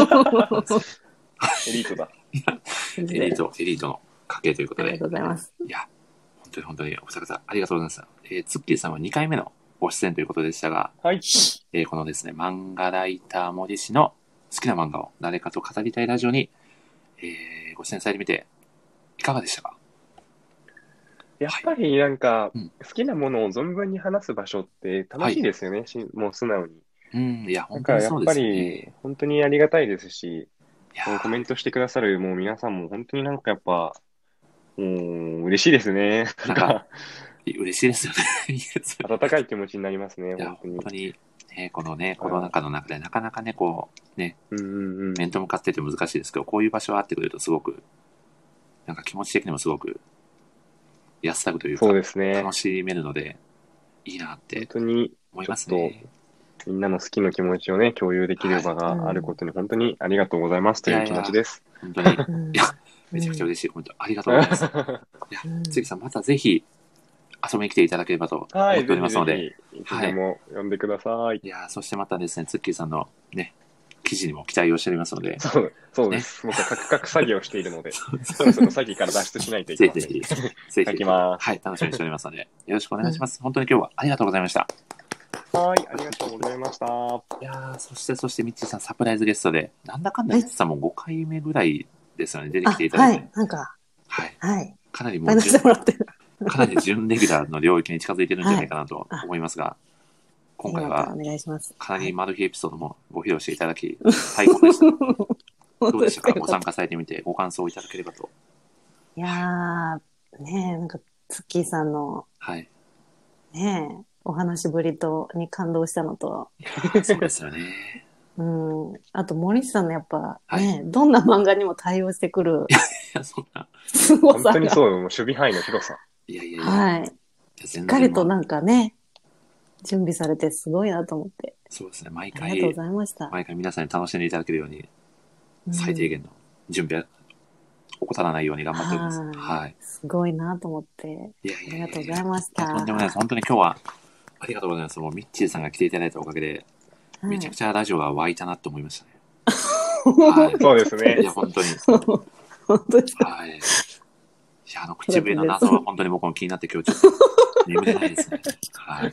エリートだ。 エリート、エリートの家系ということで。 ありがとうございます。 いや、本当に本当にお二方ありがとうございました。えー、ツッキーさんはにかいめのご出演ということでしたが、 はい。 えーこのですね、漫画ライター森氏の好きな漫画を誰かと語りたいラジオに、えーご出演されてみて、いかがでしたか？ やっぱりなんか、 うん好きなものを存分に話す場所って楽しいですよね。しもう素直に。 うん、いや、 だ本当にからやっぱそうですね。 り、本当にありがたいですし、 いやこうーコメントしてくださるもう皆さんも本当になんかやっぱ、もう嬉しいですね。なんか、 嬉しいですよね。いいですよね温かい気持ちになりますね、 いや、 本当に本。当に、ね、このね、コロナ禍の中でなかなかね、こう、ね、 うんうんうん。 面と向かってて難しいですけど、こういう場所があってくれるとすごく、なんか気持ち的にもすごく安らぐというか、 そうですね楽。しめるので、いいなっ本て当に、 思いますね。 みんなの好きな気持ちをね、共有できる場があることに本当にありがとうございますという気持ちです。 本当に、 うんいや、めちゃくちゃ嬉しいコメントありがとうございます。いやうん、 つぎさん、またぜひ遊びに来ていただければと思はい、 っておぜひりますので、 ぜひ、いつでも呼んでください。 いや、そしてまたですね、ツッキーさんのね、記事にも期待をしておりますので、 そう、そうです。僕はカクカク作業をしているので、そろそろ詐欺から脱出しないといけません。 ぜひぜひ、ぜひ、 書きます。 はい、楽しみにしておりますので、よろしくお願いします。本当に今日はありがとうございました。 はい、ありがとうございました。 いやー、そしてそしてミッチーさんサプライズゲストで、なんだかんだミッチーさんもごかいめぐらいですよね、出てあ、 きていただて。 はいい、なんか、 はい。 はい。 かなりもファイナルうじゅしてもらってる。 かなり準レギュラーの領域に近づいてるんじゃないかなと思いますが、今回はよかったらお願いします。 かなりマル秘エピソードもご披露していただき、最高でした。どうでしたか？ご参加されてみてご感想をいただければと。 いやー、ねえ、なんか、ツッキーさんの、 はい。 ねえ、お話ぶりと、に感動したのと、 いやーそうですよね。 うん、あと森下さんのやっぱ、 はいね、どんな漫画にも対応してくるいや、そんな。 本すごさが。 当にそう、もう守備範囲の広さ。 いやいやいや。 はい。ししっかりとなんかね、準備されてすごいなと思って。 そうですね。毎ありがとう回、 ございました。 毎回皆さんに楽しんでいただけるように、 うん最低限の準備は怠らないように頑張っております。 はいはい。 すごいなと思って。 いやいやいやありがとうございましいやた。 とんでもないです。本当に今日は、ありがとうございます。もうミッチーさんが来ていただいたおかげで、 はいめちゃくちゃラジオが湧いたなって思いましたね。はい。 そうですねい。や、本当に。 本当ですか。 はい。いや、あの、口笛の謎は本当に僕も気になって今日ちょっと眠れないですね。はい。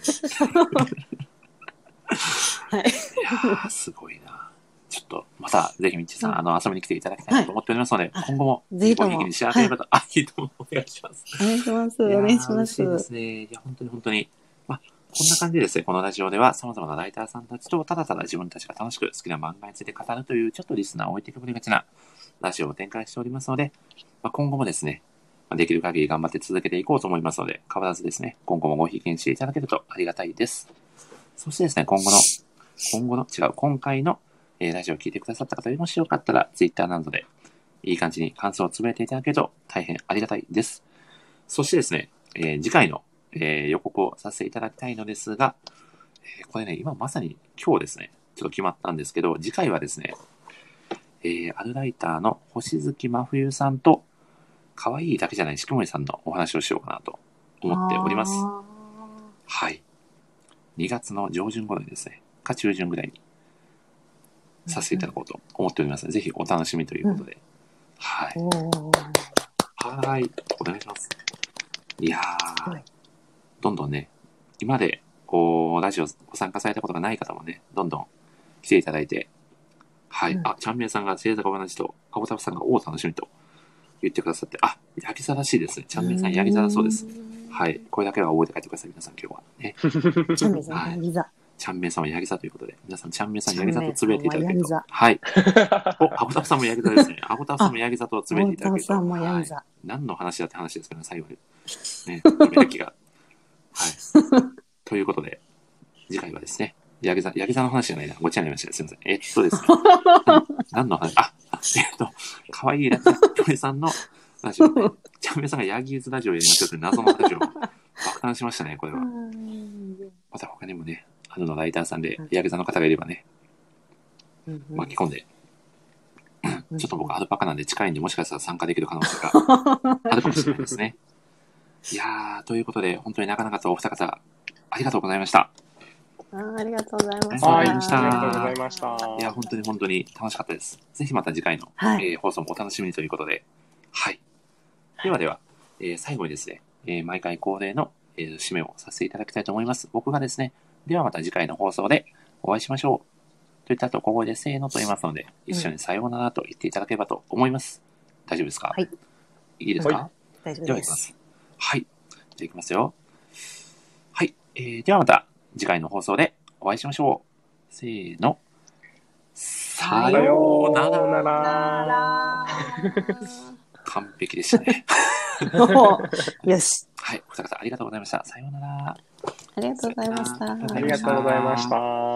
はい。 いやー、すごいな。ちょっと、また、ぜひ、みっちーさん、 うんあの、遊びに来ていただきたいなと思っておりますので、 はい今後も、 ぜひともごひいきにしあげればと、あ、いいとも、お願いします。 お願いします。おいやー願いします。 嬉しいですね。いや、本当に本当に。まあ、こんな感じでですね、このラジオでは様々なライターさんたちと、ただただ自分たちが楽しく好きな漫画について語るという、ちょっとリスナーを置いてくれがちなラジオを展開しておりますので、まあ、今後もですね、まあできる限り頑張って続けていこうと思いますので、変わらずですね、今後もごひいきにしていただけるとありがたいです。そしてですね、今後の、今後の、違う、今回の、えーラジオを聞いてくださった方でもしよかったら、ツイッターなどで、いい感じに感想をつぶやいていただけると大変ありがたいです。そしてですね、えー次回の、えー予告をさせていただきたいのですが、えーこれね、今まさに今日ですね、ちょっと決まったんですけど、次回はですね、えーアルライターの星月真冬さんと、可愛いだけじゃない四季森さんのお話をしようかなと思っております。 あはい。にがつの上旬頃にですね、か中旬ぐらいにさせていただこうと思っておりますので、ぜひお楽しみということで。はい。 ーおーはい。お願いします。 いやー、どんどんね、今まで、こう、ラジオご参加されたことがない方もね、どんどん来ていただいて、はい。うん、あ、ちゃんめいさんが星座が同じと、かぼたふさんがお楽しみと言ってくださって、あ、ヤギ座らしいですね。ちゃんめいさん、ヤギ座だそうです。はい。これだけは覚えて帰ってください、皆さん、今日は。ね。 ちゃんめいさん、ヤギ座。 ちゃんめいさんはヤギ座ということで、皆さん、ちゃんめいさん、ヤギ座とつぶやいていただけると。はい。お、アボタフさんもヤギ座ですね。アボタフさんもヤギ座とつぶやいていただけると。アボタフさんもヤギ座。はい、何の話だって話ですけどね、最後に。ね、止める気が。はい。ということで、次回はですね、ヤギ座、ヤギ座の話じゃないな。ごちゃになりましたね。すみません。えっとですね。何の話あ、えっと、かわいいラジオさんのラジオ、ね。ちゃんめいさんがヤギズラジオをやりましょうという謎のラジオを爆誕しましたね、これは。また他にもね、あのライターさんでヤギ座の方がいればね、巻き込んで、ちょっと僕アルパカなんで近いんで、もしかしたら参加できる可能性があるかもしれないですね。いやー、ということで、本当になかなかとお二方、ありがとうございました。 あ, ありがとうございました。 はい、ありがとうございました。 いや、本当に本当に楽しかったです。ぜひまた次回の、はい、えー、放送もお楽しみにということで。はい。ではでは、えー、最後にですね、えー、毎回恒例の、えー、締めをさせていただきたいと思います。僕がですね、ではまた次回の放送でお会いしましょう。といった後、小声でせーのと言いますので、一緒にさようならと言っていただければと思います。うん、大丈夫ですか？はい。いいですか？はい、 大丈夫です。 では行きます。はい。じゃあ行きますよ。はい。えー、ではまた次回の放送でお会いしましょう。せーの。さようなら。完璧でしたね。 よし。 はい。お二方ありがとうございました。さようなら。 ありがとうございました。 ありがとうございました。